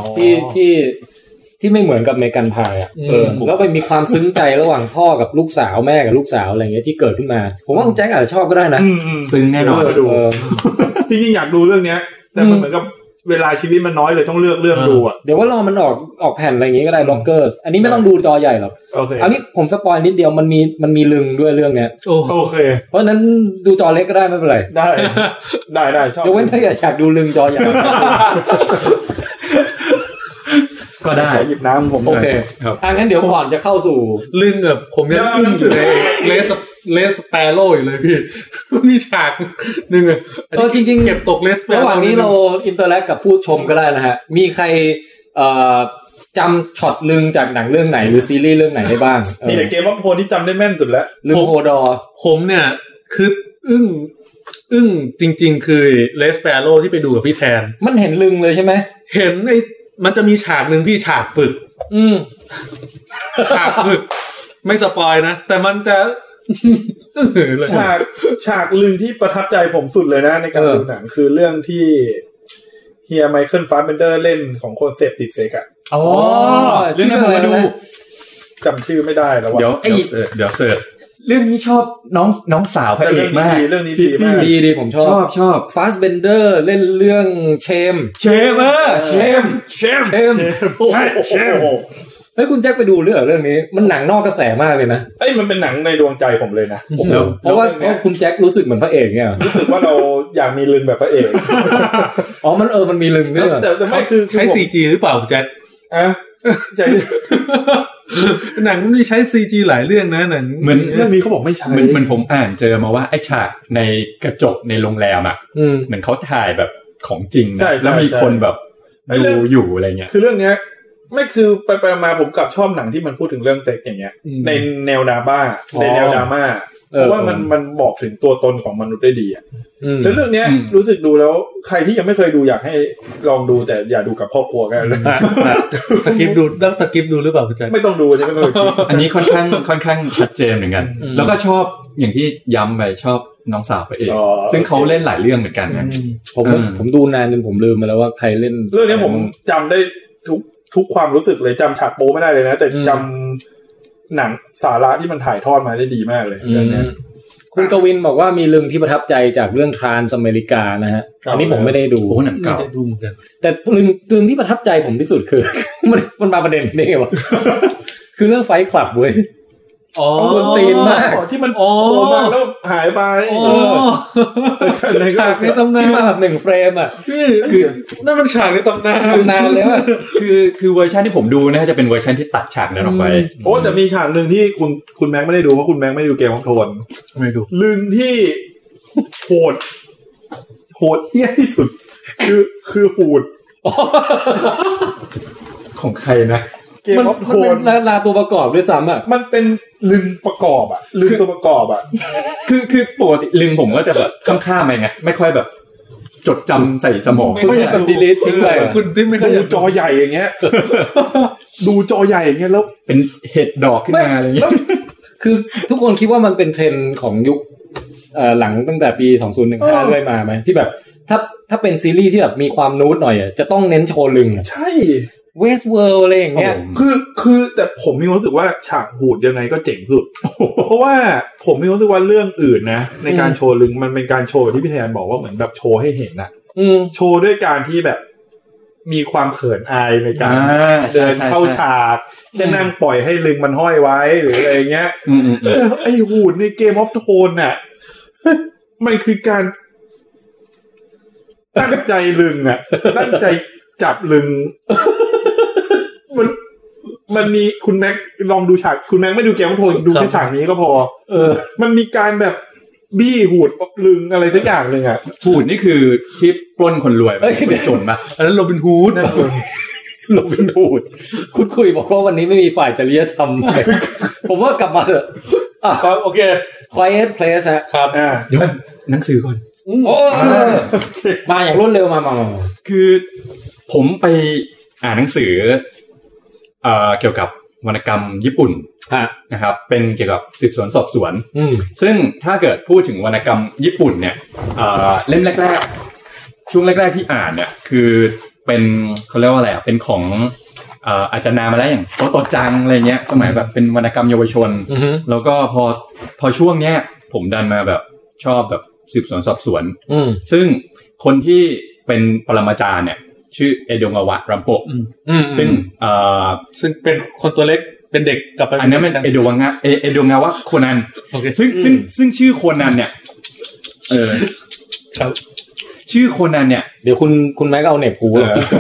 ที่ไม่เหมือนกับเมกันพายอ่ะแล้วไปมีความซึ้งใจระหว่างพ่อกับลูกสาวแม่กับลูกสาวอะไรเงี้ยที่เกิดขึ้นมาผมว่าคุณแจ็คอาจจะชอบก็ได้นะซึ้งแน่นอนจริงๆอยากดูเรื่องเนี้ยแต่มันเหมือนกับเวลาชีวิตมันน้อยเลยต้องเลือกเรื่องดูอ่ะเดี๋ยวว่ารอมันออกแผ่นอะไรอย่างงี้ก็ได้ล็อกเกอร์อันนี้ไม่ต้องดูจอใหญ่หรอกอันนี้ผมสปอยนิดเดียวมันมีลึงด้วยเรื่องเนี้ยโอเคเพราะนั้นดูจอเล็กก็ได้ไม่เป็นไรได้ชอบยกเว้นถ้าอยากดูลึงจอใหญ่ก็ได้หยิบน้ำผมโอเคครับงั้นเดี๋ยวก่อนจะเข้าสู่ลึงแบบผมยังอึ้งอยู่ในเลสแปโร่อยู่เลยพี่มีฉากนึงจริงๆเก็บตกเลสแปโร่ระหว่างนี้เราอินเตอร์แอคกับผู้ชมก็ได้นะฮะมีใครจำช็อตลึงจากหนังเรื่องไหนหรือซีรีส์เรื่องไหนได้บ้างนี่แต่เกมว่าโพที่จำได้แม่นสุดแล้วลึงโฮดอผมเนี่ยคืออึ้งจริงๆคือเลสแปโร่ที่ไปดูกับพี่แทนมันเห็นลึงเลยใช่ไหมเห็นไอ้มันจะมีฉากนึงพี่ฉากฝึกฉากฝึกไม่สปอยนะแต่มันจะฉากลึงที่ประทับใจผมสุดเลยนะในการดูหนังคือเรื่องที่เฮียไมเคิลฟาสเบนเดอร์เล่นของคนเสพติดเซ็กอ่ะอ๋อเรื่องนี้ผมมาดูจำชื่อไม่ได้แล้วว่าเดี๋ยวเสิร์ชเรื่องนี้ชอบน้องสาวพระเอกมากเรื่องนี้ดีผมชอบ Fassbender เล่นเรื่องเชมเฮ้ยคุณแจ็คไปดูเรื่องนี้มันหนังนอกกระแสมากเลยนะมันเป็นหนังในดวงใจผมเลยนะเพราะว่าคุณแจ็ครู้สึกเหมือนพระเอกเนี่ยรู้สึกว่าเราอยากมีลึงแบบพระเอกอ๋อมันมีลึงด้วยแต่ไม่คือใช้ CG หรือเปล่าแจ็คใช่หนังนี่ใช้ CG หลายเรื่องนะหนังเหมือนเรื่องนี้เขาบอกไม่ใช่เหมือนผมอ่านเจอมาว่าไอ้ฉากในกระจกในโรงแรมอ่ะเหมือนเขาถ่ายแบบของจริงนะแล้วมีคนแบบดูอยู่อะไรเงี้ยคือเรื่องเนี้ยไม่คือไปมาผมกลับชอบหนังที่มันพูดถึงเรื่องเซ็กอย่างเงี้ยในแนวดราม่าเพราะว่ามันบอกถึงตัวตนของมนุษย์ได้ดีอ่ะแต่เรื่องเนี้ยรู้สึกดูแล้วใครที่ยังไม่เคยดูอยากให้ลองดูแต่อย่าดูกับครอบครัวกันเลยสกิปดูต้องสกิปดูหรือเปล่าอาจารย์ไม่ต้องดูไม่ต้องดูอันนี้ค่อนข้างชัดเจนเหมือนกันแล้วก็ชอบอย่างที่ย้ำไปชอบน้องสาวพระเอกซึ่งเขาเล่นหลายเรื่องเหมือนกันนะผมดูนานจนผมลืมไปแล้วว่าใครเล่นเรื่องนี้ผมจำได้ทุกความรู้สึกเลยจำฉากโป๊ไม่ได้เลยนะแต่จำหนังสาระที่มันถ่ายทอดมาได้ดีมากเลยเรื่องนี้คุณกวินบอกว่ามีเรื่องที่ประทับใจจากเรื่องทรานส์อเมริกานะฮะอันนี้ผมไม่ได้ดูหนังเก่าแต่เรื่องที่ประทับใจผมที่สุดคือมันมาประเด็นนี้ไงวะคือเรื่องไฟท์คลับเว้ยคนตีนมากที่มันโผล่มาแล้วหายไปในตำนานที่มาแบบ1เฟรมอ่ะคือนั่นมันฉากในตำนานแล้วอ่ะคือเวอร์ชันที่ผมดูนะจะเป็นเวอร์ชันที่ตัดฉากนั้นออกไปแต่มีฉากนึงที่คุณแม็กไม่ได้ดูเพราะคุณแม็กไม่ดูเกมของโทนไม่ดูลึงที่โหดเหี้ยที่สุดคือหูดของใครนะมันเป็นลาตัวประกอบด้วยซ้ำอ่ะมันเป็นลึงประกอบอ่ะลึงตัวประกอบอ่ะคือปกติลึงผมก็จะแบบข้ามๆไปไงไม่ค่อยแบบจดจำใส่สมองคุณจะแบบดีลีททิ้งไปคุณที่ไม่ดูจอใหญ่อย่างเงี้ยดูจอใหญ่อย่างเงี้ยแล้วเป็นเห็ดดอกขึ้นมาอะไรเงี้ยคือทุกคนคิดว่ามันเป็นเทรนด์ของยุคหลังตั้งแต่ปี2015เรื่อยมาไหมที่แบบถ้าเป็นซีรีส์ที่แบบมีความนูดหน่อยอ่ะจะต้องเน้นโชว์ลึงใช่เวสเวิลด์อะไรอย่างเงี้ยคือแต่ผมมีความรู้สึกว่าฉากหูดยังไงก็เจ๋งสุดเพราะว่าผมมีความรู้สึกว่าเรื่องอื่นนะในการโชว์ลึงมันเป็นการโชว์ที่พี่แทนบอกว่าเหมือนแบบโชว์ให้เห็นน่ะโชว์ด้วยการที่แบบมีความเขินอายในการเดินเข้าฉากแค่นั่งปล่อยให้ลึงมันห้อยไว้หรืออะไรเงี้ยไอ้หูดในเกมออฟโทนน่ะมันคือการตั้งใจลึงอ่ะตั้งใจจับลึงมันมีคุณแม็กลองดูฉากคุณแม็กไม่ดูเกมโทนดูแค่ฉากนี้ก็พอมันมีการแบบบี้หูดลึงอะไรสักอย่างนึงอ่ะหูดนี่คือที่ปล้นคนรวยคนจนป่ะอันนั้นโรบินฮูดโรบินฮูดคุณคุยบอกว่าวันนี้ไม่มีฝ่ายจริยธรรมผมว่ากลับมาเถอะครับโอเค Quiet Place ครับเดี๋ยวหนังสือก่อนมาอย่างรวดเร็วมาคือผมไปอ่านหนังสือเกี่ยวกับวรรณกรรมญี่ปุ่นนะครับเป็นเกี่ยวกับสืบสวนสอบสวนซึ่งถ้าเกิดพูดถึงวรรณกรรมญี่ปุ่นเนี่ยเล่มแรกๆช่วงแรกๆที่อ่านเนี่ยคือเป็นเขาเรียกว่าอะไรเป็นของอาจจะนานมาแล้วอย่างโตจังอะไรเงี้ยสมัยแบบเป็นวรรณกรรมเยาวชนแล้วก็พอช่วงเนี้ยผมดันมาแบบชอบแบบสืบสวนสอบสวนซึ่งคนที่เป็นปรมาจารย์เนี่ยชื่อเอโดงาวะรัมโปะซึ่งเป็นคนตัวเล็กเป็นเด็กกับอันนี้เป็นเอโดงาวะโคนันซึ่งชื่อโคนันเนี่ยครับชื่อโคนันเนี่ยเดี๋ยวคุณแม็กเอาเน็บหู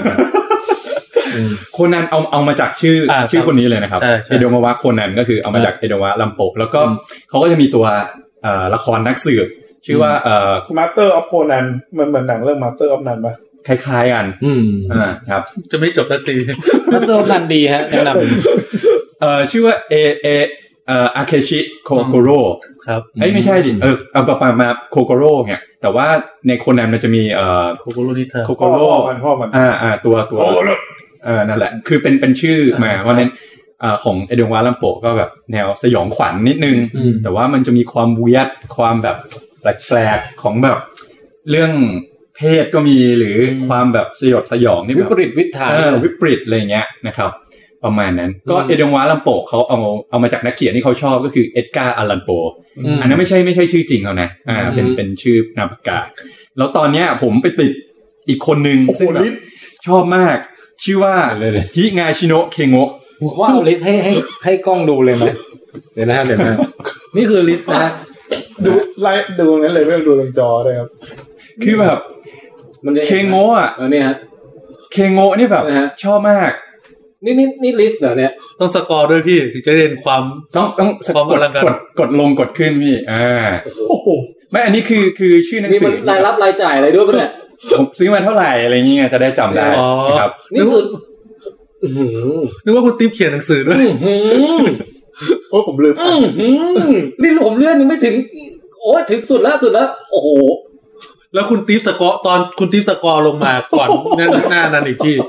โคนันเอามาจากชื่อคนนี้เลยนะครับเอโดงาวะโคนันก็คือเอามาจากเอโดงาวะรัมโปะแล้วก็เขาก็จะมีตัวละครนักสืบชื่อว่า Master of Conan มันเหมือนหนังเรื่อง Master of None ป่ะคล้ายๆกันครับจะไม่จบนาที Master of None ดีฮะแนะนำชื่อว่าอาเคชิโคโกโร่ครับไม่ใช่ดิประมาโคโกโร่เนี่ยแต่ว่าในโคนันมันจะมีโคโกโร่นี่เธอโคโกโร่พ่อมันตัวนั่นแหละคือเป็นชื่อมาเพราะนั้นของเอโดงาวะรัมโปะก็แบบแนวสยองขวัญนิดนึงแต่ว่ามันจะมีความเวียดความแบบแปลกๆของแบบเรื่องเพศก็มีหรือความแบบสยดสยองนี่แบบวิปริตวิถานวิปริตอะไรเงี้ยนะครับประมาณนั้นก็เอดงวาลัมโปเขาเอามาจากนักเขียนที่เขาชอบก็คือเอ็ดการ์ อัลลันโปอันนั้นไม่ใช่ชื่อจริงเขานะเป็นชื่อนามปากกาแล้วตอนเนี้ยผมไปติดอีกคนนึงซึ่งแบบชอบมากชื่อว่าฮิงาชิโนะเคโงะว่าเอาลิสต์ให้กล้องดูเลยไหมเดี๋ยวนะนี่คือลิสต์นะดูไลฟ์ดูนั้นเลยไม่ต้องดูตรงจอเลยครับคือแบบเคโงะอ่ะนี่ฮะเคโงะนี่แบบชอบมากนี่ลิสต์เหรอเนี่ยต้องสกอร์ด้วยพี่ถึงจะเห็นความต้องกดลงกดขึ้นพี่โอ้โหไม่อันนี้คือชื่อหนังสือรายรับรายจ่ายอะไรด้วยป่ะเนี่ยผมซื้อมาเท่าไหร่อะไรเงี้ยจะได้จำได้ครับนี่คือนึกว่าคุณติ๊บเขียนหนังสือด้วยโอ้ผมลืมนี่ผมเลื่อนยังไม่ถึงโอ้ถึงสุดแล้วโอ้โหแล้วคุณติ๊บสกอร์ตอนคุณติ๊บสกอร์ลงมาก่อนหน้านั้นอีกพี่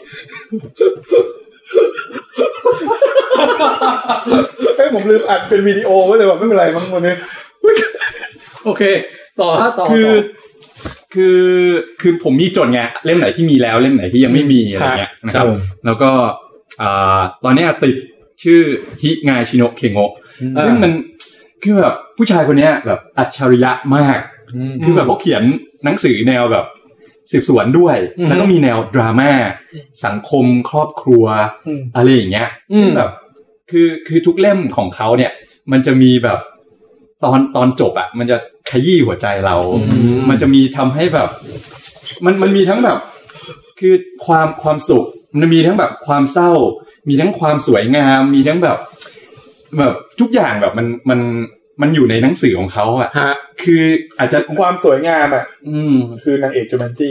ผมลืมอัดเป็นวิดีโอไว้เลยว่ะไม่เป็นไรมั้งวันนี้โอเคต่อคือผมมีจดไงเล่มไหนที่มีแล้วเล่มไหนที่ยังไม่มีอะไรเงี้ยนะครับแล้วก็ตอนนี้ติดชื่อฮิงาชิโนะเคโงะซึ่งมันคือแบบผู้ชายคนนี้แบบอัจฉริยะมากคือแบบเขาเขียนหนังสือแนวแบบสืบสวนด้วยแล้วก็มีแนวดราม่าสังคมครอบครัวอะไรอย่างเงี้ยแบบคือทุกเล่มของเขาเนี่ยมันจะมีแบบตอนจบอ่ะมันจะขยี้หัวใจเรามันจะมีทำให้แบบมันมีทั้งแบบคือความสุขมันมีทั้งแบบความเศร้ามีทั้งความสวยงามมีทั้งแบบทุกอย่างแบบมันอยู่ในหนังสือของเขาอ่ะคืออาจจะความสวยงามอ่ะคือนางเอกจูแมนจี้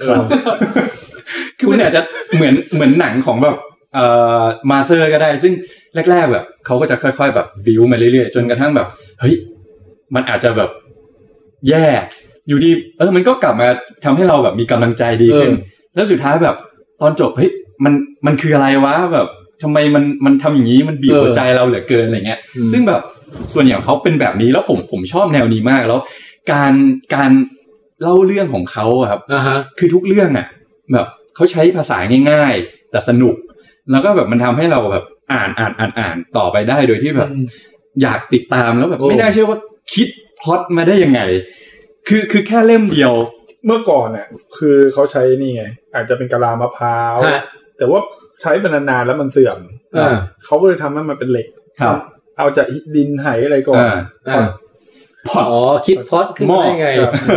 คือมันอาจจะเหมือนหนังของแบบมาเธอร์ก็ได้ซึ่งแรกๆแบบเขาก็จะค่อยๆแบบบิวมาเรื่อยๆจนกระทั่งแบบเฮ้ยมันอาจจะแบบแย่อยู่ดีมันก็กลับมาทำให้เราแบบมีกำลังใจดีขึ้นแล้วสุดท้ายแบบตอนจบเฮ้ยมันคืออะไรวะแบบทำไมมันทำอย่างนี้มันบีบหัวใจเราเหลือเกินอะไรเงี้ยซึ่งแบบส่วนใหญ่เขาเป็นแบบนี้แล้วผมชอบแนวนี้มากแล้วการเล่าเรื่องของเขาครับคือทุกเรื่องอ่ะแบบเขาใช้ภาษาง่ายๆแต่สนุกแล้วก็แบบมันทำให้เราแบบอ่านต่อไปได้โดยที่แบบอยากติดตามแล้วแบบไม่น่าเชื่อว่าคิดพล็อตมาได้ยังไงคือแค่เล่มเดียวเมื่อก่อนน่ะคือเขาใช้นี่ไงอาจจะเป็นกะลามะพร้าวแต่ว่าใช้เป็นนานๆแล้วมันเสื่อมเขาก็เลยทำให้มันเป็นเหล็กเอาจากดินไหอะไรก่อนคิดพล็อตขึ้นได้ไง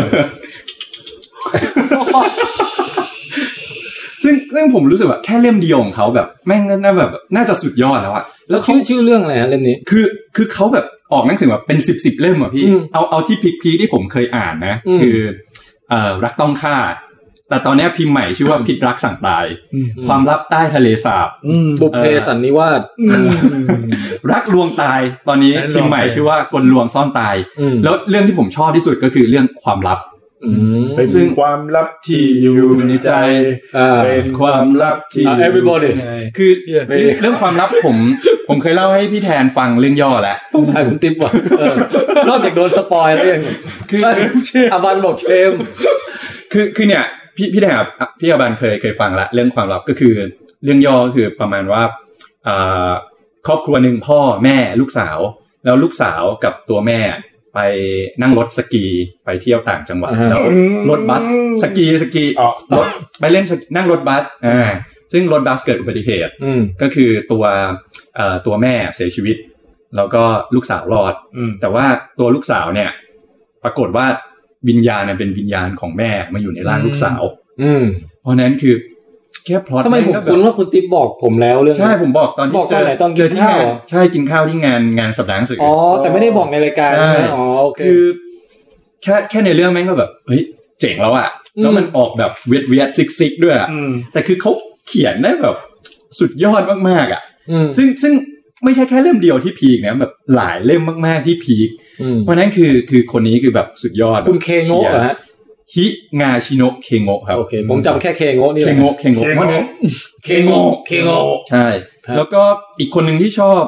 ซึ่งผมรู้สึกว่าแค่เล่มเดียวของเขาแบบแม่งน่าจะสุดยอดแล้วอะแล้วชื่อเรื่องอะไรเล่มนี้คือเขาแบบออกหนังสือแบบเป็น10เล่มอ่ะพี่เอาที่พีคที่ผมเคยอ่านนะคือรักต้องฆ่าแต่ตอนนี้พิมพ์ใหม่ชื่อว่าพิษรักสั่งตายความลับใต้ทะเลสาบบุพเพสันนิวาสรักลวงตายตอนนี้พิมพ์ใหม่ชื่อว่ากลลวงซ่อนตายแล้วเรื่องที่ผมชอบที่สุดก็คือเรื่องความลับเป็นความลับที่อยู่ในใจเป็นความลับที่ everybody คือเรื่องความลับผมเคยเล่าให้พี่แทนฟังเรื่องย่อแล้วใช่ผมติ๊บว่ะนอกจากโดนสปอยแล้วยังคืออาบันบอกเชมคือเนี่ยพี่แทนพี่อาบันเคยฟังละเรื่องความลับก็คือเรื่องย่อก็คือประมาณว่าครอบครัวนึงพ่อแม่ลูกสาวแล้วลูกสาวกับตัวแม่ไปนั่งรถสกีไปเที่ยวต่างจังหวัดแล้วรถบัสสกีรถไปเล่นนั่งรถบัสซึ่งรถบัสเกิดอุบัติเหตุก็คือตัวแม่เสียชีวิตแล้วก็ลูกสาวรอดแต่ว่าตัวลูกสาวเนี่ยปรากฏว่าวิญญาณเนี่ยเป็นวิญญาณของแม่มาอยู่ในร่างลูกสาวเพราะนั้นคือแค่พล็อตทำไมผมคุ้นว่าคุณติ๊บบอกผมแล้วเรื่องใช่ผมบอกตอนที่เจอไหนตอนกินข้าวใช่กินข้าวที่งานสัปดาห์หนังสือแต่ไม่ได้บอกในรายการนะโอเคคือแค่ในเรื่องแม่งก็แบบเฮ้ยเจ๋งแล้วอ่ะแล้วมันออกแบบเวียดซิกด้วยอ่ะแต่คือเขาเขียนได้แบบสุดยอดมากๆอ่ะซึ่งไม่ใช่แค่เล่มเดียวที่พีคนะแบบหลายเล่มมากๆที่พีคเพราะนั้นคือคนนี้คือแบบสุดยอดคุณเคโงะเหรอฮะฮิงาชิโนะเคโงะครับโอเคผมจำแค่เคโงะนี่แหละเคโงะว่าเนี่ยเคโงะใช่แล้วก็อีกคนหนึ่งที่ชอบ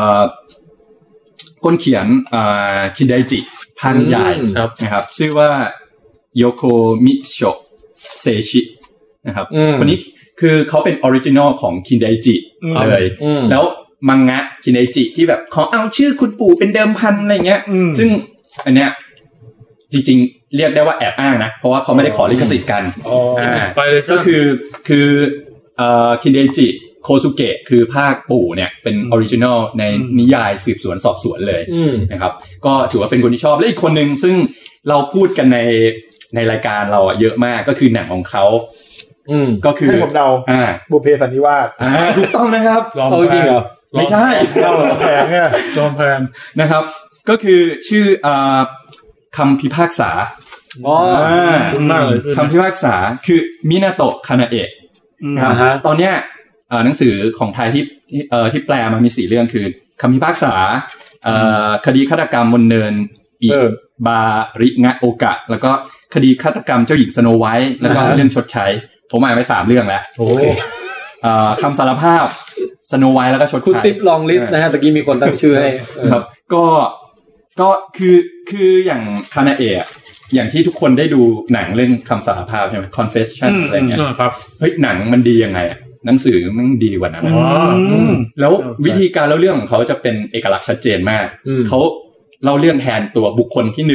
คนเขียนคินไดจิพันใหญ่นะครับชื่อว่าโยโกมิโชะเซชินะครับคนนี้คือเขาเป็นออริจินอลของคินไดจิเลยแล้วมังงะคินไดจิที่แบบขอเอาชื่อคุณปู่เป็นเดิมพันอะไรเงี้ยซึ่งอันเนี้ยจริงๆเรียกได้ว่าแอบอ้างนะเพราะว่าเขาไม่ได้ขอลิขสิทธิ์กันก็คือคินไดจิโคซุเกะคือภาคปู่เนี่ยเป็นออริจินอลในนิยายสืบสวนสอบสวนเลยนะครับก็ถือว่าเป็นคนที่ชอบและอีกคนนึงซึ่งเราพูดกันในรายการเราเยอะมากก็คือหนังของเขาก็คือให้ผมเดาบุพเพสันนิวาสถูกต้องนะครับเอาจริงเหรอไม่ใช่เราแพงเนี่ยจอมแพงนะครับก็คือชื่อคำพิพากษาคุณมากเลยคำพิพากษาคือมินาโตะคานาเอะตอนเนี้ยหนังสือของไทยที่แปลมามี4เรื่องคือคำพิพากษาคดีฆาตกรรมบนเนินอิบาริงะโอกะแล้วก็คดีฆาตกรรมเจ้าหญิงสโนไวท์แล้วก็เรื่องชดใช้ผมอ่านไป3เรื่องแล้วโอเคคำสารภาพสโนไวท์แล้วก็ชดใช้คุณติ๊บลองลิสต์นะฮะตะกี้มีคนตั้งชื่อให้ครับก็คืออย่างคานาเอะอย่างที่ทุกคนได้ดูหนังเรื่องคำสารภาพใช่ไหม confession อะไรเงี้ยครับเฮ้ยหนังมันดียังไงอ่ะหนังสือมันดีกว่านั้นแล้ววิธีการเล่าเรื่องของเขาจะเป็นเอกลักษณ์ชัดเจนมากเขาเล่าเรื่องแทนตัวบุคคลที่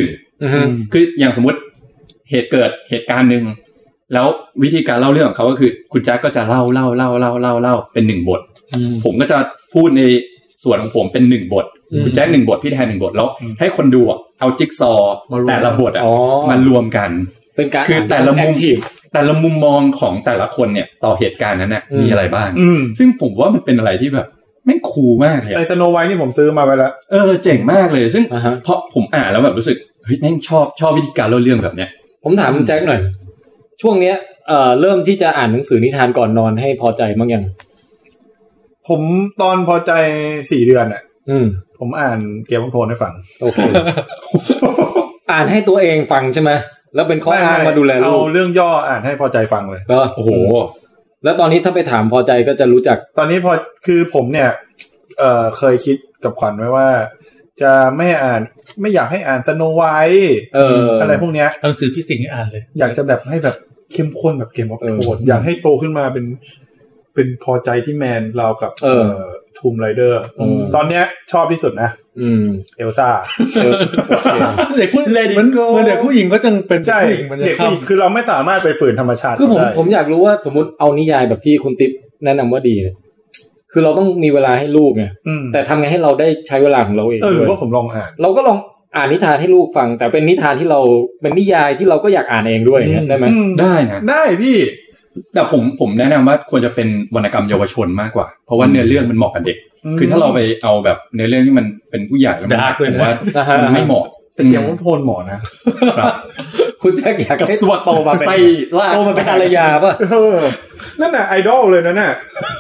1คืออย่างสมมติเหตุการณ์นึงแล้ววิธีการเล่าเรื่องของเขาก็คือคุณแจ็คก็จะเล่าเป็น1บทผมก็จะพูดในส่วนของผมเป็น1บทคุณแจ็ค1บทพี่แทน1บทแล้วให้คนดูเอาจิ๊กซอว์แต่ละบทมารวมกันเป็นการคือแต่ละมุมมองของแต่ละคนเนี่ยต่อเหตุการณ์นั้นน่ะมีอะไรบ้างซึ่งผมว่ามันเป็นอะไรที่แบบแม่งคูลมากเลยไอ้สโนไวท์นี่ผมซื้อมาไปแล้วเจ๋งมากเลยซึ่งเพราะผมอ่านแล้วแบบรู้สึกเฮ้ยแม่งชอบวิธีการเล่าเรื่องแบบเนี้ยผมถามแจ็คหน่อยช่วงเนี้ยเริ่มที่จะอ่านหนังสือนิทานก่อนนอนให้พอใจมั้งยังผมตอนพอใจ4เดือนอ่ะผมอ่านเกมของโทนให้ฟังโอเค อ่านให้ตัวเองฟังใช่ไหมแล้วเป็นข้ออ้างมาดูแลลูกเอาเรื่องย่ออ่านให้พอใจฟังเลยโอ้โหแล้วตอนนี้ถ้าไปถามพอใจก็จะรู้จักตอนนี้คือผมเนี่ยเคยคิดกับขวัญไว้ว่าจะไม่อยากให้อ่านสโนไวท์อะไรพวกเนี้ยหนังสือฟิสิกส์ให้อ่านเลยอยากจะแบบให้แบบเข้มข้นแบบเกมออฟโทนอยากให้โตขึ้นมาเป็นพอใจที่แมนเรากับทูมไรเดอร์ตอนเนี้ยชอบที่สุดนะเอลซ่าเด็กผู้หญิงมันเด็กผู้หญิงก็จังเป็นใช่เด็กผู้หญิงคือเราไม่สามารถไปฝืนธรรมชาติคือผมอยากรู้ว่าสมมติเอานิยายแบบที่คุณติ๊บแนะนำว่าดีเนี่ยคือเราต้องมีเวลาให้ลูกไงแต่ทำไงให้เราได้ใช้เวลาของเราเองด้วยหรือว่าผมลองอ่านเราก็ลองอ่านนิทานให้ลูกฟังแต่เป็นนิทานที่เราเป็นนิยายที่เราก็อยากอ่านเองด้วยได้ไหมได้นะได้พี่แต่ผมแนะนำว่าควรจะเป็นวรรณกรรมเยาวชนมากกว่าเพราะว่าเนื้อเรื่องมันเหมาะกับเด็กคือถ้าเราไปเอาแบบเนื้อเรื่องที่มันเป็นผู้ใหญ่แล้วผมว่ามันไม่เหมาะแต่เจ้าโทนเหมาะนะคุณแจ็คอยากให้โตมาเป็นอารยาป่ะนั่นน่ะไอดอลเลยนะน่ะ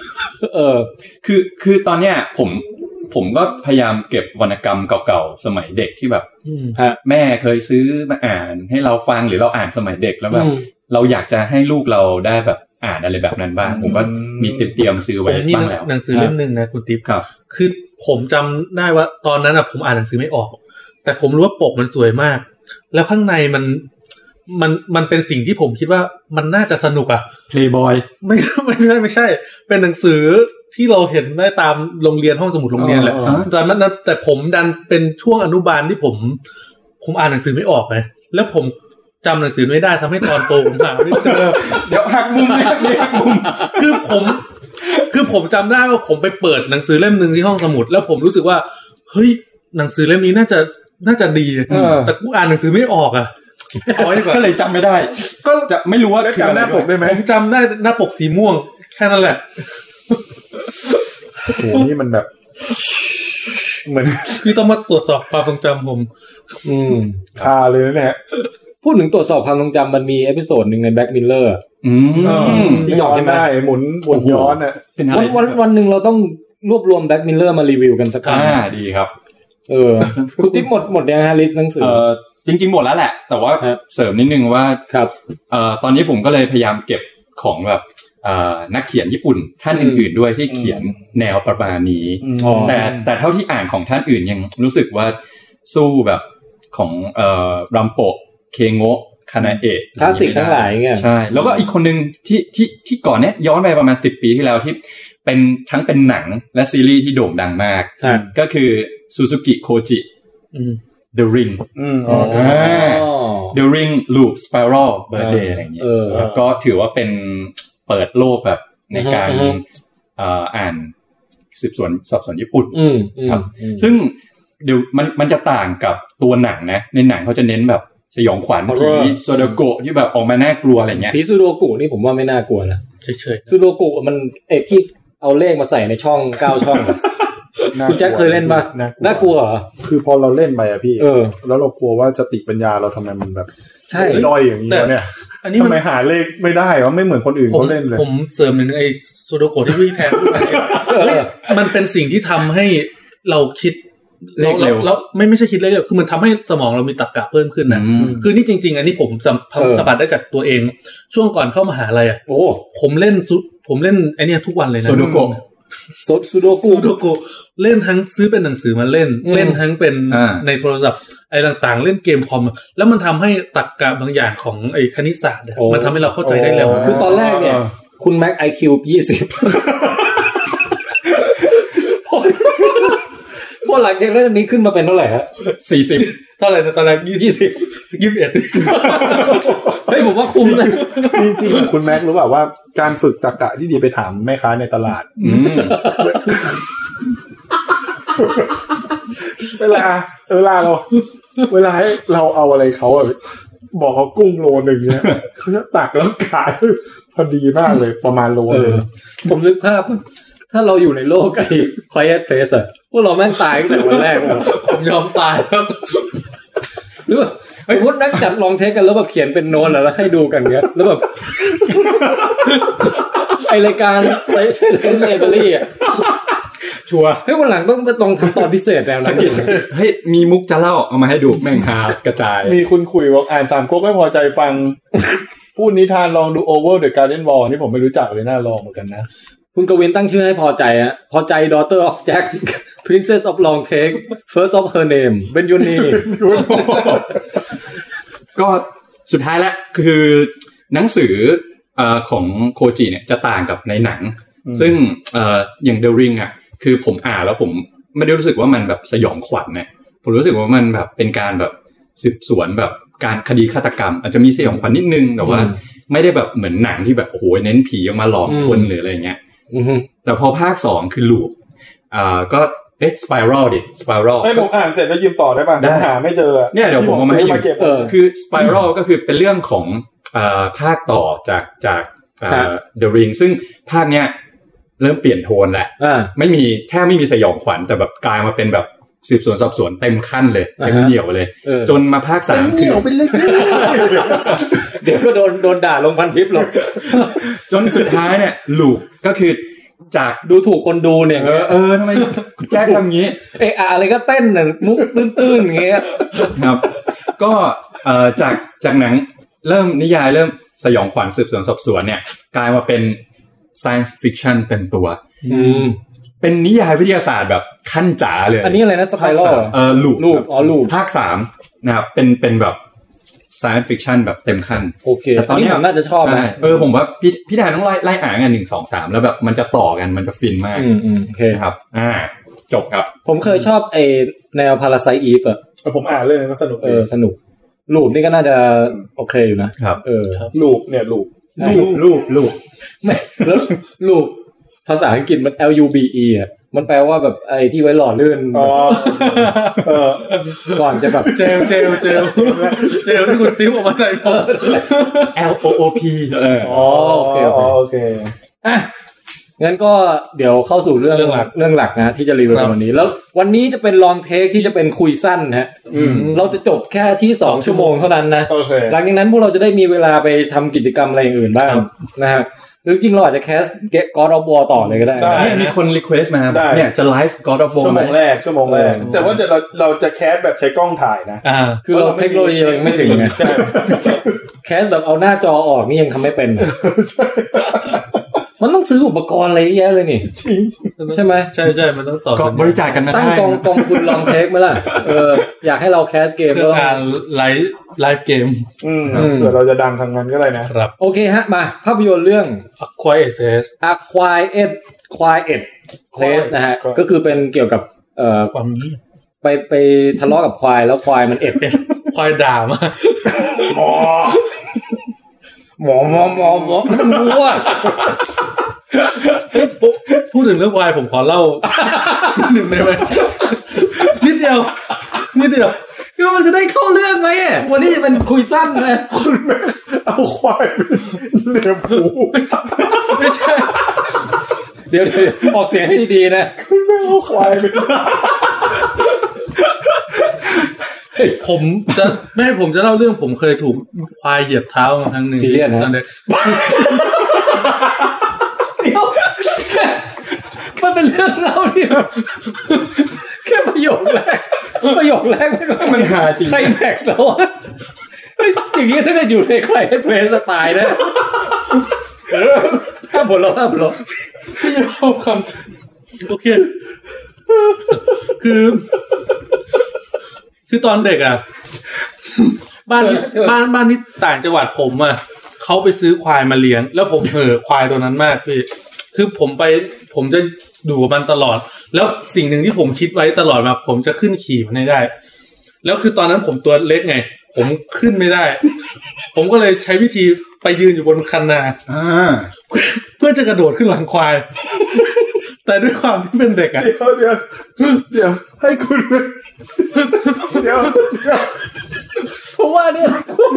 คือตอนเนี้ยผมก็พยายามเก็บวรรณกรรมเก่าๆสมัยเด็กที่แบบแม่เคยซื้อมาอ่านให้เราฟังหรือเราอ่านสมัยเด็กแล้วแบบเราอยากจะให้ลูกเราได้แบบอ่านอะไรแบบนั้นบ้างผมก็มีเตรียมซื้อไว้บ้างแล้วหนังสือเล่มนึงนะคุณติ๊บคือผมจำได้ว่าตอนนั้นอ่ะผมอ่านหนังสือไม่ออกแต่ผมรู้ว่าปกมันสวยมากแล้วข้างในมันเป็นสิ่งที่ผมคิดว่ามันน่าจะสนุกอ่ะ Playboy ไม่ใช่เป็นหนังสือที่เราเห็นได้ตามโรงเรียนห้องสมุดโรงเรียนแหละแต่ผมดันเป็นช่วงอนุบาลที่ผมอ่านหนังสือไม่ออกไงแล้วผมจำหนังสือไม่ได้ทำให้ตอนโตผมหาไม่เจอเดี๋ยวหักมุมคือผมจำได้ว่าผมไปเปิดหนังสือเล่มนึงที่ห้องสมุดแล้วผมรู้สึกว่าเฮ้ยหนังสือเล่มนี้น่าจะดีแต่กูอ่านหนังสือไม่ออกอ่ะก็เลยจำไม่ได้ก็จะไม่รู้ว่าจำหน้าปกได้ไหมผมจำได้หน้าปกสีม่วงแค่นั้นแหละโอ้โหนี่มันแบบเหมือนที่ต้องมาตรวจสอบความทรงจำผมคาเลยนะเนี่ยพูดถึงตรวจสอบความทรงจำมันมีเอพิโซดนึงใน Black Mirror ที่ย้อนได้หมุนย้อนอ่ะวันนึงเราต้องรวบรวม Black Mirror มารีวิวกันสักครั้งดีครับคุณติ๊บหมดยังฮะลิสต์หนังสือจริงๆหมดแล้วแหละแต่ว่าเสริมนิดนึงว่าตอนนี้ผมก็เลยพยายามเก็บของแบบนักเขียนญี่ปุ่นท่านอื่นๆด้วยที่เขียนแนวประมาณนี้แต่เท่าที่อ่านของท่านอื่นยังรู้สึกว่าสู้แบบของรัมโปะเคโงะคานาเอะคลาสสิกทั้งหลายเงี้ยใช่แล้วก็อีกคนนึงที่ก่อนเนี้ยย้อนไปประมาณ10 ปีที่แล้วที่เป็นทั้งเป็นหนังและซีรีส์ที่โด่งดังมากก็คือซูซูกิโคจิThe Ring The Ring Loop Spiral Birthday อะไรอย่างเงี้ยก็ถือว่าเป็นเปิดโลกแบบในการอ่านสืบสวนสอบสวนญี่ปุ่นครับซึ่งเดี๋ยวมันจะต่างกับตัวหนังนะในหนังเขาจะเน้นแบบสยองขวัญผีโซโดโกะที่แบบออกมาน่ากลัวอะไรเงี้ยผีซูโดโกะนี่ผมว่าไม่น่ากลัวนะเฉยๆซูโดโกะมันที่เอาเลขมาใส่ในช่อง9ช่องคุณแจ็คเคยเล่นป่ะน่ากลัวเหรอคือพอเราเล่นไปอะพี่แล้วเรากลัวว่าสติปัญญาเราทำไมมันแบบใช่ด้อยอย่างนี้เนี่ยทำไมหาเลขไม่ได้วะไม่เหมือนคนอื่นเขาเล่นเลยผมเสริมหนึ่งไอ้ซูโดโกะที่พี่แทนมันเป็นสิ่งที่ทำให้เราคิดแล้วไม่ใช่คิดเลขคือมันทำให้สมองเรามีตรรกะเพิ่มขึ้นนะคือนี่จริงๆอันนี้ผมสัมผัสได้จากตัวเองช่วงก่อนเข้ามหาลัยอ่ะโอ้ผมเล่นไอ้นี่ทุกวันเลยนะซูโดโกะซูโดโกะเล่นทั้งซื้อเป็นหนังสือมาเล่นทั้งเป็นในโทรศัพท์ไอ้ต่างๆเล่นเกมคอมแล้วมันทำให้ตรรกะบางอย่างของไอ้คณิตศาสตร์มันทำให้เราเข้าใจได้เร็วคือตอนแรกเนี่ยคุณแม็ก IQ 20พอหลังจากเล่นอันนี้ขึ้นมาเป็นเท่าไหร่ฮะ 40เท่าไหร่นะตอนแรก21 เฮ้ยผมว่าคุ้มนะจริงๆคุณแม็กรู้เปล่าว่าการฝึกตรรกะที่ดีไปถามแม่ค้าในตลาดเวลาให้เราเอาอะไรเขาอ่ะบอกเขากุ้งโลนึงเนี่ยเขาจะตักแล้วขายพอดีมากเลยประมาณโลนึงผมนึกภาพถ้าเราอยู่ในโลกไอ้ Quiet Place อ่ะพวกเราแม่งตายตั้งแต่วันแรกแล้วผมยอมตายครับหรือว่าไอ้พวกนักจัดลองเทคกันแล้วแบบเขียนเป็นโน้ตแล้วให้ดูกันเงี้ยแล้วแบบไอรายการใช้เลนส์เลเบอรี่อ่ะชัวร์เฮ้ยวันหลังต้องทำตอนพิเศษแล้วนะเฮ้ยมีมุกจะเล่าเอามาให้ดูแม่งหากระจายมีคุณคุยบอกอ่านสามก๊กไม่พอใจฟังพูดนิทานลองดู Over the Garden Wall นี่ผมไม่รู้จักเลยน่าลองเหมือนกันนะคุณกวินตั้งชื่อให้พอใจอะพอใจ Daughter of Jack Princess of Long Take First of Her Name เป็นยูนีก็สุดท้ายแล้วคือหนังสือของโคจิเนี่ยจะต่างกับในหนังซึ่งอย่าง The Ring อ่ะคือผมอ่านแล้วผมไม่ได้รู้สึกว่ามันแบบสยองขวัญนะผมรู้สึกว่ามันแบบเป็นการแบบสืบสวนแบบการคดีฆาตกรรมอาจจะมีสยองขวัญนิดนึงแต่ว่าไม่ได้แบบเหมือนหนังที่แบบโอ้โหเน้นผีออกมาหลอกคนหรืออะไรเงี้ยแต่พอภาค2คือ Loop ก็Spiral ดิ Spiral ผมอ่านเสร็จแล้วยืมต่อได้ป่ะหาไม่เจอเนี่ยเดี๋ยวผมเอามาให้ยืมคือ Spiral ก็คือเป็นเรื่องของภาคต่อจากThe Ring ซึ่งภาคเนี้ยเริ่มเปลี่ยนโทนแหละไม่มีสยองขวัญแต่แบบกลายมาเป็นแบบสืบสวนสอบสวนเต็มขั้นเลยเต็มเหนี่ยวเลยจนมาภาค3 คือเอาไปเลยเดี๋ยวก็โดนด่าลงพันทิปหรอกจนสุดท้ายเนี่ยลูปก็คือจากดูถูกคนดูเนี่ยทำไมแจ๊คทำงี้อะไรก็เต้นน่ะมุกตื้นๆอย่างเงี้ยครับก็จากหนังเริ่มนิยายเริ่มสยองขวัญสืบสวนสอบสวนเนี่ยกลายมาเป็น science fiction เต็มตัวเป็นนิยายวิทยาศาสตร์แบบขั้นจ๋าเลยอันนี้อะไรนะสไปรัลลูปลูปภาค3นะครับเป็นแบบ science fiction แบบเต็มขั้นโอเคแต่ตอนนี้ผมน่าจะชอบนะผมว่าพี่แดนต้องไล่อ่านกัน1 2 3แล้วแบบมันจะต่อกันมันจะฟินมากโอเคครับจบครับผมเคยชอบไอ้แนว Parasite Eve อ่ะผมอ่านเรื่องนั้นก็สนุกสนุกลูปนี่ก็น่าจะโอเคอยู่นะครับลูปเนี่ยลูปไม่แล้วลูปภาษาอังกฤษมัน LUBE อ่ะมันแปลว่าแบบไอ้ที่ไว้หล่อลื่นก่อนจะแบบเจลที่คุณติ๊บออกมาใส่ผม LOOP โอเคอ่ะงั้นก็เดี๋ยวเข้าสู่เรื่องหลักนะที่จะรีวิววันนี้แล้ววันนี้จะเป็นลองเทคที่จะเป็นคุยสั้นฮะเราจะจบแค่ที่2ชั่วโมงเท่านั้นนะหลังจากนั้นพวกเราจะได้มีเวลาไปทำกิจกรรมอะไรอย่างอื่นบ้างนะฮะจริงๆเราอาจจะแคส God of War ต่อเลยก็ได้เนี่ยมีคนรีเควสต์มาเนี่ยจะไลฟ์ God of War ชั่วโมงแรกแต่ว่าเราจะแคสแบบใช้กล้องถ่ายนะคือเราเทคโนโลยียังไม่ถึงไงใช่แคสแบบเอาหน้าจอออกนี่ยังทำไม่เป็นมันต้องซื้ออุปกรณ์อะไรเยอะเลยนี่จริงใช่ไหมใช่ๆมันต้องต่อก็บริจาคกันมาได้ตั้งกองทุนลองเทคมั้ยล่ะอยากให้เราแคสเกมเพื่อการไลฟ์เกมเผื่อเราจะดังทางนั้นก็ได้นะครับโอเคฮะมาภาพยนตร์เรื่อง Quiet Place นะฮะก็คือเป็นเกี่ยวกับความนี้ไปทะเลาะกับควายแล้วควายมันควายด่ามาหมอมันวัวพูดถึงเรื่องควายผมขอเล่าหนึ่งได้ไหมนิดเดียวคือมันจะได้เข้าเรื่องไหมวันนี้จะเป็นคุยสั้นนะคุณแม่เอาควายเนื้อหมูไม่ใช่เดี๋ยวออกเสียงให้ดีๆนะคุณแม่เอาควายผมจะเล่าเรื่องผมเคยถูกควายเหยียบเท้าครั้งนึงซีเรียสนะมันเป็นเรื่องเล่าที่แบบแค่ประโยคแรกมันหาจริงไคลแม็กซ์แล้วอย่างนี้ถ้าเกิดอยู่ในใครให้เพลย์สไตล์นะถ้าผลลัพธ์พี่จะเอาคำโอเคคือตอนเด็กอ่ะบ้านที่ต่างจังหวัดผมอ่ะเขาไปซื้อควายมาเลี้ยงแล้วผมควายตัวนั้นมากพี่คือผมจะดูกับมันตลอดแล้วสิ่งหนึ่งที่ผมคิดไว้ตลอดมาผมจะขึ้นขี่มันให้ได้แล้วคือตอนนั้นผมตัวเล็กไงผมขึ้นไม่ได้ผมก็เลยใช้วิธีไปยืนอยู่บนคันนาเพื่อจะกระโดดขึ้นหลังควายแต่ด้วยความที่เป็นเด็กอ่ะเดี๋ยวให้คุณเดี๋ยวเพราะว่าเนี่ย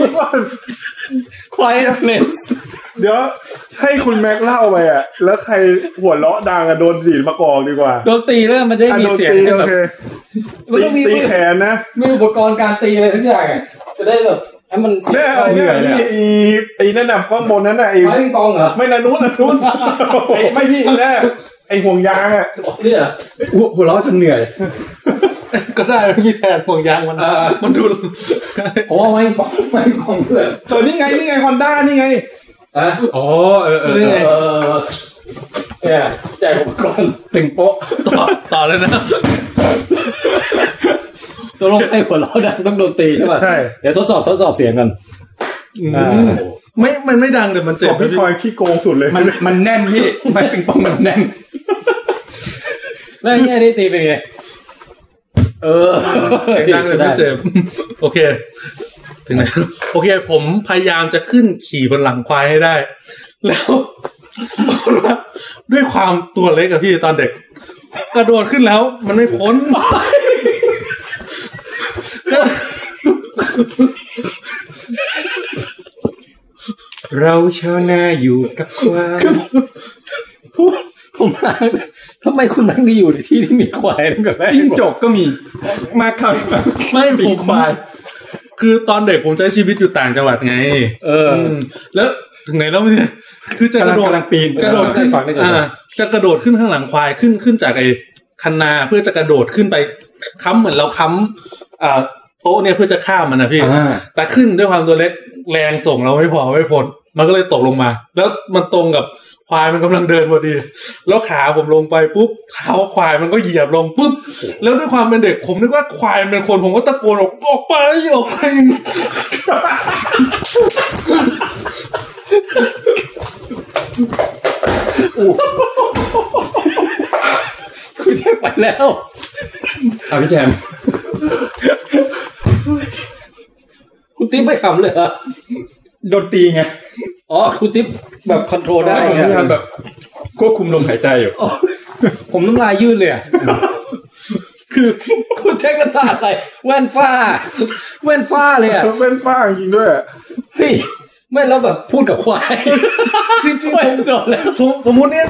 ควายเพลสเดี๋ยวให้คุณแม็กเล่าไปอ่ะแล้วใครหัวเราะดังอ่ะโดนดีดมากองดีกว่าโดนตีแล้วมันจะมีเสียงแบบตีแขนนะมีอุปกรณ์การตีอะไรทุกอย่างจะได้แบบให้มันเสียงเข้าเหนื่อยเนี่ยไอ้นั่นน่ะข้างบนนั้นน่ะไอ้ไม่กองเหรอไม่นะนู้นไม่พี่แน่ไอ้ห่วงยางอ่ะเนี่ยหัวเราะจนเหนื่อยก็ได้พี่แทนห่วงยางมันดูผมว่าไม่กองเลยนี่ไง Honda นี่ไงอ๋อเนี่ยแจกผมก่อนตึงโป๊ะต่อเลยนะตัวลงให้หัวเราะดังต้องโดนตีใช่ป่ะใช่เดี๋ยวทดสอบเสียงกันมันไม่ดังแต่มันเจ็บพี่พลอยขี้โกงสุดเลยมันแน่นพี่ไม่ปิงปองมันแน่นแล้วเนี่ยนี่ตีเป็นไงดังเลยไม่เจ็บโอเคถึงไหนโอเคผมพยายามจะขึ้นขี่บนหลังควายให้ได้แล้วด้วยความตัวเล็กอะพี่ตอนเด็กกระโดดขึ้นแล้วมันไม่พ้นเราชาวนาอยู่กับควายผมทำไมคุณนั่งอยู่ในที่ที่มีควายนั่นกับแม่จิ้งจกก็มีมาข่าวไม่ผมควายคือตอนเด็กผมใช้ชีวิตอยู่ต่างจังหวัดไงแล้วถึงไหนแล้วเนี่ยคือจะกระโดดกระโดดขึ้นจะกระโดดขึ้นข้างหลังควายขึ้นจากไอ้คันนาเพื่อจะกระโดดขึ้นไปค้ำเหมือนเราค้ำโต๊ะเนี่ยเพื่อจะข้ามมันนะพี่แต่ขึ้นด้วยความตัวเล็กแรงส่งเราไม่พ้นมันก็เลยตกลงมาแล้วมันตรงกับควายมันกำลังเดินพอดีแล้วขาผมลงไปปุ๊บเท้าควายมันก็เหยียบลงปุ๊บแล้วด้วยความเป็นเด็กผมนึกว่าควายเป็นคนผมก็ตะโกนออกไปคุณแทบไปแล้วพี่แทมคุณติ๊บไม่ขำเลยเหรอโดนตีไงอ๋อคุณติ๊บแบบคอนโทรลได้ไงแบบควบคุมลมหายใจอยู่ผมน้ำลายยืดเลยอ่ะคือคุณแจ็คกระตาอะไรแว่นฟ้าเลยอ่ะแว่นฟ้าจริงด้วยพี่ไม่แล้วแบบพูดกับควายจริงๆผมโดนแล้วสมมุติเนี่ย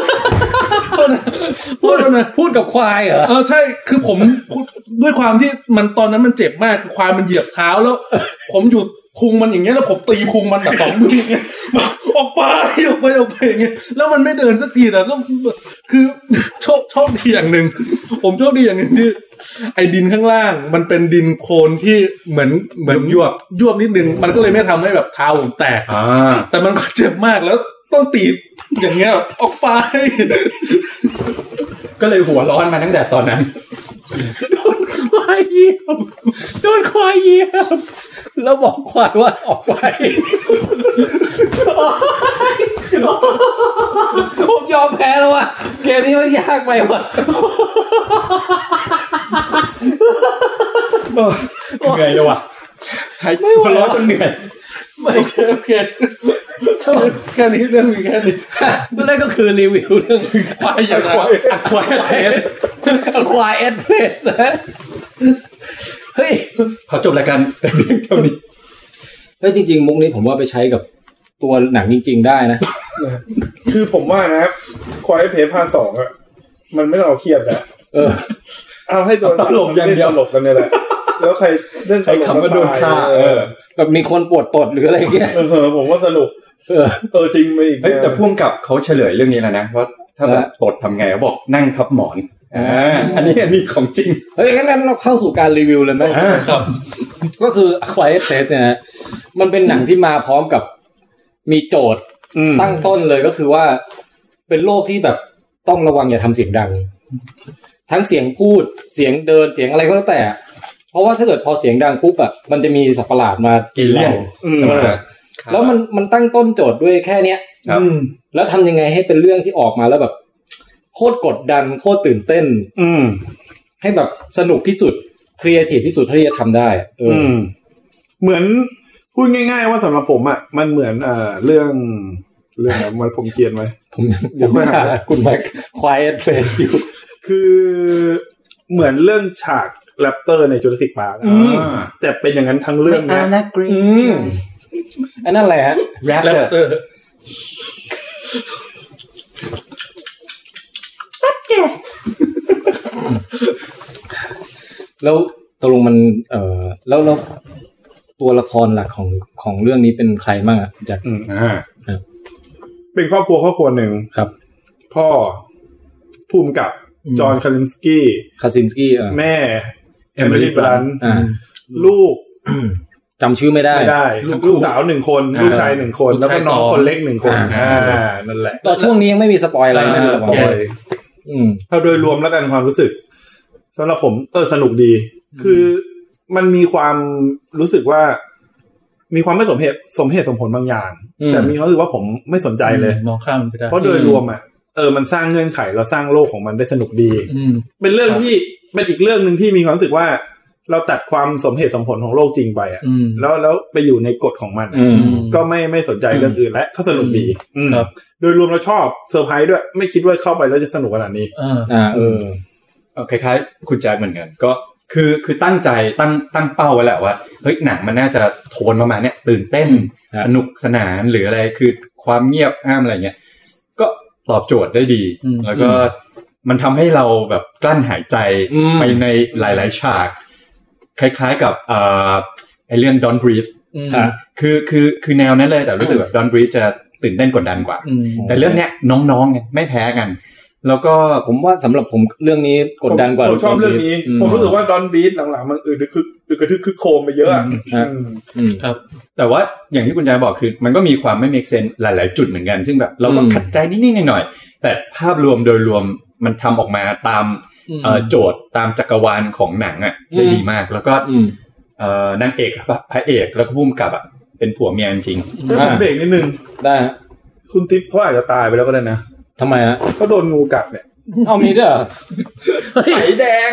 พูดกับควายเหรอใช่คือผมด้วยความที่มันตอนนั้นมันเจ็บมากคือควายมันเหยียบเท้าแล้วผมอยู่พุงมันอย่างเงี้ยแล้วผมตีพุงมันแบบ2 มืออย่างเงี้ยออกไปอย่างเงี้ยแล้วมันไม่เดินสักทีแต่ต้องคือโชคดีอย่างนึงผมโชคดีอย่างนึงที่ไอ้ดินข้างล่างมันเป็นดินโคลนที่เหมือนยวบนิดนึงมันก็เลยไม่ทำให้แบบเท้าผมแตกแต่มันก็เจ็บมากแล้วต้องตีอย่างเงี้ยออกไปก็เลยหัวร้อนมาตั้งแต่ตอนนั้นโดนควายเหยียบแล้วบอกควายว่าออกไปผมยอมแพ้แล้วว่ะเกมนี้มันยากไปว่ะเหนื่อยเลยว่ะหายใจหัวร้อนจนเหนื่อยไม่โอเคแค่นี้เรื่องมีแค่นี้นั่นก็คือรีวิวเรื่องควายอย่าง Quiet Place นะเฮ้ยขอจบรายการเท่านี้เฮ้ยจริงๆมุกนี้ผมว่าไปใช้กับตัวหนังจริงๆได้นะคือผมว่านะQuiet Place ภาค 2อ่ะมันไม่เอาเครียดนะเอาให้ตัวตลกอย่างเดียวตลกกันนี่แหละแล้วใครเล่นตลกมาโดนฆ่าแบบมีคนปวดตดหรืออะไรเงี้ยผมว่าสนุกจริงไปอีกแต่พ่วงกับเขาเฉลยเรื่องนี้แล้วนะว่าถ้าแบบตดทำไงเขาบอกนั่งทับหมอนอันนี้ของจริงเฮ้ยงั้นเราเข้าสู่การรีวิวเลยไหมครับก็คือ Quiet Place เนี่ยมันเป็นหนังที่มาพร้อมกับมีโจทย์ตั้งต้นเลยก็คือว่าเป็นโลกที่แบบต้องระวังอย่าทำเสียงดังทั้งเสียงพูดเสียงเดินเสียงอะไรก็แล้วแต่เพราะว่าถ้าเกิดพอเสียงดังปุ๊บอ่ะมันจะมีสัตว์ประหลาดมากินเราแล้วมันตั้งต้นโจทย์ด้วยแค่เนี้ยแล้วทำยังไงให้เป็นเรื่องที่ออกมาแล้วแบบโคตรกดดันโคตรตื่นเต้นให้แบบสนุกที่สุดครีเอทีฟที่สุดที่จะทำได้เหมือนพูดง่ายๆว่าสำหรับผมอ่ะมันเหมือนเรื่องมันผมเขียนไว้ผมไม่หาคุณแม็ก Quiet Place อยู่คือเหมือนเรื่องฉากแรปเตอร์ในจูราสสิคพาร์คแต่เป็นอย่างนั้นทั้งเรื่องนะอันนั้นแหละแรปเตอร์แล้วตกลงมันแล้วตัวละครหลักของเรื่องนี้เป็นใครบ้างอ่ะจากเป็นครอบครัวหนึ่งครับพ่อภูมิกับจอห์นคาซินสกี้แม่เอมิลี่ บลันท์ลูกจำชื่อไม่ได้ลูกสาว1คนลูกชาย1คนแล้วก็น้องคนเล็ก1คนนั่นแหละตอนช่วงนี้ยังไม่มีสปอยอะไรนะเอาโดยรวมแล้วกันความรู้สึกสำหรับผมสนุกดีคือมันมีความรู้สึกว่ามีความไม่สมเหตุสมผลบางอย่างแต่มีความรู้สึกว่าผมไม่สนใจเลยมองข้ามไปได้เพราะโดยรวมอ่ะมันสร้างเงื่อนไขแล้วสร้างโลกของมันได้สนุกดีเป็นเรื่องที่เป็นอีกเรื่องนึงที่มีความรู้สึกว่าเราตัดความสมเหตุสมผลของโลกจริงไปอ่ะแล้วไปอยู่ในกฎของมันก็ไม่สนใจเรื่องอื่นและก็สนุกดีโดยรวมเราชอบเซอร์ไพรส์ด้วยไม่คิดว่าเข้าไปแล้วจะสนุกขนาดนี้คล้ายๆคุณแจ็คเหมือนกันก็คือตั้งใจตั้งเป้าไว้แหละว่าเฮ้ยหนังมันน่าจะโทนประมาณเนี้ยตื่นเต้นสนุกสนานหรืออะไรคือความเงียบห้ามอะไรเงี้ยก็ตอบโจทย์ได้ดีแล้วก็มันทำให้เราแบบกลั้นหายใจไปในหลายๆฉากคล้ายๆกับไอ้เรื่อง Don't Breathe คือแนวนั้นเลยแต่รู้สึกแบบ Don't Breathe จะตื่นเต้นกดดันกว่าแต่เรื่องเนี้ยน้องๆไงไม่แพ้กันแล้วก็ผมว่าสำหรับผมเรื่องนี้กดดันกว่าผมชอบเรื่องนี้ผมรู้สึกว่า Don't Breathe หลังๆมันคือโคมไปเยอะครับแต่ว่าอย่างที่คุณยายบอกคือมันก็มีความไม่ make sense หลายๆจุดเหมือนกันซึ่งแบบเราก็ขัดใจนิดๆหน่อยๆแต่ภาพรวมโดยรวมมันทำออกมาตามโจทย์ตามจักรวาลของหนังอ่ะได้ดีมากแล้วก็นางเอกพระเอกแล้วก็ผู้กำกับอ่ะเป็นผัวเมียจริงๆเบรกนิดนึงได้คุณติ๊บเขาอาจจะตายไปแล้วก็ได้นะทำไมฮะเขาโดนงูกัดเนี่ยเอามีด้วยเหรอไฟแดง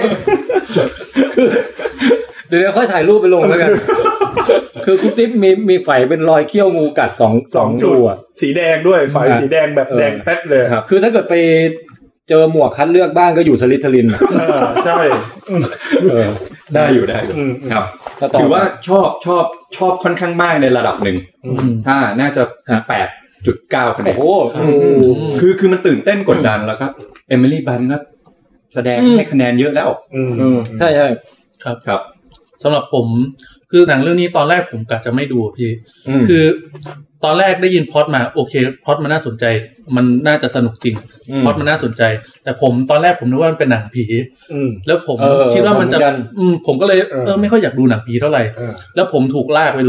เดี๋ยวค่อยถ่ายรูปไปลงแล้วกันคือคุณติ๊บมีไฝเป็นรอยเขี้ยวงูกัด2จุดสีแดงด้วยไฝสีแดงแบบแดงแป๊ดเลยครับคือถ้าเกิดไปเจอหมวกคัดเลือกบ้างก็อยู่สลิทรินใช่ได้อยู่ครับถือว่าชอบค่อนข้างมากในระดับหนึ่งถ้าน่าจะ8.9 คะแนนโอ้คือมันตื่นเต้นกดดันแล้วก็เอมิลี่บันก็แสดงให้คะแนนเยอะแล้วใช่ครับสำหรับผมคือหนังเรื่องนี้ตอนแรกผมกะจะไม่ดูพี่คือตอนแรกได้ยินพล็อตมาโอเคพล็อตมันน่าสนใจมันน่าจะสนุกจริงพล็อตมันน่าสนใจแต่ผมตอนแรกผมนึกว่ามันเป็นหนังผีแล้วผมคิดว่ามันจะผมก็เลยไม่ค่อยอยากดูหนังผีเท่าไหร่แล้วผมถูกลากไปดู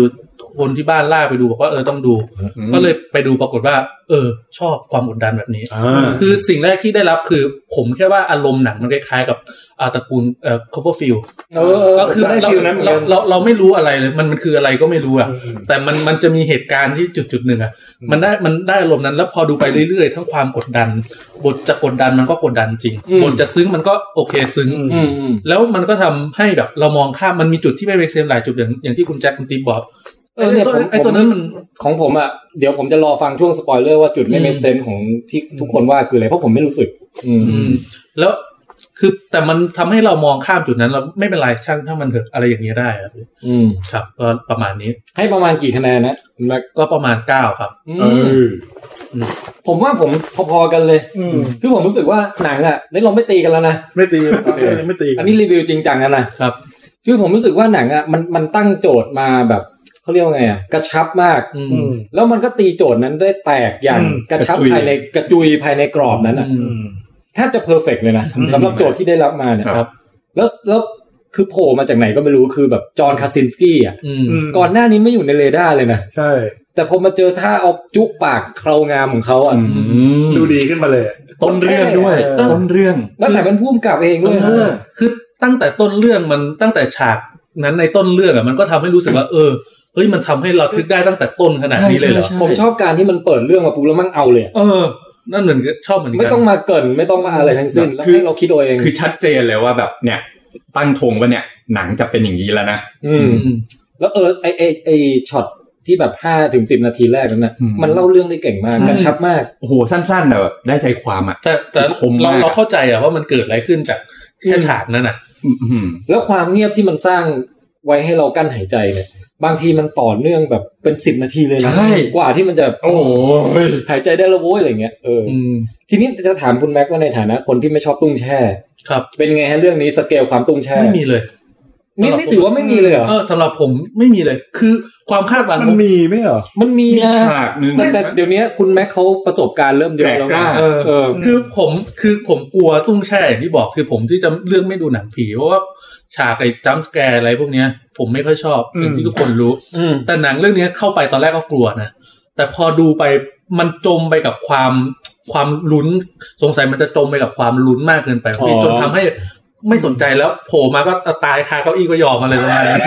คนที่บ้านล่าไปดูบอกว่าต้องดูก็เลยไปดูปรากฏว่าชอบความกดดันแบบนี้คือสิ่งแรกที่ได้รับคือผมแค่ว่าอารมณ์หนังมันคล้ายๆกับตระกูลCloverfield ก็คือเราไม่รู้อะไรเลยมันคืออะไรก็ไม่รู้อ่ะแต่มันจะมีเหตุการณ์ที่จุดๆนึงอ่ะมันได้อารมณ์นั้นแล้วพอดูไปเรื่อยๆทั้งความกดดันบทจะกดดันมันก็กดดันจริงบทจะซึ้งมันก็โอเคซึ้งแล้วมันก็ทำให้แบบเรามองข้ามมันมีจุดที่ไม่เมคเซนส์หลายจุดอย่างที่คุณแจ็คคุณตีบอกไอ้ตัวนั้นมันของผมอ่ะเดี๋ยวผมจะรอฟังช่วงสปอยเลอร์ว่าจุดไม่เมคเซนส์ของที่ทุกคนว่าคืออะไรเพราะผมไม่รู้สึกแล้วคือแต่มันทำให้เรามองข้ามจุดนั้นเราไม่เป็นไรช่างถ้ามันเถอะอะไรอย่างนี้ได้ครับครับก็ประมาณนี้ให้ประมาณกี่คะแนนนะก็ประมาณ9ครับผมว่าผมพอๆกันเลยคือผมรู้สึกว่าหนังอ่ะนี่เราไม่ตีกันแล้วนะไม่ตีไม่ตีอันนี้รีวิวจริงจังกันนะครับคือผมรู้สึกว่าหนังอ่ะมันตั้งโจทย์มาแบบเขาเรียกว่าไงอ่ะกระชับมากแล้วมันก็ตีโจทย์นั้นได้แตกอย่างกระชับภายในกระจุยภายในกรอบนั้นอ่ะแทบจะเพอร์เฟกต์เลยนะสำหรับโจทย์ที่ได้รับมาเนี่ยครับแล้วคือโผล่มาจากไหนก็ไม่รู้คือแบบจอห์นคาซินสกี้อ่ะก่อนหน้านี้ไม่อยู่ในเรดาร์เลยนะใช่แต่พอมาเจอท่าเอาจุ๊ปากเครางามของเขาอ่ะดูดีขึ้นมาเลยต้นเรื่องด้วยต้นเรื่องแล้วแต่เป็นผู้กำกับเองด้วยคือตั้งแต่ต้นเรื่องมันตั้งแต่ฉากนั้นในต้นเรื่องอ่ะมันก็ทำให้รู้สึกว่าเฮ้ยมันทำให้เราทึกได้ตั้งแต่ต้นขนาดนี้เลยเหรอผมชอบการที่มันเปิดเรื่องมาปุ๊บแล้วมั่งเอาเลยนั่นเหมือนชอบเหมือนกันไม่ต้องมาเกินไม่ต้องมาอะไรทั้งสิ้นแล้วให้เราคิดเองคือชัดเจนเลยว่าแบบเนี่ยตั้งธงว่าเนี่ยหนังจะเป็นอย่างนี้แล้วนะแล้วไอช็อตที่แบบ5ถึง10นาทีแรกนั้นน่ะมันเล่าเรื่องได้เก่งมากกระชับมากโอ้โหสั้นๆแต่แบบได้ใจความอ่ะแต่เราเข้าใจอ่ะว่ามันเกิดอะไรขึ้นจากแค่ฉากนั้นน่ะแล้วความเงียบที่มันสร้างไว้ให้เรากั้นหายใจเนี่ยบางทีมันต่อเนื่องแบบเป็น10นาทีเลยนะกว่าที่มันจะโอ้หายใจได้แล้วโว้ยอะไรเงี้ยทีนี้จะถามคุณแม็กว่าในฐานะคนที่ไม่ชอบตุ้งแช่ครับเป็นไงฮะเรื่องนี้สเกลความตุ้งแช่ไม่มีเลยนี่ถือว่าไม่มีเลยเหรอสำหรับผมไม่มีเลยคือความคาดหวังมันมีไหมเหรอมันมีนะฉากนึงแต่เดี๋ยวนี้คุณแม็กเขาประสบการณ์เริ่มเยอะแล้วคือผมกลัวตุ้งแช่อย่างที่บอกคือผมที่จะเลือกไม่ดูหนังผีเพราะว่าฉากไอ้จัมป์สแกร์อะไรพวกเนี้ยผมไม่ค่อยชอบอย่างที่ทุกคนรู้แต่หนังเรื่องนี้เข้าไปตอนแรกก็กลัวนะแต่พอดูไปมันจมไปกับความลุ้นสงสัยมันจะจมไปกับความลุ้นมากเกินไปจนทำให้ไม่สนใจแล้วโผล่มาก็ตายคาเก้าอี้ก็ยอมอะไรประมาณนั้น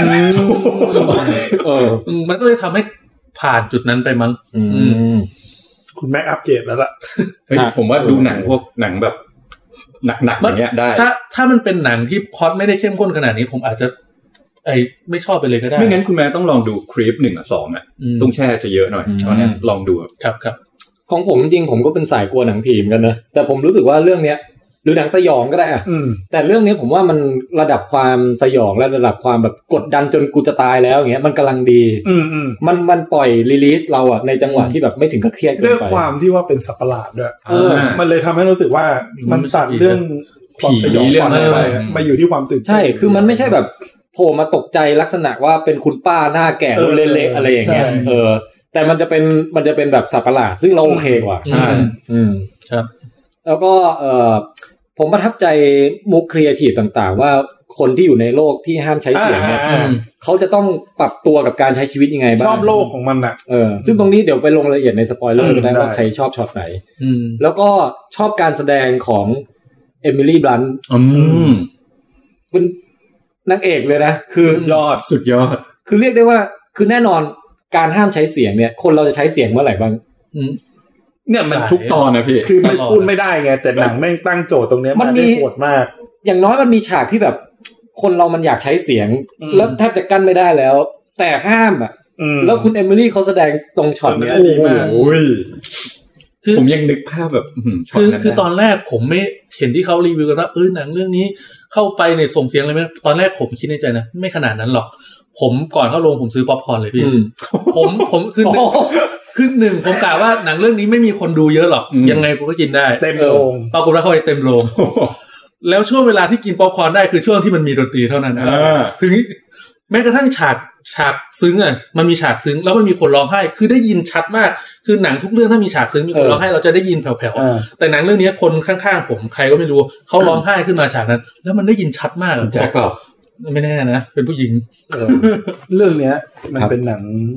มันก็เลยทำให้ผ่านจุดนั้นไปมั้งคุณแม็กอัปเกรดแล้วล่ะผมว่าดูหนังพวกหนังแบบหนักๆอย่างเงี้ยได้ถ้ามันเป็นหนังที่พล็อตไม่ได้เข้มข้นขนาดนี้ผมอาจจะไม่ชอบไปเลยก็ได้ไม่งั้นคุณแม่ต้องลองดูคลิป1 กับ 2อ่ะตุ้งแช่จะเยอะหน่อยตอนนี้ลองดูครับของผมจริงผมก็เป็นสายกลัวหนังผีเหมือนกันนะแต่ผมรู้สึกว่าเรื่องเนี้ยหรือหนังสยองก็ได้อ่ะแต่เรื่องนี้ผมว่ามันระดับความสยองและระดับความแบบกดดันจนกูจะตายแล้วอย่างเงี้ยมันกำลังดีมันปล่อยรีลีสเราอ่ะในจังหวะที่แบบไม่ถึงกับเครียดเกินไปด้วยความที่ว่าเป็นสัตว์ประหลาดด้วยมันเลยทำให้รู้สึกว่ามันตัดเรื่องความสยองความอะไรมาอยู่ที่ความตื่นใช่คือมันไม่ใช่แบบโผล่มาตกใจลักษณะว่าเป็นคุณป้าหน้าแก่เละๆอะไรอย่างเงี้ยแต่มันจะเป็นแบบสัตว์ประหลาดซึ่งเราโอเคกว่าใช่ครับแล้วก็ผมประทับใจมุกครีเอทีฟต่างๆว่าคนที่อยู่ในโลกที่ห้ามใช้เสียงเนี่ยเขาจะต้องปรับตัวกับการใช้ชีวิตยังไงบ้างชอบโลกของมันน่ะซึ่งตรงนี้เดี๋ยวไปลงรายละเอียดในสปอยเลอร์ก็ได้ว่าใครชอบช็อตไหนแล้วก็ชอบการแสดงของเอมิลี่ บลันต์เป็นนางเอกเลยนะคือสุดยอดคือเรียกได้ว่าคือแน่นอนการห้ามใช้เสียงเนี่ยคนเราจะใช้เสียงเมื่อไหร่บ้างเนี่ยมันทุกตอนนะพี่คือมันพูดไม่ได้ไงแต่หนังแม่งตั้งโจทย์ตรงนี้มันได้โหดมากอย่างน้อยมันมีฉากที่แบบคนเรามันอยากใช้เสียงแล้วแทบจะกั้นไม่ได้แล้วแต่ห้ามอ่ะแล้วคุณเอมิลี่เขาแสดงตรงช็อตนี้ดีมากคือผมยังนึกภาพแบบคือตอนแรกผมไม่เห็นที่เขารีวิวกันว่าหนังเรื่องนี้เข้าไปในส่งเสียงอะไรไหมตอนแรกผมคิดในใจนะไม่ขนาดนั้นหรอกผมก่อนเข้าโรงผมซื้อป๊อปคอร์นเลยพี่ผมคือหนึ่งผมกล่าวว่าหนังเรื่องนี้ไม่มีคนดูเยอะหรอกยังไงกูก็กินได้เต็มโรงปรากฏว่าเข้าไปเต็มโรงแล้วช่วงเวลาที่กินป๊อปคอร์นได้คือช่วงที่มันมีดนตรีเท่านั้นถึงแม้กระทั่งฉากซึ้งอ่ะมันมีฉากซึ้งแล้วมันมีคนร้องไห้คือได้ยินชัดมากคือหนังทุกเรื่องถ้ามีฉากซึ้งมีคนร้องไห้เราจะได้ยินแผ่วๆแต่หนังเรื่องนี้คนข้างๆผมใครก็ไม่รู้เขาร้องไห้ขึ้นมาฉากนั้นแล้วมันได้ยินชัดมากแจ็คก็ไม่แน่นะเป็นผู้หญิงเรื่องเนี้ยมันเป็นหนัง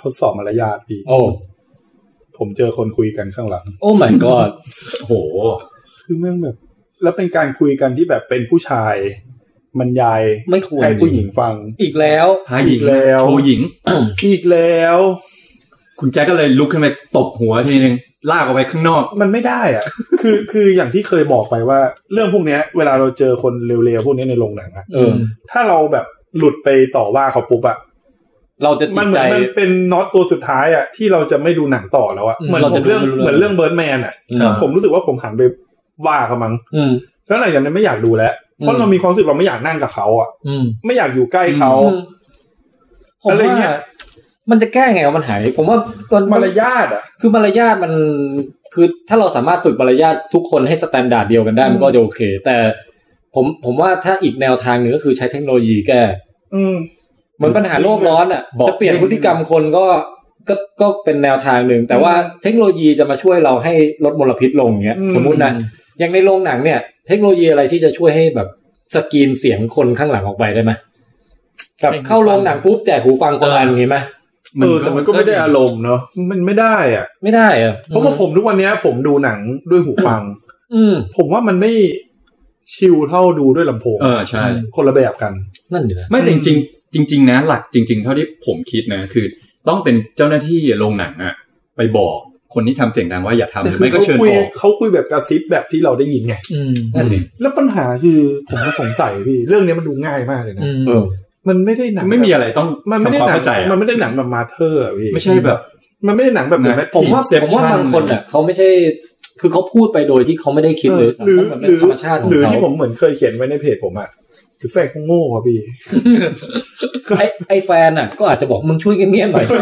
ทดสอบมารยาทพี่โอ้ผมเจอคนคุยกันข้างหลังโอ้ my god โอ้โหคือแม่งแบบแล้วเป็นการคุยกันที่แบบเป็นผู้ชายบรรยายไม่ควรให้ผู้หญิงฟังอีกแล้วอีกแล้วโชว์หญิงอีกแล้วคุณแจ็คก็เลยลุกขึ้นไปตบหัวทีนึงลากออกไปข้างนอกมันไม่ได้อ่ะ คืออย่างที่เคยบอกไปว่าเรื่องพวกนี้เวลาเราเจอคนเร็วๆพวกนี้ในโรงหนังอ่ะถ้าเราแบบหลุดไปต่อว่าเขาปุ๊บอ่ะเราจะติดใจมันเป็นน็อตตัวสุดท้ายอ่ะที่เราจะไม่ดูหนังต่อแล้วอ่ะเหมือนเรื่องเบิร์ดแมนอ่ะผมรู้สึกว่าผมหันไปว่าเขามั้งแล้วหลังจากนั้นไม่อยากดูแล้วเพราะเรามีความรู้สึกเราไม่อยากนั่งกับเขาอ่ะไม่อยากอยู่ใกล้เขาอะไรเงี้ยมันจะแก้ไงมันหายผมว่าตอนมารยาทอ่ะคือมารยาทมันคือถ้าเราสามารถฝึกมารยาททุกคนให้สแตนดาร์ดเดียวกันได้มันก็จะโอเคแต่ผมว่าถ้าอีกแนวทางนึงก็คือใช้เทคโนโลยีแก้เหมือนปัญหาโลกร้อนอ่ะจะเปลี่ยนพฤติกรรมคนก็เป็นแนวทางนึงแต่ว่าเทคโนโลยีจะมาช่วยเราให้ลดมลพิษลงเงี้ยสมมุตินะอย่างในโรงหนังเนี่ยเทคโนโลยีอะไรที่จะช่วยให้แบบสกรีนเสียงคนข้างหลังออกไปได้ไหมแบบเข้าโรงหนังปุ๊บแจกหูฟังคนละอันงี้ไหมแต่มันก็ไม่ได้อารมณ์เนาะมันไม่ได้อ่ะเพราะว่าผมทุกวันนี้ผมดูหนังด้วยหูฟังผมว่ามันไม่ชิลเท่าดูด้วยลำโพงใช่คนละแบบกันนั่นดินะไม่แต่จริงนะหลักจริงๆเท่าที่ผมคิดนะคือต้องเป็นเจ้าหน้าที่โรงหนังอะไปบอกคนที่ทำเสียงดังว่าอย่าทำหรือไม่ก็เชิญออกเขาคุยแบบกระซิบแบบที่เราได้ยินไงนั่นเองแล้วปัญหาคือผมก็สงสัยพี่เรื่องนี้มันดูง่ายมากเลยนะมันไม่ได้หนังไม่มีอะไรต้องมันไม่ได้หนังมันไม่ได้หนังแบบมาเธอร์พี่ไม่ใช่แบบมันไม่ได้หนังแบบผมว่าบางคนอ่ะเขาไม่ใช่คือเขาพูดไปโดยที่เขาไม่ได้คิดเลยมันเป็นธรรมชาติของเขาหรือที่ผมเหมือนเคยเขียนไว้ในเพจผมอ่ะคือแฟนเขาโง่ครับพี่ไอแฟนอ่ะก็อาจจะบอกมึงช่วยเงียบๆหน่อย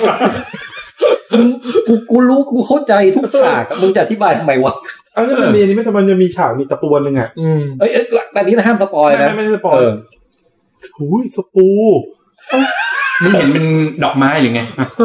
กูรู้กูเข้าใจทุกฉากมึงจะอธิบายทำไมวะถ้ามันมีนี่ไม่ทำไมจะมีฉากมีตะปูนึงอ่ะแต่นี้ห้ามสปอยนะไม่ได้สปอยหูยสปูมึงเห็นเป็นดอกไม้หรือไง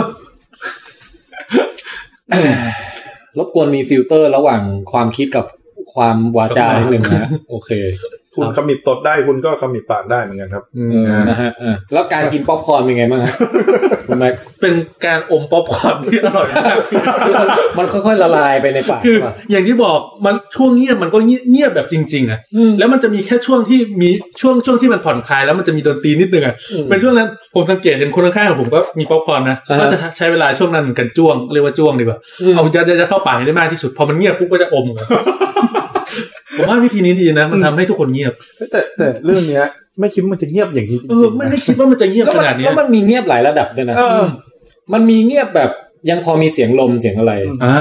รบกวนมีฟิลเตอร์ระหว่างความคิดกับความวาจาหนึ่งนะโอเคคุณขมิบตดได้คุณก็ขมิบปากได้เหมือนกันครับนะฮะแล้วการกินป๊อปคอร์นเป็นไงบ้างฮะคุณแม็กเป็นการอมป๊อปคอร์นที่อร่อยมากมันค่อยๆละลายไปในปากคืออย่างที่บอกมันช่วงเงียบมันก็เงียบแบบจริงๆอ่ะแล้วมันจะมีแค่ช่วงที่มีช่วงที่มันผ่อนคลายแล้วมันจะมีดนตรีนิดนึงอ่ะเป็นช่วงนั้นผมสังเกตเห็นคนข้างๆของผมก็มีป๊อปคอร์นนะก็จะใช้เวลาช่วงนั้นเหมือนกันจ้วงเรียกว่าจ้วงดีกว่าเอาจะเข้าปากให้ได้มากที่สุดพอมันเงียบปุ๊บก็จะอมผมว่าวิธีนี้ดีนะมันทำให้ทุกคนเงียบแต่เรื่องเนี้ยไม่คิดว่ามันจะเงียบอย่างนี้จริงๆไม่ได้คิดว่ามันจะเงียบขนาดนี้แล้วมันมีเงียบหลายระดับด้วยนะมันมีเงียบแบบยังพอมีเสียงลมเสียงอะไร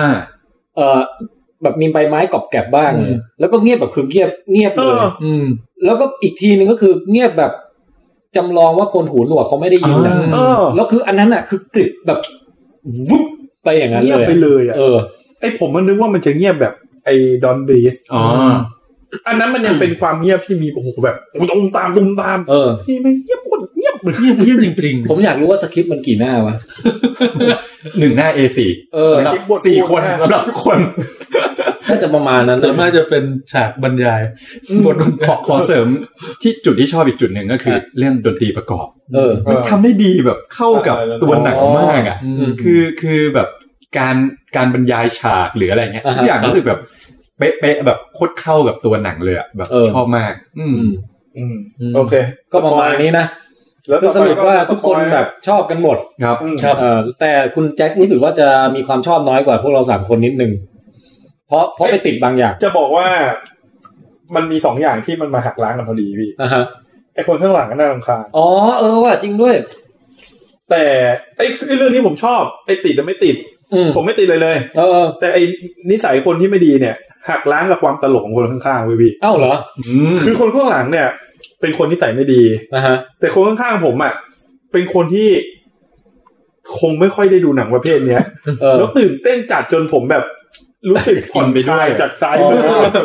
แบบมีใบไม้กรอบแกรบบ้างแล้วก็เงียบแบบคือเงียบเลยแล้วก็อีกทีนึงก็คือเงียบแบบจำลองว่าคนหูหนวกเขาไม่ได้ยินนะแล้วคืออันนั้นอ่ะคือกริบแบบวุบไปอย่างนั้นเลยเงียบไปเลยอ่ะไอผมมันนึกว่ามันจะเงียบแบบไอ้ดอนเบสอันนั้นมันยังเป็นความเงียบที่มีโอ้โหแบบตุ้มตามนี่ไม่เงียบคนเงียบจริงๆผมอยากรู้ว่าสคริปต์มันกี่หน้าวะ 1 หน้า A4 สำหรับ4 คนสำหรับทุกคนน่าจะประมาณนั้นส่วนมากจะเป็นฉากบรรยายบทขอเสริมที่จุดที่ชอบอีกจุดหนึ่งก็คือเรื่องดนตรีประกอบมันทำได้ดีแบบเข้ากับตัวหนังมากอ่ะคือแบบการบรรยายฉากหรืออะไรเงี้ยทุกอย่างรู้สึกแบบเป๊ะแบบโคตรเข้ากับตัวหนังเลยอ่ะแบบชอบมากโอเคก็ประมาณนี้นะแล้วสรุปว่าทุกคนแบบชอบกันหมดครับแต่คุณแจ็ครู้สึกว่าจะมีความชอบน้อยกว่าพวกเรา3คนนิดนึงเพราะไปติดบางอย่างจะบอกว่ามันมี2อย่างที่มันมาหักล้างกันพอดีพี่ไอคนข้างหลังก็น่ารำคาญว่ะจริงด้วยแต่ไอเรื่องนี้ผมชอบไอติดแต่ไม่ติดผมไม่ติดเลยแต่ไอ้นิสัยคนที่ไม่ดีเนี่ยหักล้างกับความตลกของคนข้างๆเว้ยพี่เอ้าเหรอคือคนข้างหลังเนี่ยเป็นคนนิสัยไม่ดีแต่คนข้างๆผมอ่ะเป็นคนที่คงไม่ค่อยได้ดูหนังประเภทเนี้ยแล้วตื่นเต้นจัดจนผมแบบรู้สึกผ่อนคลายจากซ้ายมือ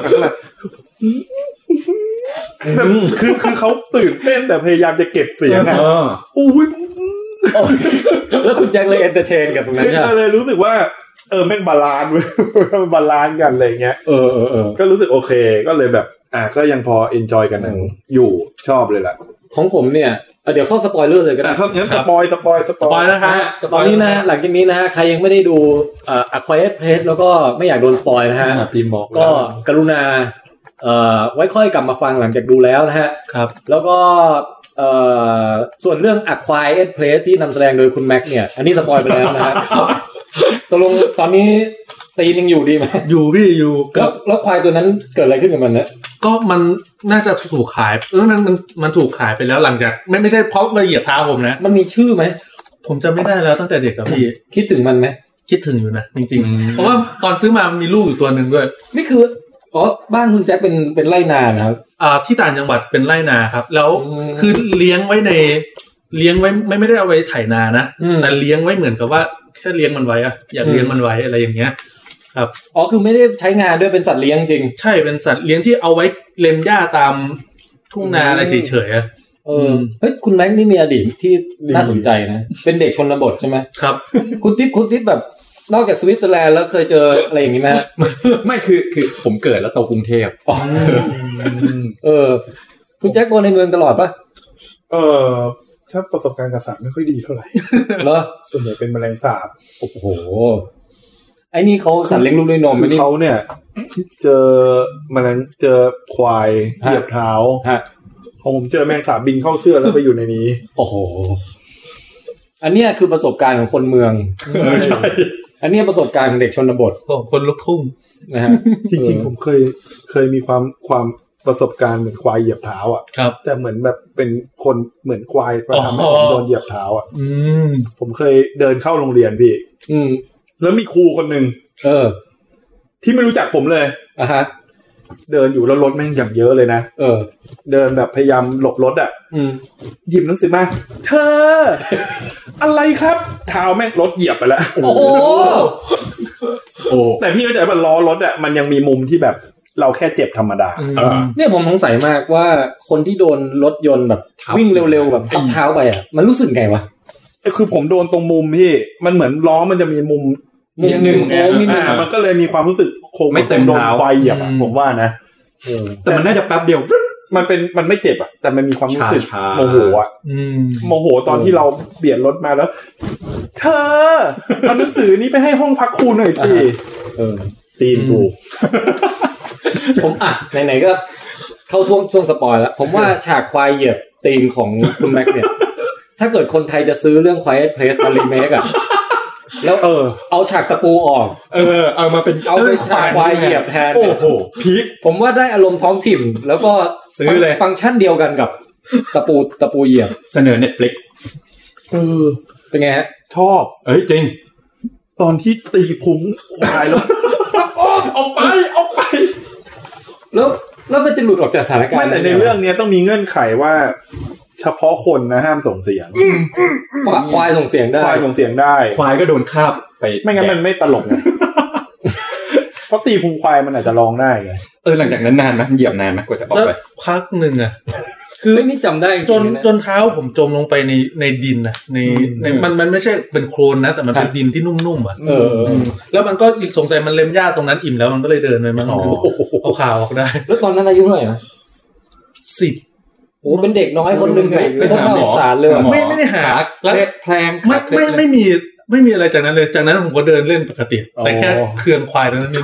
คือเขาตื่นเต้นแต่พยายามจะเก็บเสียงอ่ะอุ้ยแล้วคุณแจ็คเลยเอนเตอร์เทนกับตรงนั้นเนี่ยเลยรู้สึกว่าแม่งบาลานซ์เว้ยบาลานซ์กันอะไรเงี้ยก็รู้สึกโอเคก็เลยแบบก็ยังพอเอนจอยกันหนังอยู่ชอบเลยล่ะของผมเนี่ยเดี๋ยวเข้าสปอยเลอร์เลยก็ได้ครับงั้นสปอยนะฮะตอนนี้นะหลังจากนี้นะฮะใครยังไม่ได้ดูA Quiet Place แล้วก็ไม่อยากโดนสปอยนะฮะพิมพ์บอกก็กรุณาไว้ค่อยกลับมาฟังหลังจากดูแล้วนะฮะครับแล้วก็ส่วนเรื่อง A Quiet Place ที่นำแสดงโดยคุณแม็กเนี่ยอันนี้สปอยไปแล้วนะฮะตกลงตอนนี้ตีนยังอยู่ดีไหมอยู่พี่อยู่แล้วควายตัวนั้นเกิดอะไรขึ้นกับมันเนี่ยก็มันน่าจะถูกขายมันถูกขายไปแล้วหลังจากไม่ใช่เพราะมาเหยียบเท้าผมนะมันมีชื่อไหมผมจำไม่ได้แล้วตั้งแต่เด็กกับพี่คิดถึงมันไหมคิดถึงอยู่นะจริงๆเพราะว่าตอนซื้อมามันมีลูกอยู่ตัวนึงด้วยนี่คือบ้านคุณแจ็คเป็นไร่นานะครับที่ต่างจังหวัดเป็นไร่นาครับแล้วคือเลี้ยงไว้ไม่ได้เอาไว้ไถนานะแต่เลี้ยงไว้เหมือนกับว่าแค่เลี้ยงมันไว้อะอยากเลี้ยงมันไว้อะไรอย่างเงี้ยครับคือไม่ได้ใช้งานด้วยเป็นสัตว์เลี้ยงจริงใช่เป็นสัตว์เลี้ยงที่เอาไว้เล็มหญ้าตามทุ่งนาอะไรเฉยๆเฮ้ยคุณแม็กนี่มีอดีตที่น่าสนใจนะเป็นเด็กชนบทใช่ไหมครับคุณติ๊บแบบนอกจากสวิตเซอร์แลนด์แล้วเคยเจออะไรอย่างนี้ไหมไม่คือผมเกิดแล้วโตกรุงเทพคุณแจ็คโตในเมืองตลอดปะถ้าประสบการณ์กับสัตว์ไม่ค่อยดีเท่าไหร่เหรอส่วนใหญ่เป็นแมลงสาบโอ้โหไอ้นี่เขาสัตว์เลี้ยงลูกด้วยนมคือเขาเนี่ยเจอแมลงเจอควายเหยียบเท้าของผมเจอแมลงสาบบินเข้าเสื้อแล้วไปอยู่ในนี้โอ้โหอันนี้คือประสบการณ์ของคนเมืองใช่อันนี้ประสบการณ์ของเด็กชนบทของคนลูกทุ่งนะฮะจริงๆผมเคยมีความประสบการณ์เหมือนควายเหยียบเท้าอ่ะแต่เหมือนแบบเป็นคนเหมือนควายมาทำให้ผมโดนเหยียบเท้าอ่ะผมเคยเดินเข้าโรงเรียนพี่แล้วมีครูคนนึงที่ไม่รู้จักผมเลยเดินอยู่แล้วรถแม่งอย่างเยอะเลยนะเดินแบบพยายามหลบรถอ่ะหยิบหนังสือมาเธออะไรครับเท้าแม่งรถเหยียบไปแล้วโอ้โหแต่พี่เข้าใจว่าล้อรถอ่ะมันยังมีมุมที่แบบเราแค่เจ็บธรรมดาเนี่ยผมสงสัยมากว่าคนที่โดนรถยนต์แบบวิ่งเร็วๆแบบทับเท้าไปอ่ะมันรู้สึกไงวะคือผมโดนตรงมุมพี่มันเหมือนล้อมันจะมีมุมหนึ่งโค้งนิดนึงมันก็เลยมีความรู้สึกโค้งไม่เต็มโดนควายเหยียบผมว่านะแต่มันน่าจะแป๊บเดียวมันไม่เจ็บอ่ะแต่มันมีความรู้สึกโมโหอ่ะโมโหตอนที่เราเบียดรถมาแล้วเธอเอาหนังสือนี้ไปให้ห้องพักครูหน่อยสิตีนกูผมไหนๆก็เข้าช่วงสปอยแล้วผมว่าฉากควายเหยียบตีนของคุณแม็กเนี่ยถ้าเกิดคนไทยจะซื้อเรื่อง Quiet Place มารีเมคอ่ะแล้วเอาฉากตะปูออกเอามาเป็นเอาไปฉากควายเหยียบแทนโอ้โหพีคผมว่าได้อารมณ์ท้องถิ่นแล้วก็ซื้อเลยฟังก์ชันเดียวกันกับตะปูเหยียบเสนอ Netflix เป็นไงฮะชอบจริงตอนที่ตีพุงควายแล้วออกไปแล้วมันจะหลุดออกจากสถานการณ์ไม่แต่ในเรื่องนี้ต้องมีเงื่อนไขว่าเฉพาะคนนะห้ามส่งเสียงควายส่งเสียงได้ควายส่งเสียงได้ควายก็โดนคาบไปไม่งั้นมันไม่ตลกไงเพราะตีพุงควายมันอาจจะร้องได้ไงหลังจากนั้นนานไหมเหยียบนานไหมกว่าจะออกไปพักนึงอ่ะคือนี่จำได้จนเท้าผมจมลงไปในดินนะในมันไม่ใช่เป็นโคลนนะแต่มันเป็นดินที่นุ่มๆอ่ะแล้วมันก็สงสัยมันเล็มหญ้าตรงนั้นอิ่มแล้วมันก็เลยเดินไปมั้งเอาขาออกได้แล้วตอนนั้นอายุเท่าไหร่นะ10โอ้เป็นเด็กน้อยคนนึงไม่ต้องสอบสารเลยไม่ได้หาแล้วแพลงไม่มีอะไรจากนั้นเลยจากนั้นผมก็เดินเล่นปกติแต่แค่เคลื่อนควายเท่านั้นเอง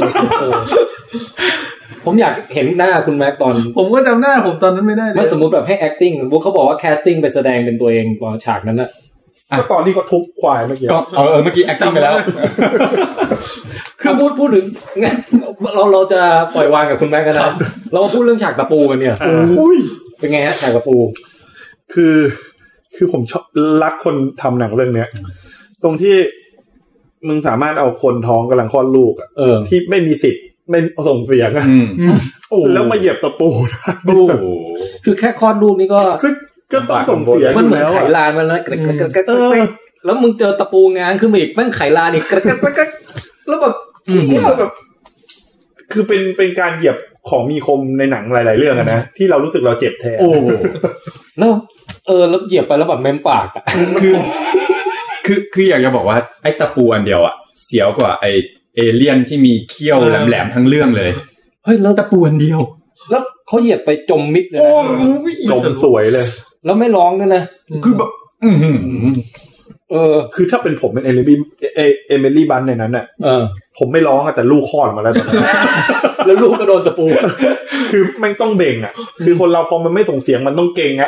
ผมอยากเห็นหน้าคุณแม็กตอนผมก็จำหน้าผมตอนนั้นไม่ได้เลยไม่สมมติแบบให้ acting สมมติเขาบอกว่า casting ไปแสดงเป็นตัวเองตอนฉากนั้นน่ะก็ตอนที่เขาทุบควายเมื่อกี้เมื่อกี้ acting ไปแล้วคือพูดถึงงั้นเราจะปล่อยวางกับคุณแม็กกันนะเรามาพูดเรื่องฉากตะปูกันเนี่ยเป็นไงฮะฉากตะปูคือผมชอบรักคนทำหนังเรื่องเนี้ยตรงที่มึงสามารถเอาคนท้องกำลังคลอดลูกอ่ะที่ไม่มีสิทธิ์ไม่ส่งเสียงแล้วมาเหยียบตะปูคือแค่คลอดลูกนี่ก็ต้องส่งเสียงมันเหมือนไขลานมันนะแล้วมึงเจอตะปูง้างขึ้นมาอีกแม่งไขลานอีกแล้วแบบคือเป็นการเหยียบของมีคมในหนังหลายๆเรื่องนะที่เรารู้สึกเราเจ็บแทนแล้วแล้วเหยียบไปแล้วแบบเม้มปากคืออยากจะบอกว่าไอ้ตะปูอันเดียวอ่ะเสียวกว่าไอ้เอเลี่ยนที่มีเขี้ยวแหลมๆทั้งเรื่องเลยเฮ้ยแล้วตะปูอันเดียวแล้วเขาเหยียบไปจมมิดเลยนะจมสวยเลยแล้วไม่ร้องด้วยนะคือแบบคือถ้าเป็นผมเป็นเอมิลี่บันในนั้นน่ะผมไม่ร้องแต่ลูกคลอดมาแล้วแล้วลูกก็โดนตะปูคือมันต้องเบ่งอ่ะคือคนเราพอมันไม่ส่งเสียงมันต้องเก่งอ่ะ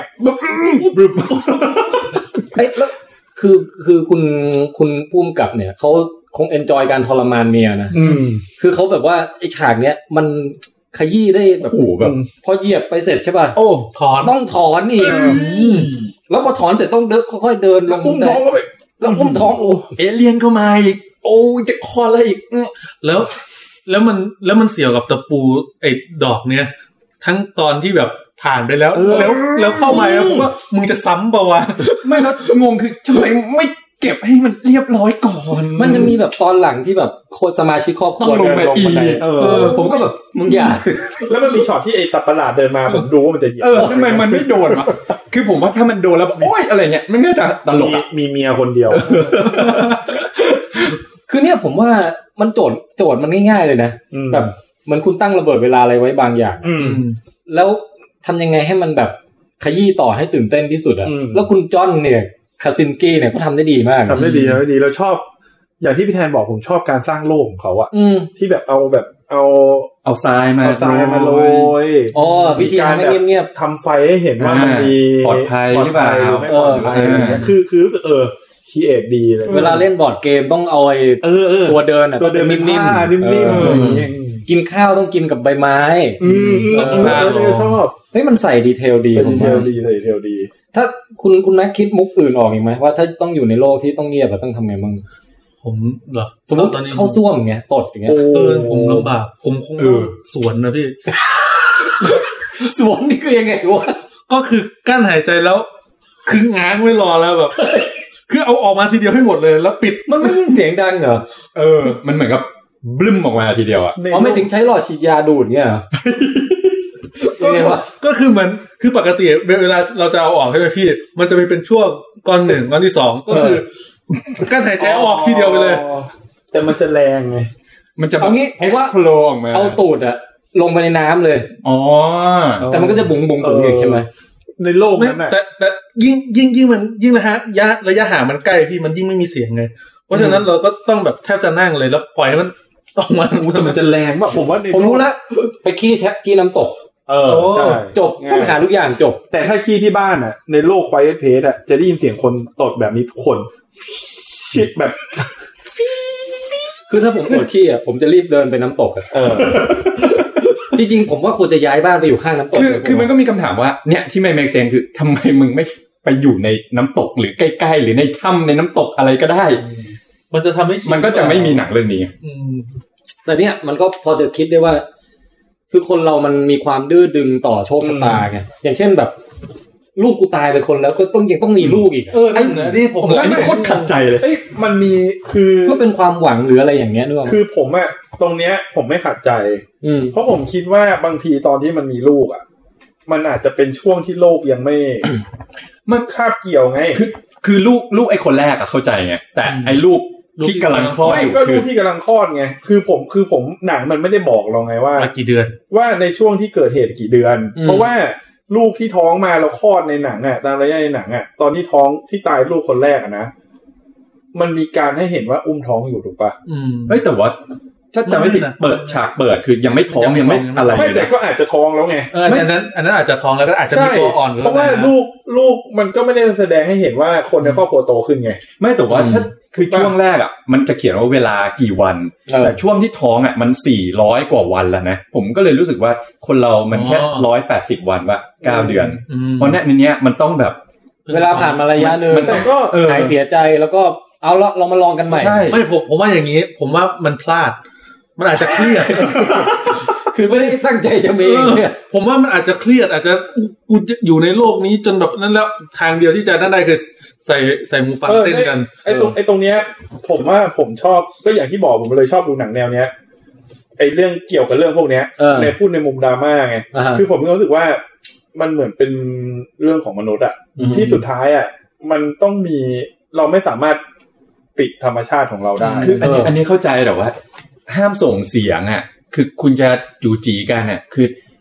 แล้วคือคุณภูมิกับเนี่ยเขาคงเอนจอยการทรมานเมียนะคือเขาแบบว่าไอ้ฉากเนี้ยมันขยี้ได้แบบพอเหยียบไปเสร็จใช่ป่ะโอ้ถอนต้องถอนอีกแล้วพอถอนเสร็จต้องค่อยๆเดินลงอุ้มท้องก็ไปแล้วอุ้มท้องโอ้เอเลี่ยนเข้ามาอีกโอ้จะคลอดแล้วอีกแล้วมันเสี่ยวกับตะปูไอ้ดอกเนี้ยทั้งตอนที่แบบผ่านไปแล้วเข้ามาแล้วผมว่ามึงจะซ้ำเปล่าวะไม่แล้วงงคือทำไมไม่เก็บให้มันเรียบร้อยก่อนมันจะมีแบบตอนหลังที่แบบโคสมาชิกครอบครัวเดินลงบันไดผมก็แบบมึงอย่าแล้วมันมีช็อตที่ไอ้สัตว์ประหลาดเดินมาผมดูว่ามันจะเหยียบทำไมมันไม่โดนวะคือผมว่าถ้ามันโดนแล้วโอ๊ยอะไรเงี้ยมันน่าจะตลกมีเมียคนเดียวคือเนี่ยผมว่ามันโจทย์มันง่ายๆเลยนะแบบเหมือนคุณตั้งระเบิดเวลาอะไรไว้บางอย่างแล้วทำยังไงให้มันแบบขยี้ต่อให้ตื่นเต้นที่สุดอะแล้วคุณจอห์นเนี่ยคาซินกี้เนี่ยเขาทำได้ดีมากทำได้ดีแล้วชอบอย่างที่พี่แทนบอกผมชอบการสร้างโลกของเขาอะที่แบบเอาทรายมาโรยวิธีการเงียบๆทำไฟให้เห็นว่ามันมีปลอดภัยหรือเปล่าไม่ปลอดภัยคือคีเอทดีเลยเวลาเล่นบอร์ดเกมต้องเอาไอ้ตัวเดินตัวเดินนิ่มกินข้าวต้องกินกับใบไม้ชอบเฮ้ยมันใส่ดีเทลดีใส่ดีเทลดีถ้าคุณแม็กคิดมุกอื่นออกอีกไหมว่าถ้าต้องอยู่ในโลกที่ต้องเงียบต้องทำไงบ้างผมเหรอสมมติเข้าซ่วมอย่างเงี้ยตดอย่างเงี้ยผมลำบากผมคงสวนนะพี่สวนนี่คือยังไงวะก็คือกั้นหายใจแล้วคือง้างไม่รอแล้วแบบคือเอาออกมาทีเดียวให้หมดเลยแล้วปิดมันไม่ยิ่งเสียงดังเหรอมันเหมือนกับบึ้มออกมาทีเดียวอ่ะไม่ถึงใช้หลอดฉีดยาดูดเงี้ยก็คือเหมือนคือปกติเวลาเราจะเอาออกให้พี่มันจะมีเป็นช่วงก้อน1ก้อนที่2ก็คือกั้นหายใจออกทีเดียวไปเลยแต่มันจะแรงไงมันจะเอางี้ผมว่าเอาตูดอะลงไปในน้ำเลยแต่มันก็จะบุ๋งอย่างใช่ไหมในโลกนั้นน่ะแต่ยิ่งมันยิ่งระยะห่างมันใกล้พี่มันยิ่งไม่มีเสียงไงเพราะฉะนั้นเราก็ต้องแบบแทบจะนั่งเลยแล้วปล่อยให้มันออกมาแต่มันจะแรงมากผมว่าผมรู้แล้วไปขี้ที่น้ำตกใช่จบปัญหาทุกอย่างจบแต่ถ้าขี้ที่บ้านอ่ะในโลก Quiet Place อ่ะจะได้ยินเสียงคนตดแบบนี้ทุกคนชิดแบบคือถ้าผมปวดขี้อ่ะผมจะรีบเดินไปน้ำตกอ่ะจริงๆผมว่าควรจะย้ายบ้านไปอยู่ข้างน้ำตกคือมันก็มีคำถามว่าเนี่ยที่ไม่ make sense คือทำไมมึงไม่ไปอยู่ในน้ำตกหรือใกล้ๆหรือในถ้ำในน้ำตกอะไรก็ได้มันจะทำให้มันก็จะไม่มีหนังเรื่องนี้แต่เนี่ยมันก็พอจะคิดได้ว่าคือคนเรามันมีความดื้อดึงต่อโชคชะตาไงอย่างเช่นแบบลูกกูตายไปคนแล้วก็ต้องมีลูกอีกไอ้นี่ผมไม่โคตรขัดใจเลยมันมีก็เป็นความหวังหรืออะไรอย่างเงี้ยด้วยคือผมอะตรงเนี้ยผมไม่ขัดใจเพราะผมคิดว่าบางทีตอนที่มันมีลูกอะมันอาจจะเป็นช่วงที่โลกยังไม่มันคาบเกี่ยวไงคือลูกไอ้คนแรกอะเข้าใจไงแต่ไอ้ลูกที่กำลังคลอดอยู่ก็ลูกที่กำลังคลอดไงคือผมหนังมันไม่ได้บอกเราไงว่ากี่เดือนว่าในช่วงที่เกิดเหตุกี่เดือนเพราะว่าลูกที่ท้องมาแล้วคลอดในหนังอ่ะตามระยะในหนังอ่ะตอนที่ท้องที่ตายลูกคนแรกอ่ะนะมันมีการให้เห็นว่าอุ้มท้องอยู่ถูกป่ะเฮ้ยแต่ว่าถ้าจำไม่ผิดเปิดฉากเปิดคือยังไม่ท้องยังไม่อะไรไม่แต่ก็อาจจะท้องแล้วไงอันนั้นอาจจะท้องแล้วก็อาจจะมีตัวอ่อนเพราะว่าลูกมันก็ไม่ได้แสดงให้เห็นว่าคนในครอบครัวโตขึ้นไงไม่แต่ว่าถ้าคือช่วงแรกอ่ะมันจะเขียนว่าเวลากี่วันแต่ช่วงที่ท้องอ่ะมัน400กว่าวันแล้วนะผมก็เลยรู้สึกว่าคนเรามันแค่180วันป่ะ9เดือนเพราะในนี้มันต้องแบบเวลาผ่านมาระยะนึงแต่ก็หายเสียใจแล้วก็เอาละเรามาลองกันใหม่ไม่ผมว่าอย่างนี้ผมว่ามันพลาดมันอาจจะเครียดคือไม่ได้ตั้งใจจะมีเนี่ยผมว่ามันอาจจะเครียดอาจจะกูอยู่ในโลกนี้จนแบบนั้นแล้วทางเดียวที่จะได้คือใส่หูฟังเต้นกันไอ้ตรงเนี้ยผมว่าผมชอบก็อย่างที่บอกผมเลยชอบดูหนังแนวเนี้ยไอ้เรื่องเกี่ยวกับเรื่องพวกเนี้ยในพูดในมุมดราม่าไงคือผมรู้สึกว่ามันเหมือนเป็นเรื่องของมนุษย์อะที่สุดท้ายอะมันต้องมีเราไม่สามารถปิดธรรมชาติของเราได้คืออันนี้เข้าใจแต่ว่าห้ามส่งเสียงอ่ะคือคุณจะจูจีกันอ่ะคือ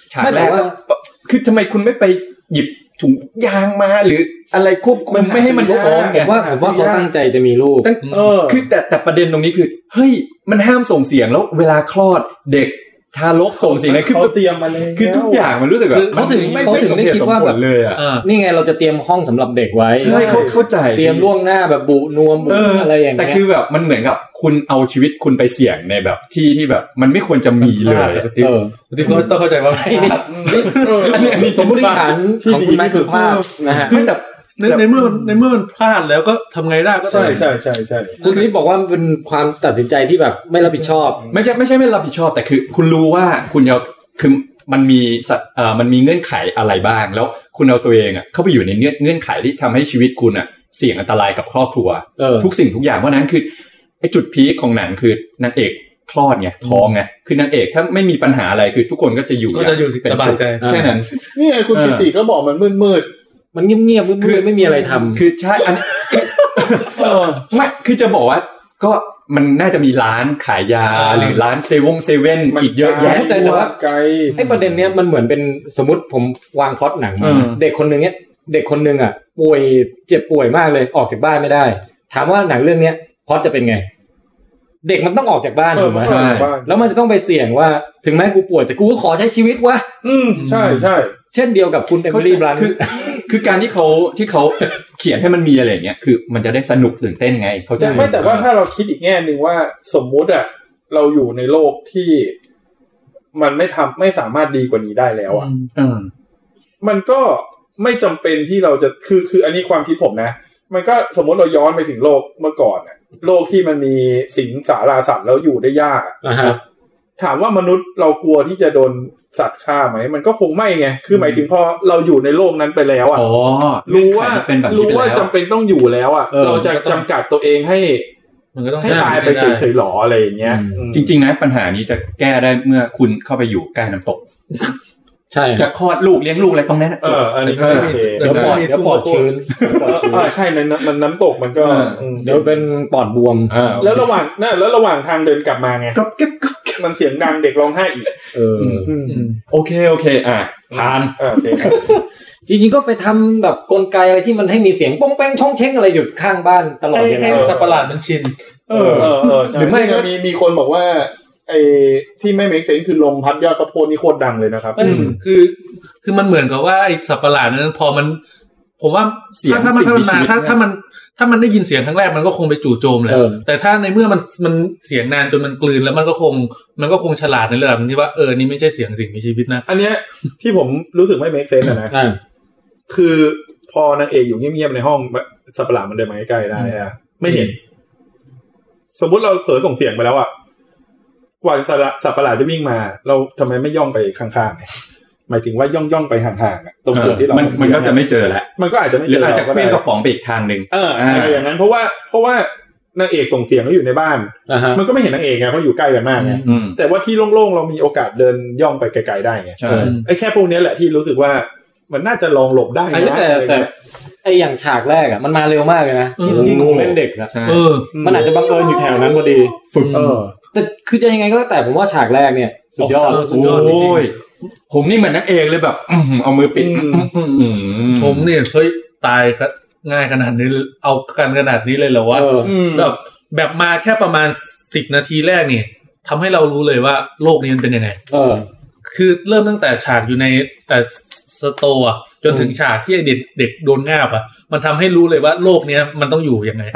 ฉากแรกคือทำไมคุณไม่ไปหยิบถุงยางมาหรืออะไรควบคุมไม่ให้มันท้องผมว่าเขาตั้งใจจะมีลูกคือแต่ประเด็นตรงนี้คือเฮ้ยมันห้ามส่งเสียงแล้วเวลาคลอดเด็กทารกส่งเสียงอะไรคือเขาเตรียมมาเลยคือทุกอย่างมันรู้สึกแบบเขาถึงได้คิดว่าแบบเลยอ่ะนี่ไงเราจะเตรียมห้องสำหรับเด็กไว้ใช่เข้าใจเตรียมล่วงหน้าแบบบุนวมบุอะไรอย่างเงี้ยแต่คือแบบมันเหมือนกับคุณเอาชีวิตคุณไปเสี่ยงในแบบที่แบบมันไม่ควรจะมีเลยที่เขาต้องเข้าใจว่านี่สมมติฐานของคุณแม่คือภาพนะฮะแต่ในเมื่อมันพลาดแล้วก็ทำไงได้ก็ใช่คุณคลิปบอกว่าเป็นความตัดสินใจที่แบบไม่รับผิดชอบไม่ใช่ไม่รับผิดชอบแต่คือคุณรู้ว่าคุณจะคือมันมีเงื่อนไขอะไรบ้างแล้วคุณเอาตัวเองอ่ะเข้าไปอยู่ในเงื่อนไขที่ทำให้ชีวิตคุณอ่ะเสี่ยงอันตรายกับครอบครัวทุกสิ่งทุกอย่างเพราะนั้นคือไอ้จุดพีคของหนังคือนางเอกคลอดไงท้องไงคือนางเอกถ้าไม่มีปัญหาอะไรคือทุกคนก็จะอยู่สบายใจแค่นั้นนี่ไงคุณปิติก็บอกมันมืดมันเงียบๆคือไม่มีอะไรทำคือใช่อันนี้ไม่คือจะบอกว่าก็มันน่าจะมีร้านขายยาหรือร้านเซเว่นอีกเยอะแยะแต่ว่าไอ้ประเด็นเนี้ยมันเหมือนเป็นสมมติผมวางพล็อตหนังเด็กคนนึงอ่ะป่วยเจ็บป่วยมากเลยออกจากบ้านไม่ได้ถามว่าหนังเรื่องเนี้ยพล็อตจะเป็นไงเด็กมันต้องออกจากบ้านถูกไหมแล้วมันจะต้องไปเสี่ยงว่าถึงแม้กูป่วยแต่กูก็ขอใช้ชีวิตวะใช่เช่นเดียวกับคุณเอมิลี่บลันท์คือการที่เขาเขียนให้มันมีอะไรอย่างเงี้ยคือมันจะได้สนุกตื่นเต้นไงเขาจะไม่แต่ว่าถ้าเราคิดอีกแง่นึงว่าสมมุติอ่ะเราอยู่ในโลกที่มันไม่สามารถดีกว่านี้ได้แล้วอ่ะมันก็ไม่จำเป็นที่เราจะคืออันนี้ความคิดผมนะมันก็สมมติเราย้อนไปถึงโลกเมื่อก่อนอ่ะโลกที่มันมีสิงสาราสัตว์แล้วอยู่ได้ยากถามว่ามนุษย์เรากลัวที่จะโดนสัตว์ฆ่าไหมมันก็คงไม่ไงคือหมายถึงพอเราอยู่ในโลกนั้นไปแล้วอ่ะรู้ว่าจำเป็นต้องอยู่แล้วอ่ะเราจะจำกัดตัวเองให้ตายไปเฉยๆหรออะไรอย่างเงี้ยจริงๆนะปัญหานี้จะแก้ได้เมื่อคุณเข้าไปอยู่ใกล้น้ำตกใช่จะคลอดลูกเลี้ยงลูกอะไรตรงนั้นอันนี้ก็โอเคเดี๋ยวปอดชื้นใช่มันน้ำตกมันก็เดี๋ยวเป็นปอดบวมแล้วระหว่างทางเดินกลับมาไงมันเสียงดังเด็กร้องไห้อีกโอเคผ่านจริงๆก็ไปทำแบบกลไกอะไรที่มันให้มีเสียงป้องแป้งช่องเช้งอะไรอยู่ข้างบ้านตลอดให้สัตว์ประหลาดมันชินหรือไม่ก็มีคนบอกว่าไอ้ที่ไม่เมคเซนส์คือลมพัดยอดข้าวโพดนี่โคตรดังเลยนะครับคือมันเหมือนกับว่าไอ้สัตว์ประหลาดนั้นพอมันผมว่าถ้ามันได้ยินเสียงครั้งแรกมันก็คงไปจู่โจมแหละแต่ถ้าในเมื่อมันเสียงนานจนมันกลืนแล้วมันก็คงฉลาดในระดับที่ว่านี่ไม่ใช่เสียงสิ่งมีชีวิตนะอันเนี้ยที่ผมรู้สึกไม่เมคเซนส์นะคือพอนางเอกอยู่เงียบๆในห้องสัตว์ประหลาดมันเดินมาใกล้ๆได้อะไม่เห็นสมมุติเราเผลอส่งเสียงไปแล้วอะกว่าสัตว์ประหลาดจะวิ่งมาเราทำไมไม่ย่องไปข้างๆหมายถึงว่าย่องไปห่างๆตรงจุดที่เรามันก็จะไม่เจอแล้วมันก็อาจจะไม่เจออาจจะเคลื่อนกระป๋องไปอีกทางนึงอย่างนั้นเพราะว่านางเอกส่งเสียงแล้วอยู่ในบ้านมันก็ไม่เห็นนางเอกไงเพราะอยู่ใกล้กันมากไงแต่ว่าที่โล่งๆเรามีโอกาสเดินย่องไปไกลๆได้ไงไอ้แค่พวกนี้แหละที่รู้สึกว่ามันน่าจะลองหลบได้นะแต่ไอ้อย่างฉากแรกอ่ะมันมาเร็วมากเลยนะที่คงเล่นเด็กนะมันอาจจะบังเอิญอยู่แถวนั้นพอดีฝึกแต่คือจะยังไงก็แล้วแต่ผมว่าฉากแรกเนี่ยสุดยอดจริงๆผมนี่เหมือนนักเอกเลยแบบเอามือปิดผมเนี่ยเฮ้ยตายครับง่ายขนาดนี้เอากันขนาดนี้เลยเหรอวะแบบมาแค่ประมาณ10นาทีแรกนี่ทำให้เรารู้เลยว่าโลกนี้มันเป็นยังไงคือเริ่มตั้งแต่ฉากอยู่ในสโตร์จนถึงฉากที่เด็กโดนงาบมันทำให้รู้เลยว่าโลกนี้มันต้องอยู่ยังไง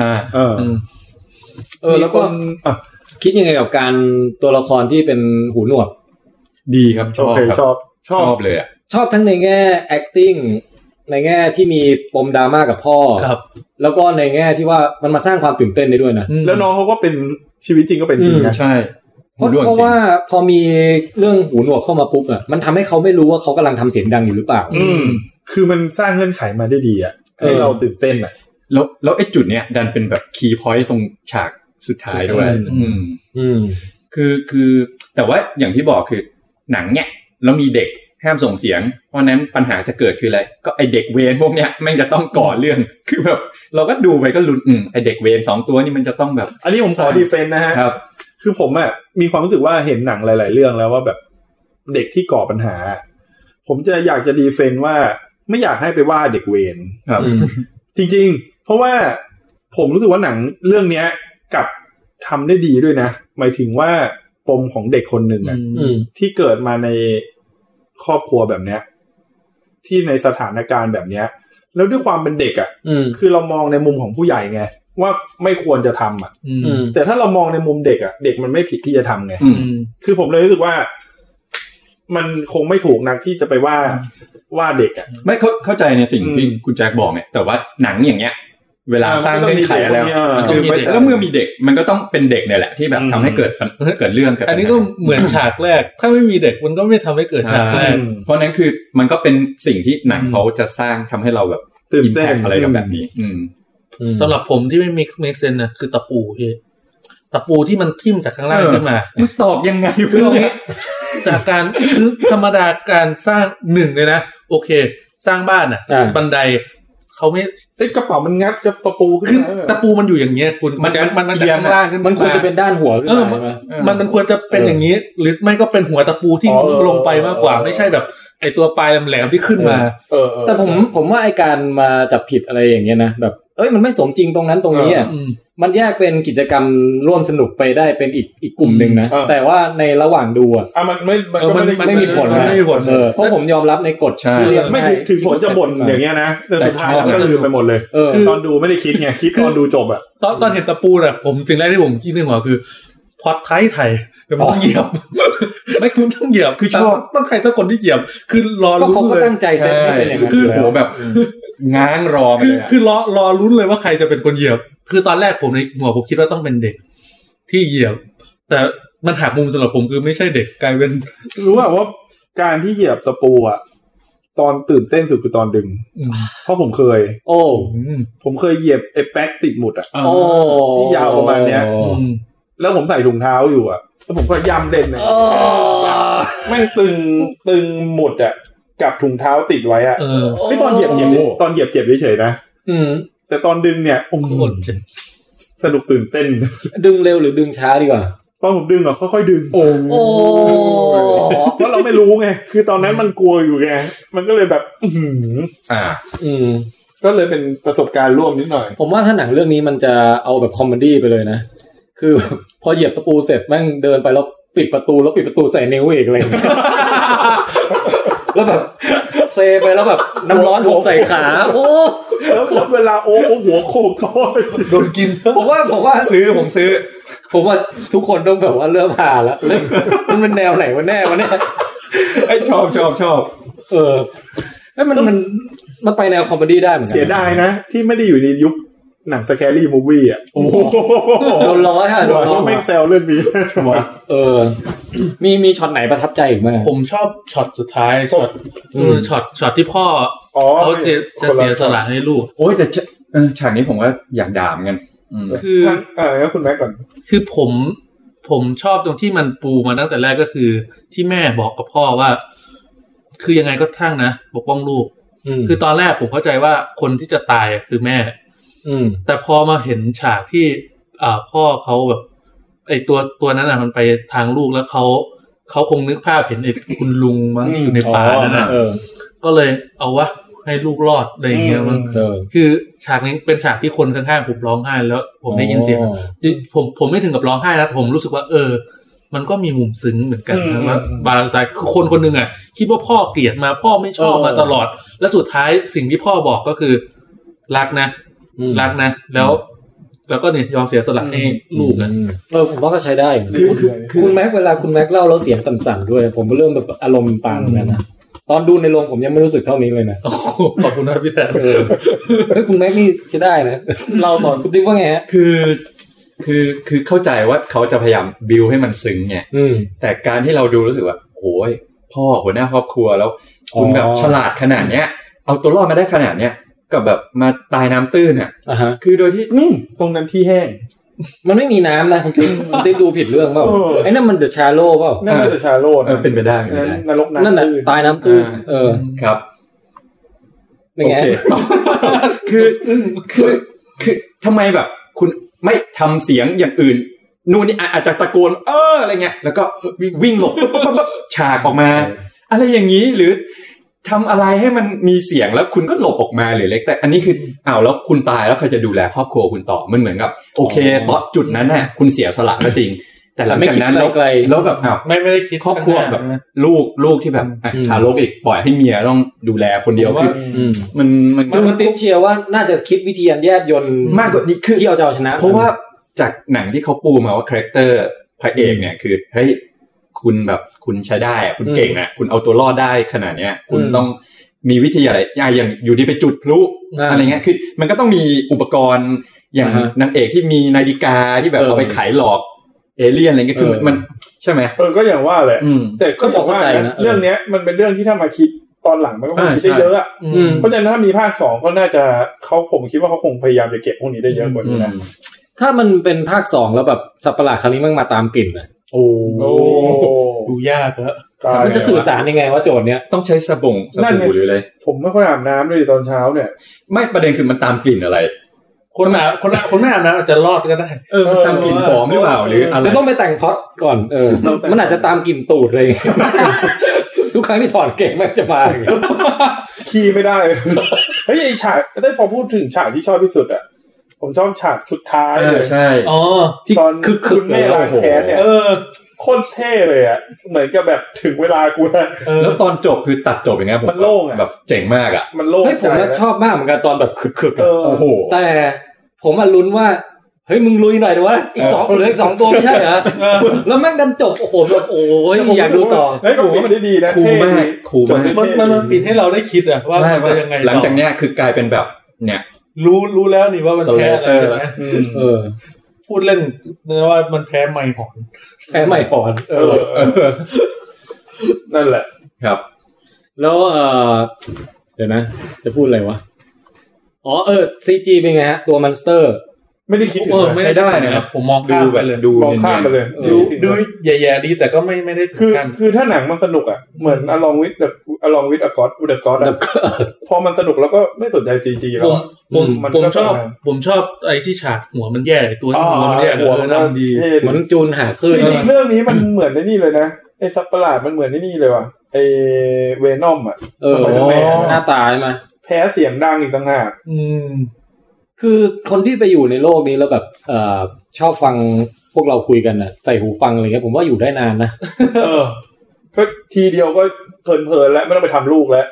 แล้วก็คิดยังไงกับการตัวละครที่เป็นหูหนวกดีครับชอบเลยชอบทั้งในแง่ acting ในแง่ที่มีปมดราม่ากับพ่อแล้วก็ในแง่ที่ว่ามันมาสร้างความตื่นเต้นได้ด้วยนะแล้วน้องเขาก็เป็นชีวิตจริงก็เป็นจริงนะใช่เพราะว่าพอมีเรื่องหูหนวกเข้ามาปุ๊บมันทำให้เขาไม่รู้ว่าเขากำลังทำเสียงดังอยู่หรือเปล่าคือมันสร้างเงื่อนไขมาได้ดีให้เราตื่นเต้นแล้วไอ้จุดเนี้ยดันเป็นแบบคีย์พอยต์ตรงฉากสุดท้ายด้วยคือแต่ว่าอย่างที่บอกคือหนังเนี่ยแล้วมีเด็กห้ามส่งเสียงเพราะนั้นปัญหาจะเกิดคืออะไรก็ไอเด็กเวรพวกเนี้ยแม่งจะต้องก่อเรื่องคือแบบเราก็ดูไปก็ลุ้นไอเด็กเวร2ตัวนี่มันจะต้องแบบอันนี้ผมขอดีเฟนต์นะฮะครับคือผมมีความรู้สึกว่าเห็นหนังหลายๆเรื่องแล้วว่าแบบเด็กที่ก่อปัญหาผมจะอยากจะดีเฟนว่าไม่อยากให้ไปว่าเด็กเวรครับจริงๆเพราะว่าผมรู้สึกว่าหนังเรื่องเนี้ยกับทำได้ดีด้วยนะหมายถึงว่าปมของเด็กคนหนึ่งอ่ะที่เกิดมาในครอบครัวแบบเนี้ยที่ในสถานการณ์แบบเนี้ยแล้วด้วยความเป็นเด็กอ่ะคือเรามองในมุมของผู้ใหญ่ไงว่าไม่ควรจะทำอ่ะแต่ถ้าเรามองในมุมเด็กอ่ะเด็กมันไม่ผิดที่จะทำไงคือผมเลยรู้สึกว่ามันคงไม่ถูกนักที่จะไปว่าเด็กอ่ะไม่เข้าใจในสิ่งที่คุณแจ็คบอกไงแต่ว่าหนังอย่างเงี้ยเวลาสร้างเงื่อนไขแล้วคือแล้วเมื่อมีเด็กมันก็ต้องเป็นเด็กเนี่ยแหละที่แบบทำให้เกิดเรื่องกันอันนี้ก็เหมือนฉากแรกถ้าไม่มีเด็กมันก็ไม่ทำให้เกิดฉากแรกเพราะนั้นคือมันก็เป็นสิ่งที่หนังเขาจะสร้างทำให้เราแบบตื่นเต้นอะไรแบบนี้สำหรับผมที่ไม่ make sense นะคือตะปูพี่ตะปูที่มันทิ่มจากข้างล่างขึ้นมามันตอกยังไงคือจากการคือธรรมดาการสร้างหนึ่งเลยนะโอเคสร้างบ้านน่ะบันไดเขาไม่กระเป๋ามันงัดกับตะปูขึ้นมาตะปูมันอยู่อย่างเงี้ยคุณมันจากข้างล่างขึ้นมันควรจะเป็นด้านหัวขึ้นมามันควรจะเป็นอย่างนี้หรือไม่ก็เป็นหัวตะปูที่ลงไปมากกว่าไม่ใช่แบบไอตัวปลายแหลมๆที่ขึ้นมาแต่ผมว่าไอการมาจับผิดอะไรอย่างเงี้ยนะแบบมันไม่สมจริงตรงนั้นตรงนี้อ่ะมันแยกเป็นกิจกรรมร่วมสนุกไปได้เป็นอีกกลุ่มนึงนะแต่ว่าในระหว่างดูอ่ะมันไม่มีผลเพราะผมยอมรับในกฎที่เรียกไม่ถึงผลจะบ่นอย่างเงี้ยนะแต่สุดท้ายก็ลืมไปหมดเลยตอนดูไม่ได้คิดไงคิดตอนดูจบอ่ะตอนเห็นตะปูน่ะผมสิ่งแรกที่ผมคิดในหัวคือพอดไทยแต่มันต้องเหยียบไม่คุณต้องเหยียบคือชอบต้องใครสักคนที่เหยียบคือรอลุ้นเลยเขาก็ตั้งใจเซตให้เป็นอย่างนั้นคือโหแบบง้างรอมาเลยคือรอลุ้นเลยว่าใครจะเป็นคนเหยียบคือตอนแรกผมในหัวผมคิดว่าต้องเป็นเด็กที่เหยียบแต่มันหักมุมสำหรับผมคือไม่ใช่เด็กกลายเป็นรู้ว่าการที่เหยียบตะปูอ่ะตอนตื่นเต้นสุดคือตอนดึงเพราะผมเคยผมเคยเหยียบไอ้แป๊กติดหมุดอ่ะที่ยาวประมาณเนี้ยแล้วผมใส่ถุงเท้าอยู่อ่ะแล้วผมก็ย่ำเล่นเลยแม่งตึงหมุดอ่ะกับถุงเท้าติดไว้อ่ะไม่ตอนเหยียบเจ็บตอนเหยียบเจ็บเฉยๆนะแต่ตอนดึงเนี่ยโอ้โหสนุกตื่นเต้นดึงเร็วหรือดึงช้าดีกว่าตอนผมดึงอ่ะค่อยๆดึงโอ้เพราะเราไม่รู้ไงคือตอนนั้นมันกลัวอยู่ไงมันก็เลยแบบก็เลยเป็นประสบการณ์ร่วมนิดหน่อยผมว่าถ้าหนังเรื่องนี้มันจะเอาแบบคอมเมดี้ไปเลยนะคือพอเหยียบตะปูเสร็จแม่งเดินไปแล้วปิดประตูใส่นิ้วอีกอะไรแล้วแบบเซไปแล้วแบบน้ำร้อนหกใส่ขาโอ้แล้วเวลาโอ้หัวโขกโตโดนกินผมว่าผมว่าทุกคนต้องแบบว่าเริ่มผ่าแล้วมันเป็นแนวไหนวะแน่วะเนี่ยไอ้ชอบมันไปแนวคอมเมดี้ได้เหมือนกันเสียดายนะที่ไม่ได้อยู่ในยุคหนังสแครี่มูฟวี่อ่ะโอ้โหโดนล้อฮะโดนล้อไม่แซวเรื่องนี้มีช็อตไหนประทับใจอีกมั้ยผมชอบช็อตสุดท้ายช็อตที่พ่อเขาจะเสียสละให้ลูกโอ้ยแต่ฉากนี้ผมว่าอยากด่าเหมือนกันคือแล้วคุณแม่ก่อนคือผมชอบตรงที่มันปูมาตั้งแต่แรกก็คือที่แม่บอกกับพ่อว่าคือยังไงก็ทั้งนะปกป้องลูกคือตอนแรกผมเข้าใจว่าคนที่จะตายคือแม่แต่พอมาเห็นฉากที่พ่อเขาแบบไอ้ตัวนั้นมันไปทางลูกแล้วเขาคงนึกภาพเห็นไอ้คุณลุงมั้งที่อยู่ในป่านั่นน่ะก็เลยเอาวะให้ลูกรอดอะไรอย่างเงี้ยมั้งคือฉากนี้เป็นฉากที่คนข้างๆผมร้องไห้แล้วผมได้ยินเสียงผมไม่ถึงกับร้องไห้นะผมรู้สึกว่ามันก็มีมุมซึ้งเหมือนกันนะว่าบาลานซ์คือคนนึงอ่ะคิดว่าพ่อเกลียดมาพ่อไม่ชอบมาตลอดแล้วสุดท้ายสิ่งที่พ่อบอกก็คือรักนะแล้วก็เนี่ยยอมเสียสละให้ลูกนะผมว่าก็ใช้ได้คุณแม็กเวลาคุณแม็กเล่าแล้วเสียงสั่นๆด้วยผมก็เริ่มแบบอารมณ์ตามเหมือนกันนะตอนดูในโรงผมยังไม่รู้สึกเท่านี้เลยนะขอบคุณนะพี่แทนคุณแม็กนี่ใช้ได้นะเราตอนคุณติ๊กว่าไงฮะคือเข้าใจว่าเขาจะพยายามบิวให้มันซึ้งไงแต่การที่เราดูรู้สึกว่าโอ้ยพ่อหัวหน้าครอบครัวแล้วคุณแบบฉลาดขนาดเนี้ยเอาตัวรอดมาได้ขนาดเนี้ยกับแบบมาตายน้ำตื้นอ่ะคือโดยที่ตรงนั้นที่แห้งมันไม่มีน้ำนะคุณติ๊กดูผิดเรื่องเปล่าไอ้นั่นมันเดอะชาโลเปล่านั่นมันเดอะชาโลเป็นไปได้นรกน้ำนั่นแหละตายน้ำตื้นครับเป็นไงคือทำไมแบบคุณไม่ทำเสียงอย่างอื่นนู่นนี่อาจจะตะโกนอะไรเงี้ยแล้วก็วิ่งหลบฉากออกมาอะไรอย่างนี้หรือทำอะไรให้มันมีเสียงแล้วคุณก็หลบออกมาหรือเล็กแต่อันนี้คือแล้วคุณตายแล้วใครจะดูแลครอบครัวคุณต่อมันเหมือนกับโอเคตอนจุดนั้นน่ะคุณเสียสละก็จริงแต่หลังจากนั้นแล้วแบบไม่ได้คิดครอบครัวแบบลูกที่แบบทารกอีกปล่อยให้เมียต้องดูแลคนเดียวคือมันติดเชียร์ว่าน่าจะคิดวิธีแยบยลมากกว่านี้คือที่เอาชนะเพราะว่าจากหนังที่เขาปูมาว่าคาแรคเตอร์พระเอกเนี่ยคือเฮ้ยคุณแบบคุณใช้ได้อะคุณเก่งนะคุณเอาตัวรอดได้ขนาดเนี้ยคุณต้องมีวิธีอะไรอย่างอยู่ดีไปจุดพลุอะไรเงี้ยคือมันก็ต้องมีอุปกรณ์อย่างนางเอกที่มีนาฬิกาที่แบบเอาไปขายหลอกเอเลี่ยนอะไรเงี้ยคือมันใช่ไหมก็อย่างว่าแหละแต่ก็บอกว่าเรื่องเนี้ยมันเป็นเรื่องที่ถ้ามาคิดตอนหลังมันก็คงคิดได้เยอะอ่ะเพราะฉะนั้นถ้ามีภาค2ก็น่าจะผมคิดว่าเขาคงพยายามจะเก็บพวกนี้ได้เยอะกว่านี้นะถ้ามันเป็นภาค2แล้วแบบสัตว์ประหลาดครั้งนี้มันมาตามกลิ่นอ่ะดูยากเหรอมันจะสื่อสารยังไงว่าโจทย์เนี้ยต้องใช้สบู่หรืออะไรผมไม่ค่อยอาบน้ำเลยตอนเช้าเนี่ยไม่ประเด็นคือมันตามกลิ่นอะไรคนไม่อาบน้ำอาจจะรอดก็ได้มันตามกลิ่นหอมหรือเปล่าหรืออะไรต้องไปแต่งพอดก่อนมันอาจจะตามกลิ่นตูดเลยทุกครั้งที่ถอดเก่งมันจะมาขี้ไม่ได้เฮ้ยไอ้ฉากได้พอพูดถึงฉากที่ชอบที่สุดอ่ะผมชอบฉากสุดท้ายเลยใช่ตอนคุณแม่ล้างแค้นเนี่ยโคตรเท่เลยอ่ะเหมือนกับแบบถึงเวลากูนะแล้วตอนจบคือตัดจบอย่างเงี้ยมันโล่งอ่ะแบบเจ๋งมากอ่ะมันโล่งผมชอบมากเหมือนกันตอนแบบคึกๆโอ้โหแต่ผมลุ้นว่าเฮ้ยมึงลุยหน่อยดิวะอีก2เหลืออีก2ตัวไม่ใช่เหรอแล้วแม่งดันจบโอ้โหแบบโอ้ยอยากดูต่อเฮ้ยผมว่ามันได้ดีนะคูลมากมันปิดให้เราได้คิดอ่ะว่าจะยังไงหลังจากเนี้ยคือกลายเป็นแบบเนี่ยรู้แล้วนี่ว่ามันแพ้อะไรใช่ไหมพูดเล่นนะว่ามันแพ้ไมค์หอนนั่นแหละครับแล้วเดี๋ยวนะจะพูดอะไรวะCG เป็นไงฮะตัวมอนสเตอร์ไม่ได้คิดถึงไม่ได้นะครับผมมองข้ามไปเลยมองข้ามไปเลยดูแย่ๆดีแต่ก็ไม่ได้ถึงกันคือถ้าหนังมันสนุกอ่ะเหมือน Along with a God with a God พอมันสนุกแล้วก็ไม่สนใจ CG แล้วผมชอบไอ้ที่ฉากหัวมันแย่ตัวหัวมันแย่ทำดีเหมือนจูนหาขึ้นจริงๆเรื่องนี้มันเหมือนนี่เลยนะไอ้สัตว์ประหลาดมันเหมือนนี่เลยว่ะไอ้เวนอมอ่ะหน้าตาใช่ไหมแพ้เสียงดังอีกต่างหากคือคนที่ไปอยู่ในโลกนี้แล้วแบบชอบฟังพวกเราคุยกันน่ะใส่หูฟังอะไรเงี้ยผมว่าอยู่ได้นานนะก็ทีเดียวก็เพลินๆแล้วไม่ต้องไปทำลูกแล้ว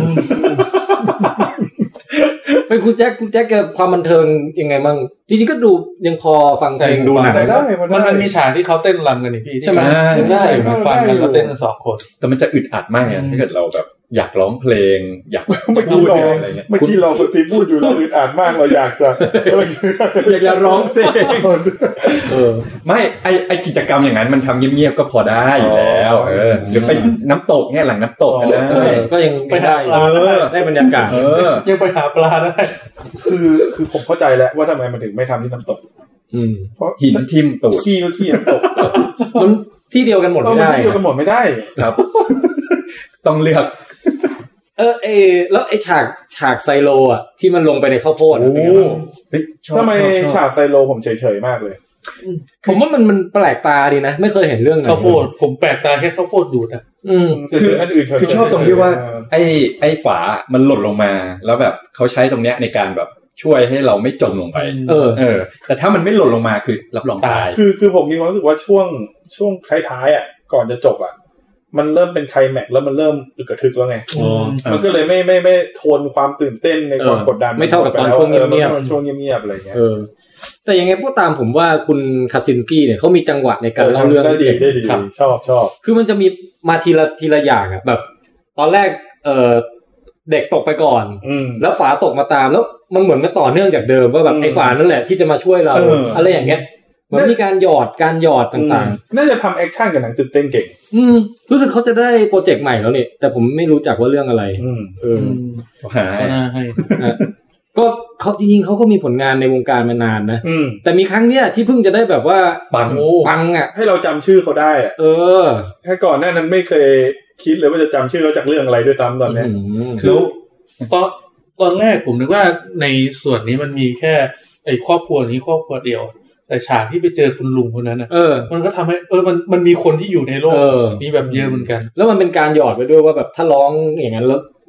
เป็นคุณแจ็คกับความบันเทิงยังไงมั่งจริงๆก็ดูยังพอฟังเพลงดูหนังได้มันมีฉากที่เขาเต้นรำกันนี่พี่ใช่ไหมได้ฟังกันแล้วเต้นกัน2คนแต่มันจะอึดอัดมากถ้าเกิดเราแบบอยากร้องเพลงอยากพูดอะไรเงี้ยเมื่อกี้เราปกติพูดอยู่เราอึดอัดมากเราอยากจะร้องเพลงไม่ไอกิจกรรมอย่างนั้นมันทำเงียบๆก็พอได้อยู่แล้วหรือไปน้ำตกเนี่ยหลังน้ำตกก็ได้ก็ยังไปได้ได้บรรยากาศยังไปหาปลาได้คือผมเข้าใจแล้วว่าทำไมมันถึงไม่ทำที่น้ำตกเพราะหินทิ่มตูดขี้ก็ขี้น้ำตกมันที่เดียวกันหมดไม่ได้ที่เดียวกันหมดไม่ได้ครับต้องเลือกแล้วไอ้ฉากไซโลอ่ะที่มันลงไปในข้าวโพดทำไมฉากไซโลผมเฉยๆมากเลยผมว่ามันแปลกตาดีนะไม่เคยเห็นเรื่องข้าวโพดผมแปลกตาแค่ข้าวโพดดูดอ่ะคืออันอื่นคือชอบตรงที่ว่าไอ้ฝามันหล่นลงมาแล้วแบบเขาใช้ตรงเนี้ยในการแบบช่วยให้เราไม่จมลงไปแต่ถ้ามันไม่หล่นลงมาคือรับรองตายคือผมมีความรู้สึกว่าช่วงท้ายๆอ่ะก่อนจะจบอ่ะมันเริ่มเป็นไคลแม็กซ์แล้วมันเริ่มอึกกระทึกแล้วไงมันก็เลยไม่โทนความตื่นเต้นในความกดดันไม่เท่ากับตอนช่วงเงียบๆช่วงเงียบๆอะไรเงี้ยแต่ยังไงพวกตามผมว่าคุณคาซินสกี้เนี่ยเขามีจังหวะในการเล่าเรื่องได้ดีชอบคือมันจะมีมาทีละอย่างอ่ะแบบตอนแรกเด็กตกไปก่อนแล้วฝาตกมาตามแล้วมันเหมือนมันต่อเนื่องจากเดิมว่าแบบไอ้ฝานั่นแหละที่จะมาช่วยเราอะไรอย่างเงี้ยมันมีการหยอดต่างๆน่าจะทำแอคชั่นกับหนังตื่นเต้นเก่งรู้สึกเขาจะได้โปรเจกต์ใหม่แล้วนี่แต่ผมไม่รู้จักว่าเรื่องอะไรหาให้ก็เขาจริงๆเขาก็มีผลงานในวงการมานานนะแต่มีครั้งเนี้ยที่เพิ่งจะได้แบบว่าปังอ่ะให้เราจำชื่อเขาได้อ่ะแค่ก่อนหน้านั้นไม่เคยคิดเลยว่าจะจำชื่อเขาจากเรื่องอะไรด้วยซ้ำตอนนี้คือตอนแรกผมนึกว่าในส่วนนี้มันมีแค่ไอ้ครอบครัวนี้ครอบครัวเดียวแต่ฉากที่ไปเจอคุณลุงคนนั้นน่ะมันก็ทำให้มันมีคนที่อยู่ในโลกนี้แบบเยอะเหมือนกันแล้วมันเป็นการหยอดไปด้วยว่าแบบถ้าร้องอย่างนั้นแล้ว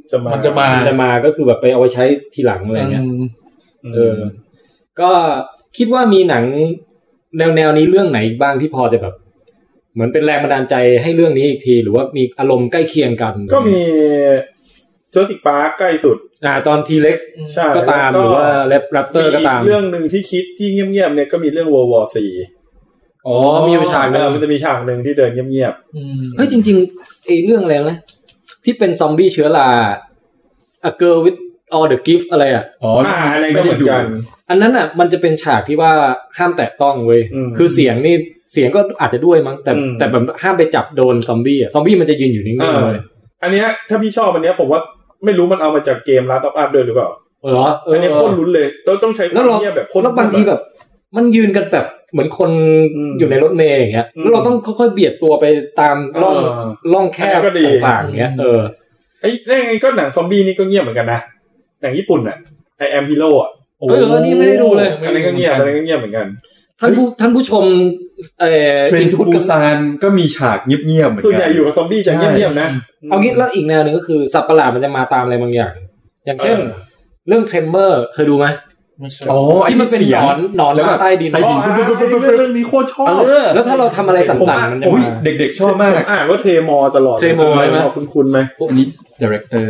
มันจะมาก็คือแบบไปเอาไว้ใช้ทีหลังอะไรเงี้ยก็คิดว่ามีหนังแนวนี้เรื่องไหนบ้างที่พอจะแบบเหมือนเป็นแรงบันดาลใจให้เรื่องนี้อีกทีหรือว่ามีอารมณ์ใกล้เคียงกันก็มีJurassic Park ใกล้สุดตอน T-Rex ก็ตามหรือว่า Raptor ก็ตามเรื่องนึงที่คิดที่เงียบๆเนี่ยก็มีเรื่อง World War 4 มีอยู่ฉากนึงมันจะมีฉากนึงที่เดินเงียบๆเฮ้ยจริงๆไอ้เรื่องอะไรนะที่เป็นซอมบี้เชื้อรา A Girl with All the Gift อะไรอ่ะอะไรก็เหมือนกันอันนั้นอ่ะมันจะเป็นฉากที่ว่าห้ามแตะต้องเว้ยคือเสียงก็อาจจะด้วยมั้งแต่แบบห้ามไปจับโดนซอมบี้อ่ะซอมบี้มันจะยืนอยู่นิ่งๆเลยอันเนี้ยถ้าพี่ชอบอันเนี้ยผมว่าไม่รู้มันเอามาจากเกม Last of Us ด้วยหรือเปล่าเหรออันนี้โคตรลุ้นเลยต้องใช้ความเงียบแบบคนแล้วบางทีแบบมันยืนกันแบบเหมือนคนอยู่ในรถเมล์อย่างเงี้ยแล้วเราต้องค่อยๆเบียดตัวไปตามร่องแคบต่างๆอย่างเงี้ยไอ้ได้ไงก็หนังซอมบี้นี่ก็เงียบเหมือนกันนะหนังญี่ปุ่นอ่ะ I Am Hero อ่ะนี่ไม่ได้ดูเลยอันนี้ก็เงียบเหมือนกันท่านผู้ชมเทรนทูปูซานก็มีฉากเงียบๆเหมือนกันส่วนใหญ่อยู่กับซอมบี้จะเงียบๆนะเอางี้แล้วอีกแนวนึงก็คือสัตว์ประหลาดมันจะมาตามอะไรบางอย่างอย่างเช่นเรื่องเทรมเมอร์เคยดูไหมที่มันเป็นหนอนแล้วใต้ดินเรื่องนี้โคตรชอบแล้วถ้าเราทำอะไรสั่นๆมันจะมาเด็กๆชอบมากว่าเทมอตลอดเทมอไหมคุณไหมอันนี้ดีเรคเตอร์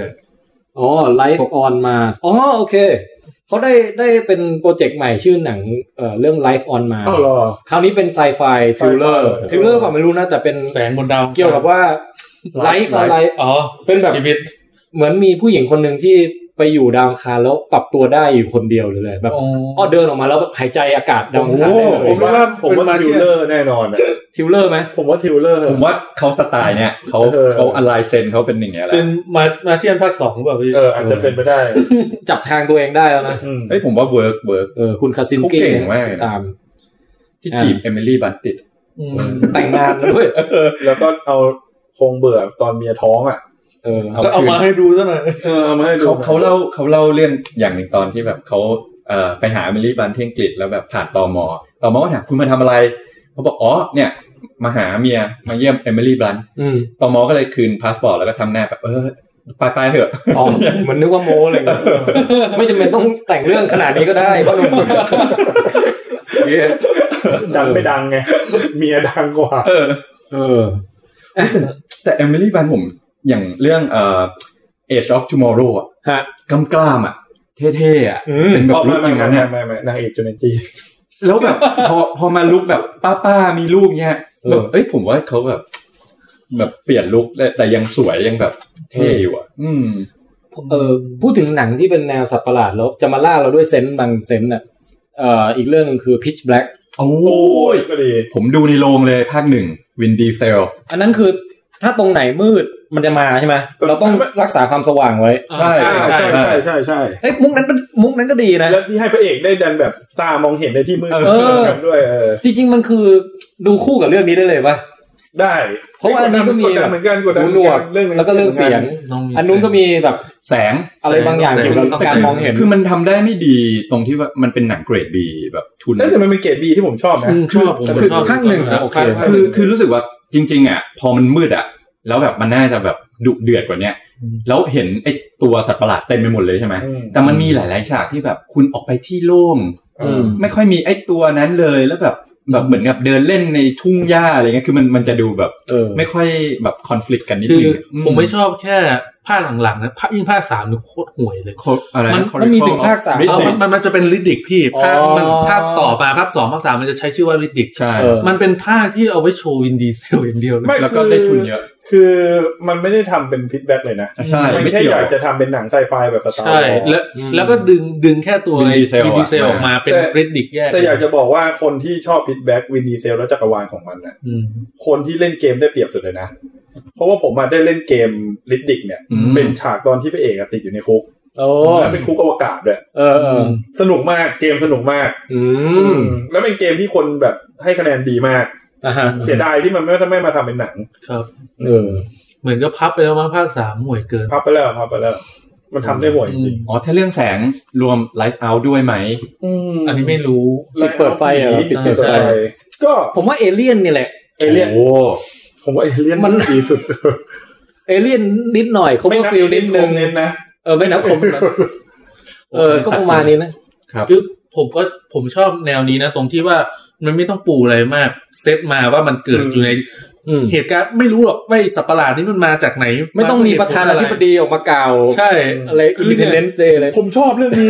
Life on Mars โอเคเขาได้เป็นโปรเจกต์ใหม่ชื่อหนังเรื่อง Life on Mars คราวนี้เป็นไซไฟทริลเลอร์ผมไม่รู้นะแต่เป็นแสงบนดาวเกี่ยวกับว่า Life อะไรเป็นแบบชีวิตเหมือนมีผู้หญิงคนนึงที่ไปอยู่ดาวอังคารแล้วปรับตัวได้อยู่คนเดียวเลยแบบเดินออกมาแล้วหายใจอากาศดาวอังคารได้เลยผมว่าทริลเลอร์แน่นอนทริลเลอร์ไหมผมว่าทริลเลอร์ผมว่าเขาสไตล์เนี่ยเขาอะไรเซนเขาเป็นอย่างเงี้ยแหละเป็นมาเชียนภาค2แบบอาจจะเป็นไปได้จับทางตัวเองได้แล้วนะผมว่าเวิร์กคุณคาซินกี้เก่งมากตามที่จีบเอมิลี่บันติดแต่งงานแล้วด้วยแล้วก็เอาคงเบื่อตอนเมียท้องอ่ะก็เอามาให้ดูซะหน่อยเอามาให้ดูเขาเล่าเรื่องอย่างหนึ่งตอนที่แบบเขาไปหาเอมิลี่บันที่อังกฤษแล้วแบบผ่านตมก็ถามคุณมาทำอะไรเขาบอกเนี่ยมาหาเมียมาเยี่ยมเอมิลี่บันตมก็เลยคืนพาสปอร์ตแล้วก็ทำหน้าแบบไปเถอะเหมือนนึกว่าโมอะไรเงี้ยไม่จำเป็นต้องแต่งเรื่องขนาดนี้ก็ได้เพราะดังไม่ดังไงเมียดังกว่าแต่เอมิลี่บันผมอย่างเรื่องAge of Tomorrow อ่ะกล้ามๆอ่ะเท่ๆอ่ะเป็นแบบลุคอย่างนั้นเนี่ยนางเอกจูเนนจีแล้วแบบพอมาลุคแบบป้ามีลูกเงี้ยผมว่าเขาแบบเปลี่ยนลุคแต่ยังสวยยังแบบเท่อยู่อ่ะพูดถึงหนังที่เป็นแนวสัตว์ประหลาดแล้วจะมาล่าเราด้วยเซนส์บางเซนส์อ่ะอีกเรื่องนึงคือ Pitch Black โอ้ยผมดูในโรงเลยภาค1 Vin Diesel อันนั้นคือถ้าตรงไหนมืดมันจะมาใช่ไหมเราต้องรักษาความสว่างไว้ใช่มุกนั้นก็ดีนะแล้วที่ให้พระเอกได้ดันแบบตามองเห็นในที่มืดกันด้วยจริงๆมันคือดูคู่กับเรื่องนี้ได้เลยป่ะได้เพราะว่าอันนี้ก็มีเหมือนกันกดดันหนวกแล้วก็เรื่องเสียงอันนู้นก็มีแบบแสงอะไรบางอย่างเกี่ยวกับการมองเห็นคือมันทำได้ไม่ดีตรงที่ว่ามันเป็นหนังเกรด B แบบทุนแต่มันเป็นเกรด B ที่ผมชอบนะชอบผมชอบภาค1โอเคคือรู้สึกว่าจริงๆอ่ะพอมันมืดอ่ะแล้วแบบมันน่าจะแบบดุเดือดกว่านี้แล้วเห็นไอ้ตัวสัตว์ประหลาดเต็มไปหมดเลยใช่ไหมแต่มันมีหลายๆฉากที่แบบคุณออกไปที่โล่งไม่ค่อยมีไอ้ตัวนั้นเลยแล้วแบบเหมือนกับเดินเล่นในทุ่งหญ้าอะไรเงี้ยคือมันจะดูแบบไม่ค่อยแบบคอนฟลิกต์กันนิดนึงผมไม่ชอบแค่ภาคหลังๆนะยิ่งภาค3นี่โคตรห่วยเลยมันมีถึงภาค3 มันจะเป็นริดดิกพี่ภาคต่อมาภาค2ภาค3มันจะใช้ชื่อว่าริดดิกใช่มันเป็นภาคที่เอาไว้โชว์วินดีเซลอย่างเดียวเลยแล้วก็ได้ทุนเยอะคือมันไม่ได้ทำเป็นพิทแบ็กเลยนะไม่ใช่อยากจะทำเป็นหนังไซไฟแบบสไตล์ใช่แล้วก็ดึงแค่ตัววินดีเซลออกมาเป็นริดดิกแยกแต่อยากจะบอกว่าคนที่ชอบพิทแบ็กวินดีเซลและจักรวาลของมันน่ะคนที่เล่นเกมได้เปรียบสุดเลยนะเพราะว่าผมได้เล่นเกมลิดดิกเนี่ยเป็นฉากตอนที่พระเอกติดอยู่ในคุกแล้วเป็นคุกอวกาศด้วยสนุกมากเกมสนุกมากแล้วเป็นเกมที่คนแบบให้คะแนนดีมากเสียดายที่มันไม่มาทำเป็นหนังครับเหมือนจะพับไปแล้วมั้งภาค3ห่วยเกินพับไปแล้วมันทำได้ห่วยจริงถ้าเรื่องแสงรวมไลท์เอาท์ด้วยไหมอันนี้ไม่รู้ปิดเปิดไฟปิดเปิดไฟก็ผมว่าเอเลี่ยนนี่แหละเอเลี่ยนผมว่าเอเลี่ยนมันดีสุดเอเลี่ยนนิดหน่อยเขาก็ฟีลนิดนึงนะไม่นับคมก็ประมาณนี้นะครับคือผมชอบแนวนี้นะตรงที่ว่ามันไม่ต้องปูอะไรมากเซตมาว่ามันเกิดอยู่ในเหตุการณ์ไม่รู้หรอกว่าสัตว์ประหลาดนี่มันมาจากไหนไม่ต้องมีประธานาธิบดีออกมากล่าวใช่อะไร Independence Day อะไรผมชอบเรื่องนี้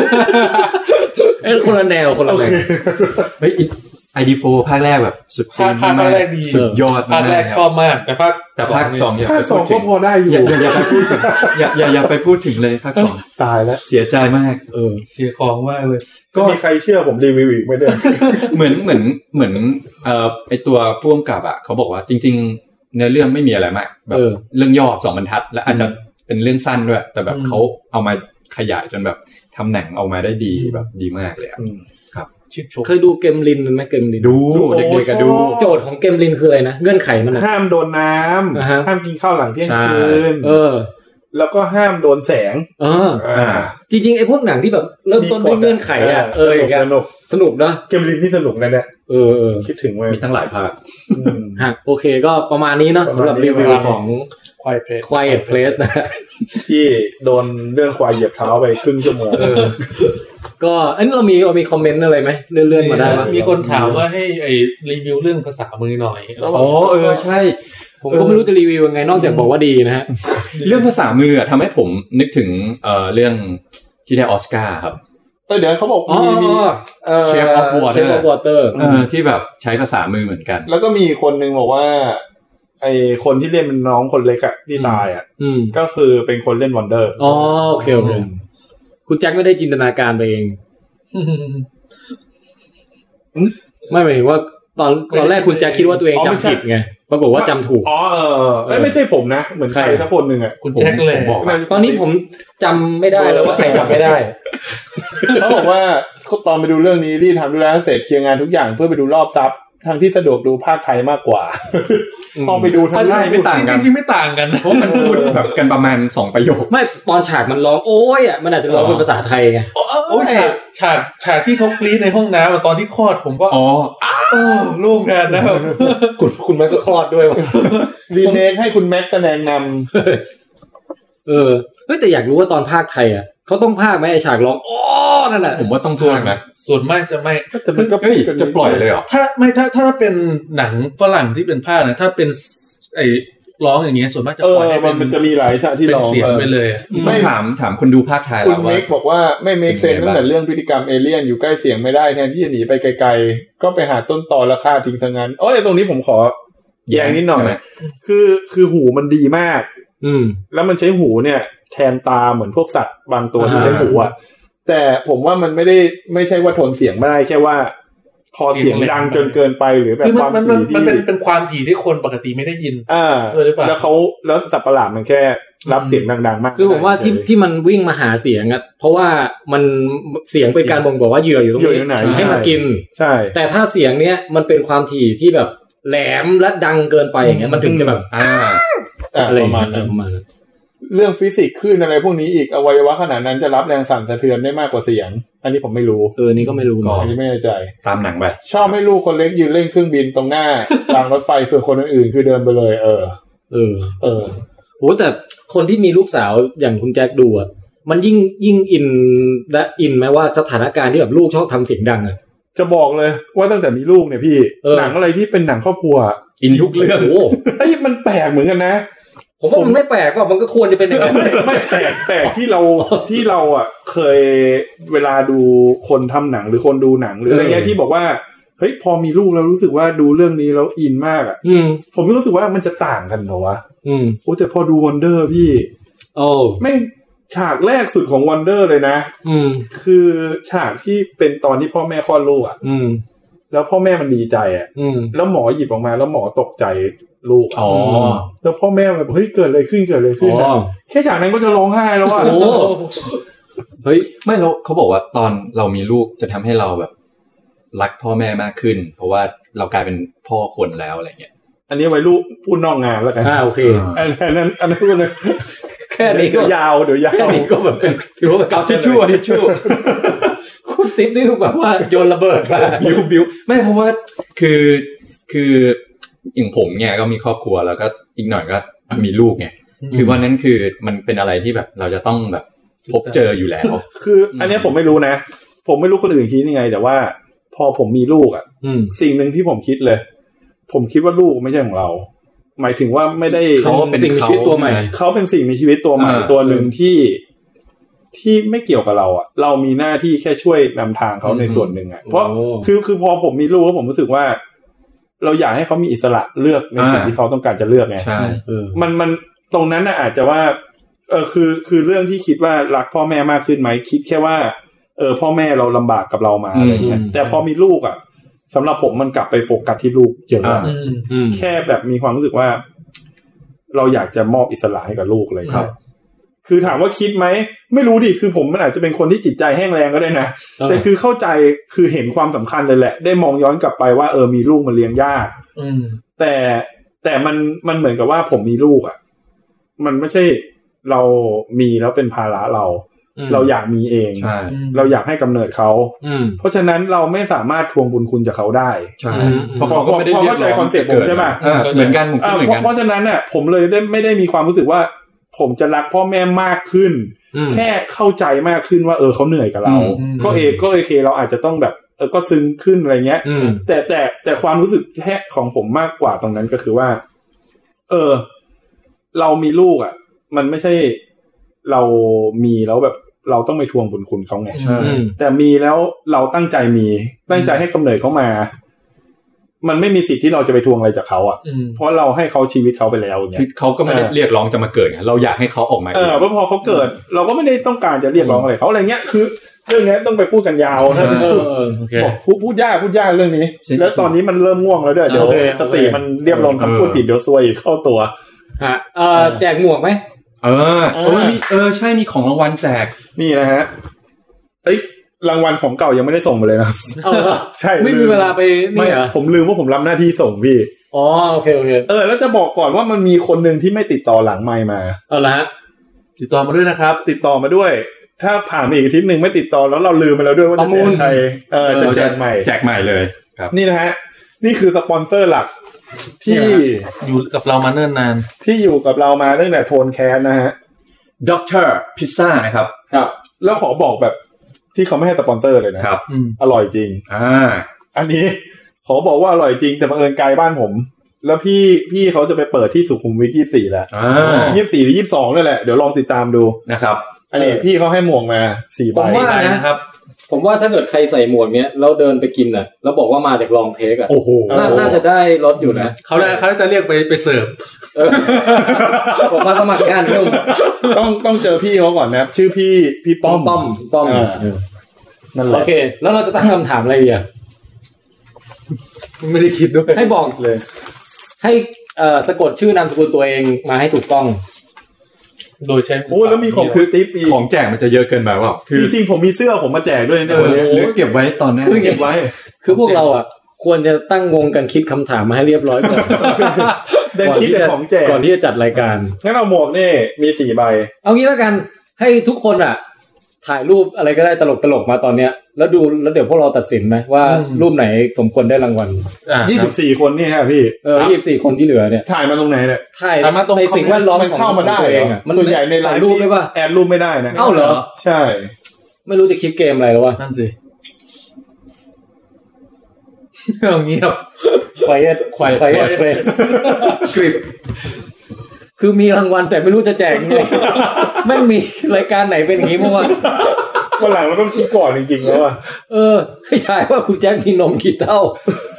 คนละแนวคนละแนวเฮ้ยID4 ภาคแรกแบบสุดภาคแรกดีสุดยอดภาคแรกชอบมากแต่ภาค 2 ภาค2ก็พอได้อยู่อย่าไปพูดถึงอย่าไปพูดถึงเลยภาค2 ตายแล้วเสียใจมากเสียของมากเลยก็มีใครเชื่อผมรีวิวอีกไม่ได้เหมือนไอตัวผู้กำกับอ่ะเขาบอกว่าจริงๆในเรื่องไม่มีอะไรมากแบบเรื่องย่อ2บรรทัดและอาจจะเป็นเรื่องสั้นด้วยแต่แบบเขาเอามาขยายจนแบบทำหนังออกมาได้ดีแบบดีมากเลยครับเคยดูเกมลินไหมเกมลินดูเด็กๆก็ดูโจทย์ของเกมลินคืออะไรนะเงื่อนไขมันห้ามโดนน้ำห้ามกินข้าวหลังเที่ยงคืนแล้วก็ห้ามโดนแสงจริงๆไอ้พวกหนังที่แบบเริ่มต้นด้วยเงื่อนไขอ่ะสนุกนะเกมลินที่สนุกนะเนี่ยคิดถึงว่ามีตั้งหลายภาคโอเคก็ประมาณนี้เนาะสำหรับรีวิวของ Quiet Place นะที่โดนเรื่องควายเหยียบเท้าไปครึ่งชั่วโมงก็อันนี้เรามีคอมเมนต์อะไรไหมเลื่อนๆมาได้ป่ะมีคนถามว่าให้รีวิวเรื่องภาษามือหน่อยใช่ผมก็ไม่รู้จะรีวิวยังไงนอกจากบอกว่าดีนะฮะเรื่องภาษามือทำให้ผมนึกถึงเรื่องที่ได้ออสการ์ครับเดี๋ยวเขาบอกมี Shape of Water ที่แบบใช้ภาษามือเหมือนกันแล้วก็มีคนนึงบอกว่าไอคนที่เล่นเป็นน้องคนเล็กอ่ะที่ตายอ่ะก็คือเป็นคนเล่นวันเดอร์โอเคคุณแจ็คไม่ได้จินตนาการไปเองไม่หมายถึงว่าตอนแรกคุณแจ็คคิดว่าตัวเองจำผิดไงปรากฏว่าจำถูกไม่ใช่ผมนะเหมือนใครสักคนนึงอ่ะคุณแจ็คเลยบอกตอนนี้ผมจำไม่ได้แล้วว่าใครจำไม่ได้เขาบอกว่าตอนไปดูเรื่องนี้รีบทำดูแลเสร็จเคลียร์งานทุกอย่างเพื่อไปดูรอบซับทางที่สะดวกดูภาคไทยมากกว่าพอไปดูทางไทยไม่ต่างกันจริงๆไม่ต่างกันเพราะมันพูดแบบกันประมาณ2ประโยคไม่ตอนฉากมันร้องโอ้ยอ่ะมันอาจจะร้องเป็นภาษาไทยไงโอ้ยฉากที่เขากรี๊ดในห้องน้ำตอนที่คลอดผมก็ลูกแทนนะคุณแม็กก็คลอดด้วยรีเมคให้คุณแม็กแสดงนำเฮ้ยแต่อยากรู้ว่าตอนภาคไทยอ่ะเขาต้องภาคไหมไอ้ฉากร้องนั่นแหละผมว่าต้องภาคนะส่วนมากจะไม่คือจะปล่อยเลยเหรอถ้าเป็นหนังฝรั่งที่เป็นภาคนะถ้าเป็นไอ้ร้องอย่างเงี้ยส่วนมากจะปล่อยให้มันจะมีหลายฉากที่ร้องเสียงไปเลยไม่ถามคนดูภาคไทยคุณเมกบอกว่าไม่เมคเซนส์ตั้งแต่เรื่องพฤติกรรมเอเลี่ยนอยู่ใกล้เสียงไม่ได้แทนที่จะหนีไปไกลๆก็ไปหาต้นตอและฆ่าทิ้งซะงั้นตรงนี้ผมขอแย้งนิดหน่อยคือหูมันดีมากแล้วมันใช้หูเนี่ยแทนตาเหมือนพวกสัตว์บางตัวที่ใช้หูอ่ะแต่ผมว่ามันไม่ใช่ว่าทนเสียงไม่ได้แค่ว่าพอเสียงดังจนเกินไปหรือแบบความถี่ที่มันเป็นความถี่ที่คนปกติไม่ได้ยินแล้วสัตว์ประหลาดมันแค่รับเสียงดังๆมากคือผมว่าที่มันวิ่งมาหาเสียงอ่ะเพราะว่ามันเสียงเป็นการบ่งบอกว่าเหยื่ออยู่ตรงนี้ให้มากินใช่แต่ถ้าเสียงเนี้ยมันเป็นความถี่ที่แบบแหลมและดังเกินไปอย่างเงี้ยมันถึงจะแบบประมาณนั้นเรื่องฟิสิกส์ขึ้นอะไรพวกนี้อีกอวัยวะขนาดนั้นจะรับแรงสั่นสะเทือนได้มากกว่าเสียงอันนี้ผมไม่รู้นี่ก็ไม่รู้อันนี้ไม่แน่ใจตามหนังไปชอบให้ลูกคนเล็กยืนเล่นเครื่องบินตรงหน้ารางรถไฟส่วนคนอื่นๆคือเดินไปเลยโหแต่คนที่มีลูกสาวอย่างคุณแจ็คดูอ่ะมันยิ่งอินและอินไหมว่าสถานการณ์ที่แบบลูกชอบทำเสียงดังอ่ะจะบอกเลยว่าตั้งแต่มีลูกเนี่ยพี่หนังอะไรที่เป็นหนังครอบครัวอินทุกเรื่องมันแปลกเหมือนกันนะผมว่ามันไม่แปลกว่ามันก็ควรจะเป็นอย่างนั้นไม่แปลกที่เราอ่ะเคยเวลาดูคนทำหนังหรือคนดูหนังหรืออะไรเงี้ยที่บอกว่าเฮ้ยพอมีลูกแล้วรู้สึกว่าดูเรื่องนี้แล้วอินมากอ่ะผมรู้สึกว่ามันจะต่างกันเหรอวะแต่พอดู Wonder พี่แม่งฉากแรกสุดของ Wonder เลยนะคือฉากที่เป็นตอนที่พ่อแม่คลอดลูกอ่ะแล้วพ่อแม่มันดีใจอ่ะแล้วหมอหยิบออกมาแล้วหมอตกใจลูกแล้วพ่อแม่แบบเฮ้ยเกิดอะไรขึ้นแค่ฉากนั้นก็จะร้องไห้แล้วอ่ะเฮ้ยไม่แล้วเขาบอกว่าตอนเรามีลูกจะทำให้เราแบบรักพ่อแม่มากขึ้นเพราะว่าเรากลายเป็นพ่อคนแล้วอะไรเงี้ยอันนี้ไว้ลูกพูดนอกงานแล้วกันโอเคอันนั้นพูดเลยแค่นี้ก็ยาวเดี๋ยวยาวแค่นี้ก็แบบถือว่ากับทิชชู่คุณติ๊บนี่แบบว่าโยนระเบิดมาบิวไม่เพราะว่าคืออย่างผมเนี่ยก็มีครอบครัวแล้วก็อีกหน่อยก็มีลูกไงคือวันนั้นคือมันเป็นอะไรที่แบบเราจะต้องแบบพบเจออยู่แล้วคืออันนี้ผมไม่รู้นะผมไม่รู้คนอื่นคิดยังไงแต่ว่าพอผมมีลูกอ่ะสิ่งนึงที่ผมคิดเลยผมคิดว่าลูกไม่ใช่ของเราหมายถึงว่าไม่ได้เขาเป็นสิ่งมีชีวิตตัวใหม่เขาเป็นสิ่งมีชีวิตตัวใหม่ตัวนึงที่ไม่เกี่ยวกับเราอ่ะเรามีหน้าที่แค่ช่วยนำทางเขาในส่วนหนึ่งอ่ะเพราะคือพอผมมีลูกแล้วผมรู้สึกว่าเราอยากให้เขามีอิสระเลือกในสิ่งที่เขาต้องการจะเลือกไงมันตรงนั้นน่ะอาจจะว่าคือเรื่องที่คิดว่ารักพ่อแม่มากขึ้นไหมคิดแค่ว่าพ่อแม่เราลำบากกับเรามาอะไรเงี้ยแต่พอมีลูกอ่ะสำหรับผมมันกลับไปโฟกัสที่ลูกเยอะแค่แบบมีความรู้สึกว่าเราอยากจะมอบอิสระให้กับลูกเลยครับคือถามว่าคิดไหมไม่รู้ดิคือผมมันอาจจะเป็นคนที่จิตใจแห้งแรงก็ได้นะแต่คือเข้าใจคือเห็นความสำคัญเลยแหละได้มองย้อนกลับไปว่ามีลูกมันเลี้ยงยากแต่มันเหมือนกับว่าผมมีลูกอ่ะมันไม่ใช่เรามีแล้วเป็นภาระเราอยากมีเองเราอยากให้กำเนิดเขาเพราะฉะนั้นเราไม่สามารถทวงบุญคุณจากเขาได้เพราะเขาก็ไม่ได้เรียกร้องคอนเซ็ปต์ผมใช่ป่ะเหมือนกันเพราะฉะนั้นน่ะผมเลยไม่ได้มีความรู้สึกว่าผมจะรักพ่อแม่มากขึ้นแค่เข้าใจมากขึ้นว่าเขาเหนื่อยกับเราก็โอเคเราอาจจะต้องแบบก็ซึ้งขึ้นอะไรเงี้ยแต่ความรู้สึกแค่ของผมมากกว่าตรงนั้นก็คือว่าเรามีลูกอ่ะมันไม่ใช่เรามีแล้วแบบเราต้องไปทวงบุญคุณเขาไงแต่มีแล้วเราตั้งใจให้กำเนิดเขามามันไม่มีสิทธิ์ที่เราจะไปทวงอะไรจากเขาอ่ะเพราะเราให้เขาชีวิตเขาไปแล้วอย่างเงี้ยเขาก็ไม่ได้เรียกร้องจะมาเกิดไงเราอยากให้เขาออกมาเพราะพอเขาเกิดเราก็ไม่ได้ต้องการจะเรียกร้องอะไรเขาอะไรเงี้ยคือเรื่องนี้ต้องไปพูดกันยาวนะพูดยากเรื่องนี้แล้วตอนนี้มันเริ่มง่วงแล้วด้วยเดี๋ยวสติมันเรียบร้อยคำพูดผิดเดี๋ยวซวยอีกเข้าตัวแจกหมวกไหมใช่มีของรางวัลแจกนี่นะฮะรางวัลของเก่ายังไม่ได้ส่งมาเลยนะใช่ไม่มีเวลาไปนี่เหรอผมลืมว่าผมรับหน้าที่ส่งพี่โอเคแล้วจะบอกก่อนว่ามันมีคนนึงที่ไม่ติดต่อหลังไมค์มาละฮะติดต่อมาด้วยนะครับติดต่อมาด้วยถ้าผ่านอีกอาทิตย์นึงไม่ติดต่อแล้วเราลืมไปแล้วด้วยว่าจะแจกใครจะแจกใหม่เลยครับนี่นะฮะนี่คือสปอนเซอร์หลักที่อยู่กับเรามาเนิ่นนานที่อยู่กับเรามาตั้งแต่โทนแคสนะฮะ Dr. Pizza นะครับแล้วขอบอกแบบที่เขาไม่ให้สปอนเซอร์เลยนะครับอร่อยจริงอันนี้ขอบอกว่าอร่อยจริงแต่บังเอิญไกลบ้านผมแล้วพี่เขาจะไปเปิดที่สุขุมวิท24แล้ว24หรือ22นั่นแหละเดี๋ยวลองติดตามดูนะครับอันนี้พี่เขาให้หมวกมา4ใบนะครับผมว่าถ้าเกิดใครใส่หมวกเนี้ยแล้วเดินไปกินน่ะแล้วบอกว่ามาจากลองเทคอ่ะน่าจะได้รถอยู่นะเขาจะเรียกไปเสิร์ฟผมมาสมัครงานพี่ต้องเจอพี่เขาก่อนนะชื่อพี่ป้อมนั่นแหละโอเคแล้วเราจะตั้งคำถามอะไรดีอ่ะไม่ได้คิดด้วยให้บอกเลยให้สะกดชื่อนามสกุลตัวเองมาให้ถูกต้องโดยใช้แล้วมีของคือติ๊บของแจกมันจะเยอะเกินไปว่าจริงๆผมมีเสื้อผมมาแจกด้วยในวันนี้หรือเก็บไว้ตอนนี้คือเก็บไว้คือพวกเราอ่ะควรจะตั้งวงกันคิดคำถามมาให้เรียบร้อยก่อนเดินคิดแต่ของแจกก่อนที่จะจัดรายการงั้นเอาหมวกนี่มี4ใบเอางี้แล้วกันให้ทุกคนอ่ะถ่ายรูปอะไรก็ได้ตลกมาตอนเนี้ยแล้วดูแล้วเดี๋ยวพวกเราตัดสินไหมว่ารูปไหนสมควรได้รางวัล 24คนนี่ฮะพี่ 24คนที่เหลือเนี่ยถ่ายมาตรงไหนเนี่ยถ่ายมาตรงในสิ่งแวดล้อมมันเข้ามาได้เองอ่ะส่วนใหญ่ในไลน์รูปได้ป่ะแอดรูปไม่ได้นะเหรอใช่ไม่รู้จะคิดเกมอะไรแล้ววะนั่นสิเอาเงียบควายเฟสกริบคือมีรางวัลแต่ไม่รู้จะแจกไงไม่มีรายการไหนเป็นอย่างนี้มั้งวะวันหลังเราต้องคิดก่อนจริงๆแล้วอ่ะให้ทายว่าคุณแจ็คมีนมกี่เท่า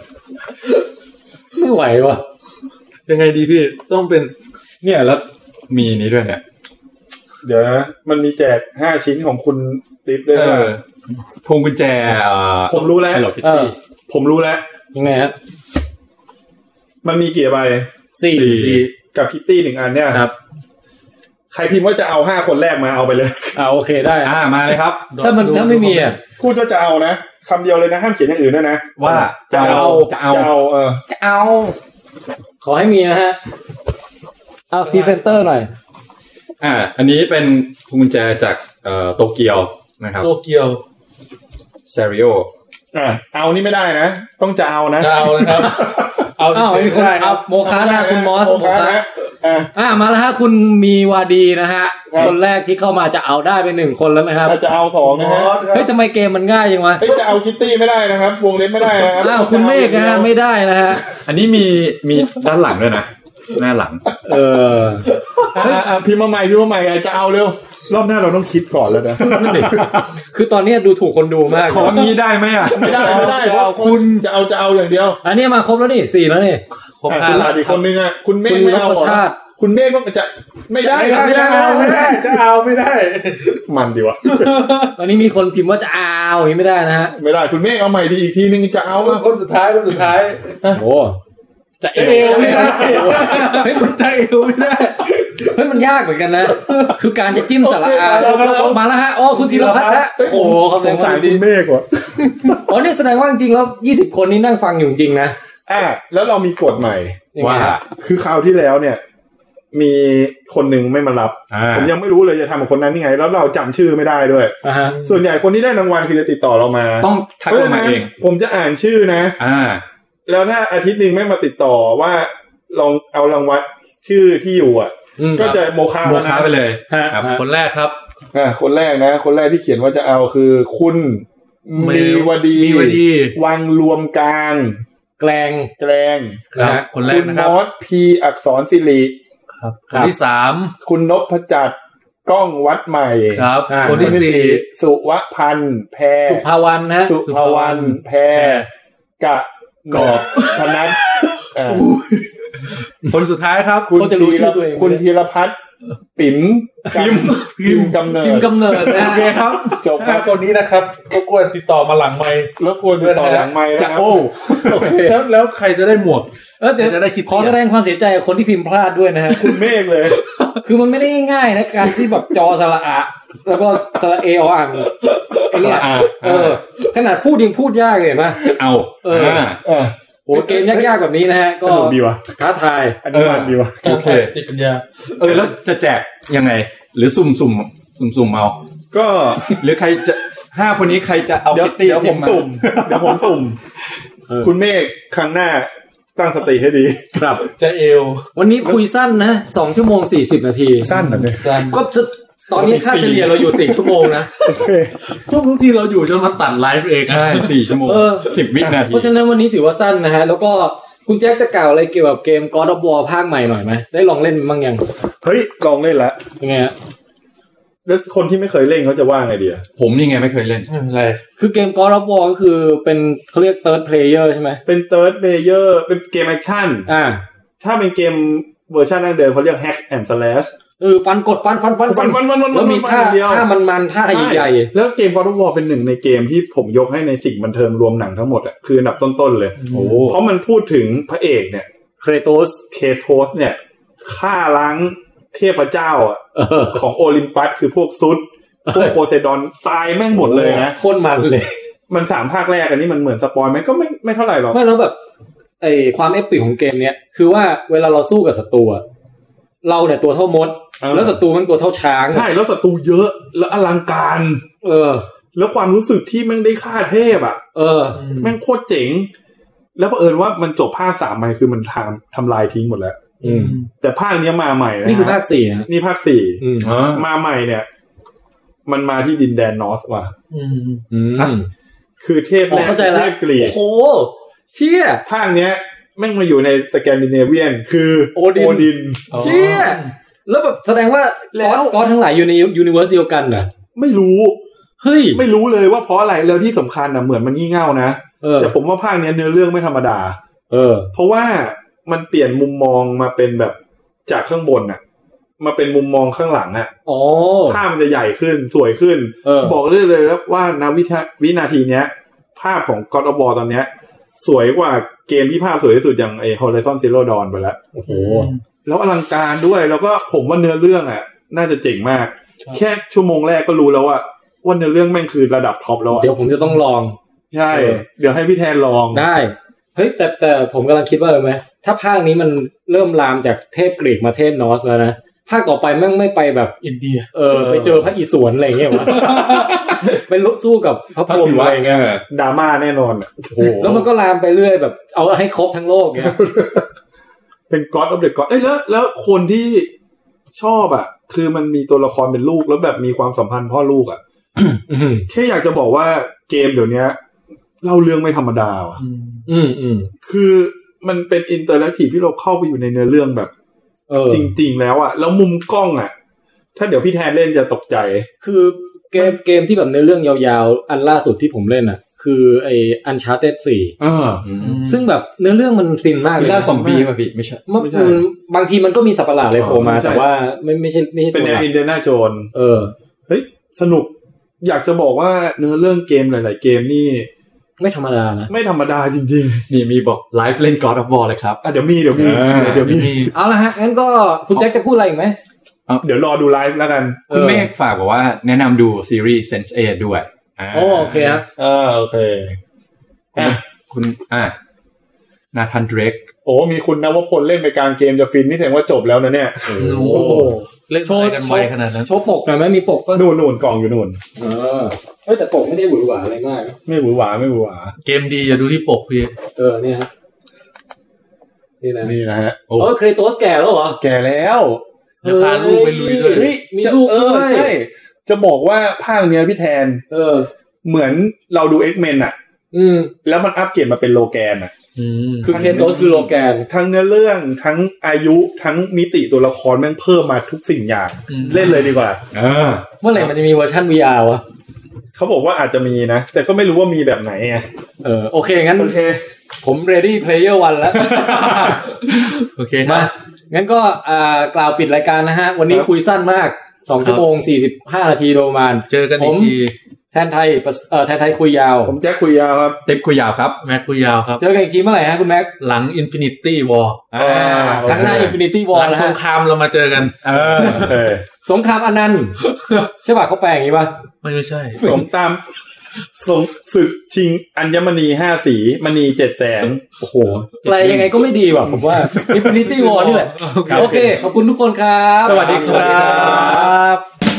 ไม่ไหววะยังไงดีพี่ต้องเป็นเนี่ยแล้วมีนี้ด้วยเนี่ยเดี๋ยวนะมันมีแจก5ชิ้นของคุณติ๊บด้วยพวงกุญแจผมรู้แล้วผมรู้แล้วยังไงฮะมันมีกี่ใบ4กับคิตตี้1อันเนี่ยครับใครพิมพ์ว่าจะเอา5คนแรกมาเอาไปเลยโอเคได้มาเลยครับถ้าไม่มีอ่ะพูดว่าจะเอานะคำเดียวเลยนะห้ามเขียนอย่างอื่นด้วยนะว่าจะเอาขอให้มีนะฮะเอาพรีเซนเตอร์หน่อยอันนี้เป็นพวงกุญแจจากโตเกียวนะครับโตเกียวเซริโอเอานี่ไม่ได้นะต้องจะเอานะจะเอานะครับเอามีคนเอาโมคานะคุณมอสโมคามาแล้วฮะคุณมีวาดีนะฮะคนแรกที่เข้ามาจะเอาได้ไป1คนแล้วนะครับจะเอา2นะฮะเฮ้ยทำไมเกมมันง่ายจังวะจะเอาคิตตี้ไม่ได้นะครับวงเล็บไม่ได้นะครับคุณเมฆนะฮะไม่ได้นะฮะอันนี้มีด้านหลังด้วยนะหน้าหลังพิมพ์มาใหม่จะเอาเร็วรอบหน้าเราต้องคิดก่อนแล้วนะคือตอนนี้ดูถูกคนดูมากขอมีได้ไหมอ่ะไม่ได้คุณจะเอาอย่างเดียวอันนี้มาครบแล้วนี่4แล้วนี่ครบ5แล้วอีกคนนึงอ่ะคุณเมฆไม่เอาคุณเมฆก็จะไม่ได้จะเอาไม่ได้มันดีวะตอนนี้มีคนพิมพ์ว่าจะเอาอย่างนี้ไม่ได้นะฮะไม่ได้คุณเมฆเอาใหม่ดีอีกทีนึงจะเอาคนสุดท้ายโอ้จะเอวไม่ได้เฮ้ยมันจะเอวไม่ได้เฮ้ยมันยากเหมือนกันนะคือการจะจิ้มแต่ละมาแล้วฮะคุณธีรพัฒน์ฮะโอ้เขาสงสารคุณเมฆว่ะนี่แสดงว่าจริงๆแล้ว20คนนี้นั่งฟังอยู่จริงนะแล้วเรามีกฎใหม่ว่าคือคราวที่แล้วเนี่ยมีคนหนึ่งไม่มารับผมยังไม่รู้เลยจะทำกับคนนั้นยังไงแล้วเราจำชื่อไม่ได้ด้วยส่วนใหญ่คนที่ได้รางวัลคือจะติดต่อเรามาต้องทักมาเองผมจะอ่านชื่อนะแล้วถ้าอาทิตย์นึงไม่มาติดต่อว่าลองเอารางวัลชื่อที่อยู่ก็จะโมฆะไปเลยครับคนแรกครับคนแรกนะคนแรกที่เขียนว่าจะเอาคือคุณมีวดีวังรวมกลางแกลงครับคนแรกนะครับคุณมอสพีอักษรศิริครับคนที่3 คุณนพจักรก้องวัดใหม่ครับคนที่4 สุวพันธ์แพรสุภวรรณนะสุภวรรณแพรกะหนอพนัสคนสุดท้ายครับคุณธีรพัฒน์ปิ๋มพิมพ์กำเนิดนะโอเคครับจบครับคนนี้นะครับก็ควรติดต่อมาหลังไมค์แล้วควรติดต่อหลังไมค์นะครับโอเคแล้วใครจะได้หมวกเดี๋ยวจะได้คิดขอแสดงความเสียใจกับคนที่พิมพ์พลาดด้วยนะฮะคุณเมฆเลยคือมันไม่ได้ง่ายๆนะการที่แบบจอสระอะแล้วก็สระเออ่างสระอาขนาดพูดยังพูดยากเลยป่ะเอาโอ้เกมยากๆแบบนี้นะฮะก็สนุกดีว่ะท้าทายอันนี้มันดีว่ะโอเคติดปัญญาแล้วจะแจกยังไงหรือสุ่มเอาก็หรือใครจะ5คนนี้ใครจะเอาคิตตี้เดี๋ยวผมสุ่มคุณเมฆครั้งหน้าตั้งสติให้ดีครับจะเอววันนี้คุยสั้นนะ2ชั่วโมง40นาทีสั้นเหรอเนี่ยก็ตอนนี้ค่าเฉลี่ยเราอยู่4ชั่วโมงนะโอเคทุกทีเราอยู่จนมาตัดไลฟ์เองใช่4ชั่วโมง10วินาทีเพราะฉะนั้นวันนี้ถือว่าสั้นนะฮะแล้วก็คุณแจ็คจะกล่าวอะไรเกี่ยวกับเกม God of War ภาคใหม่หน่อยมั้ยได้ลองเล่นบ้างยังเฮ้ยลองเล่นแล้วยังไงฮะแล้วคนที่ไม่เคยเล่นเขาจะว่าไงดีอ่ะผมนี่ไงไม่เคยเล่นอะไรคือเกม God of War ก็คือเป็นเค้าเรียก third player ใช่มั้ยเป็น third player เป็นเกมแอคชั่นถ้าเป็นเกมเวอร์ชันดั้งเดิมเค้าเรียก hack and slash ฟันกดฟันแล้วมีท่ามันท่าใหญ่ๆแล้วเกม God of War เป็นหนึ่งในเกมที่ผมยกให้ในสิ่งบันเทิงรวมหนังทั้งหมดอ่ะคืออันดับต้นๆเลยเพราะมันพูดถึงพระเอกเนี่ยเครโตสเนี่ยฆ่าล้างเทพเจ้าของโอลิมปัสคือพวกซุดพวกโพไซดอนตายแม่งหมดเลยนะโคตรมันเลยมัน3ภาคแรกอันนี้มันเหมือนสปอยล์มั้ยก็ไม่เท่าไหร่หรอกไม่แล้วแบบความเอปิกของเกมเนี้ยคือว่าเวลาเราสู้กับศัตรูเราเนี่ยตัวเท่ามดแล้วศัตรูมันตัวเท่าช้างใช่แล้วศัตรูเยอะแล้วอลังการแล้วความรู้สึกที่แม่งได้ฆ่าเทพแม่งโคตรเจ๋งแล้วเผอิญว่ามันจบภาค3ไปคือมันทำลายทิ้งหมดแล้วแต่ภาคนี้มาใหม่นะนี่คือภาค4นะนี่ภาค4มาใหม่เนี่ยมันมาที่ดินแดนนอร์สว่ะคือเทพแรกเทพกรีกโอ้โหเชี่ยภาคเนี้ยแม่งมาอยู่ในสแกนดิเนเวียนคือโอดินเชี่ยแล้วแบบแสดงว่าก็ทั้งหลายอยู่ในยูนิเวอร์สเดียวกันเหรอไม่รู้เฮ้ยไม่รู้เลยว่าเพราะอะไรแล้วที่สำคัญน่ะเหมือนมันงี่เง่านะแต่ผมว่าภาคนี้เนื้อเรื่องไม่ธรรมดาเพราะว่ามันเปลี่ยนมุมมองมาเป็นแบบจากข้างบนน่ะมาเป็นมุมมองข้างหลังอ่ะภาพมันจะใหญ่ขึ้นสวยขึ้นบอกได้เลยแล้วว่าณวินาทีเนี้ยภาพของ God of War ตอนเนี้ยสวยกว่าเกมที่ภาพสวยที่สุดอย่างHorizon Zero Dawn ไปแล้วโอ้โหแล้วอลังการด้วยแล้วก็ผมว่าเนื้อเรื่องอ่ะน่าจะเจ๋งมากแค่ชั่วโมงแรกก็รู้แล้วว่าเนื้อเรื่องแม่งคือระดับท็อปแล้วเดี๋ยวผมจะต้องลองใช่เดี๋ยวให้พี่แทนลองได้เฮ้ยแต่ผมกำลังคิดว่าอะไรไหมถ้าภาคนี้มันเริ่มลามจากเทพกรีกมาเทพนอร์สแล้วนะภาคต่อไปแม่งไม่ไปแบบอินเดียไปเจอพระอิศวรอะไรอย่างเงี้ยวะไปลุกสู้กับพระพรหมอะไรอย่างเงี้ยดราม่าแน่นอนโอ้โหแล้วมันก็ลามไปเรื่อยแบบเอาให้ครบทั้งโลกเงี้ยเป็น God of the God แล้วคนที่ชอบอ่ะคือมันมีตัวละครเป็นลูกแล้วแบบมีความสัมพันธ์พ่อลูกอ่ะ แค่อยากจะบอกว่าเกมเดี๋ยวนี้เล่าเรื่องไม่ธรรมดาว่ะคือมันเป็นอินเตอร์แอคทีฟที่เราเข้าไปอยู่ในเนื้อเรื่องแบบจริงๆแล้วอ่ะแล้วมุมกล้องอ่ะถ้าเดี๋ยวพี่แทนเล่นจะตกใจคือเกมที่แบบเนื้อเรื่องยาวๆอันล่าสุดที่ผมเล่นอ่ะคือไอ้ Uncharted 4ซึ่งแบบเนื้อเรื่องมันฟินมากเลยล่าซอมบี้ป่ะพี่ไม่ใช่บางทีมันก็มีสัตว์ประหลาดอะไรโผล่มาแต่ว่าไม่ใช่เป็นแนวอินเดียนาโจนส์เฮ้ยสนุกอยากจะบอกว่าเนื้อเรื่องเกมหลายๆเกมนี่ไม่ธรรมดานะไม่ธรรมดาจริงๆนี่มีบอกไลฟ์เล่น God of War เลยครับเดี๋ยวมีเอาละฮะงั้นก็คุณแจ็คจะพูดอะไรอีกไหมเดี๋ยวรอดูไลฟ์แล้วกันคุณเมฆฝากบอกว่าแนะนำดูซีรีส์ Sense8 ด้วยโอเคครับโอเคคุณนาธานเดรกมีคุณนวพลเล่นไปกลางเกมจะฟินนี่แสดงว่าจบแล้วนะเนี่ยโอ้เล่นอะไรกันไวขนาดนั้นโชว์ปกหน่อยมั้ยมีปกก็นู่นกล่องอยู่นู่นแต่ปกไม่ได้หวือหวาอะไรมากไม่หวือหวาเกมดีอย่าดูที่ปกพี่เนี่ยฮะนี่นะฮะเครโตสแก่แล้วเหรอแก่แล้วจะพาลูกไปลุยด้วยมีลูกใช่จะบอกว่าภาคเนี้ยพี่แทนเหมือนเราดู X-Men อ่ะแล้วมันอัปเกรดมาเป็นโลแกนอ่ะคือเคโตสคือโลแกนทั้งเนื้อเรื่องทั้งอายุทั้งมิติตัวละครแม่งเพิ่มมาทุกสิ่งอย่างเล่นเลยดีกว่าเมื่อไหร่มันจะมีเวอร์ชัน VR วะเขาบอกว่าอาจจะมีนะแต่ก็ไม่รู้ว่ามีแบบไหนไงโอเคงั้นโอเคผม ready player 1แล้วโอเคมางั้นก็กล่าวปิดรายการนะฮะวันนี้คุยสั้นมาก2ชั่วโมง45นาทีโดยประมาณเจอกันอีกทีแทนไทยคุยยาวผมแจ็คคุยยาวครับเต็มคุยยาวครับแม็กคุยยาวครับเจอกันอีกทีเมื่อไหร่ฮะคุณแม็กหลัง Infinity War ครั้งหน้า Infinity War สงครามเรามาเจอกันโอเคสงครามอนันต์ใช่ป่ะเขาแปลอย่างงี้ป่ะไม่ใช่สงตามศึกชิงอัญมณี5สีมณี700,000 โอ้โหแปลยังไงก็ไม่ดีว่ะผมว่า Infinity War นี่แหละโอเคขอบคุณทุกคนครับสวัสดีครับ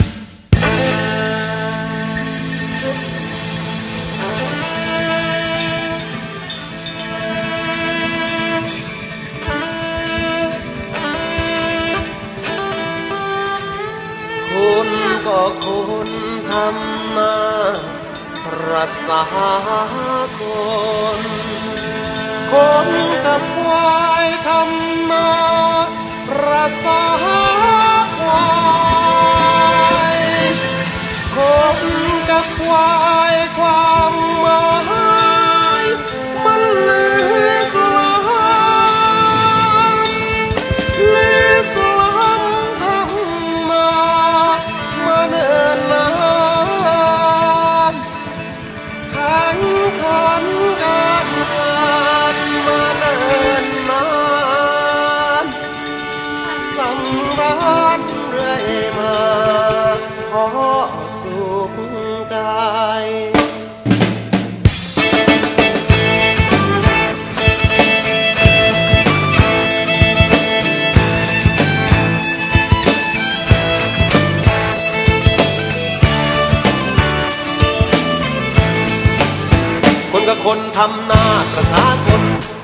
คุณก็คุณทำมารักษาคนกับควายทำนารักษาควายคนกับควายความหมายมันลึกล้ำทำมาเนิ่นนานขันกันมาเนิ่นนานสัมพันธ์เรื่อยมาขอสุขใจคนกับคนทำหน้าประชาชน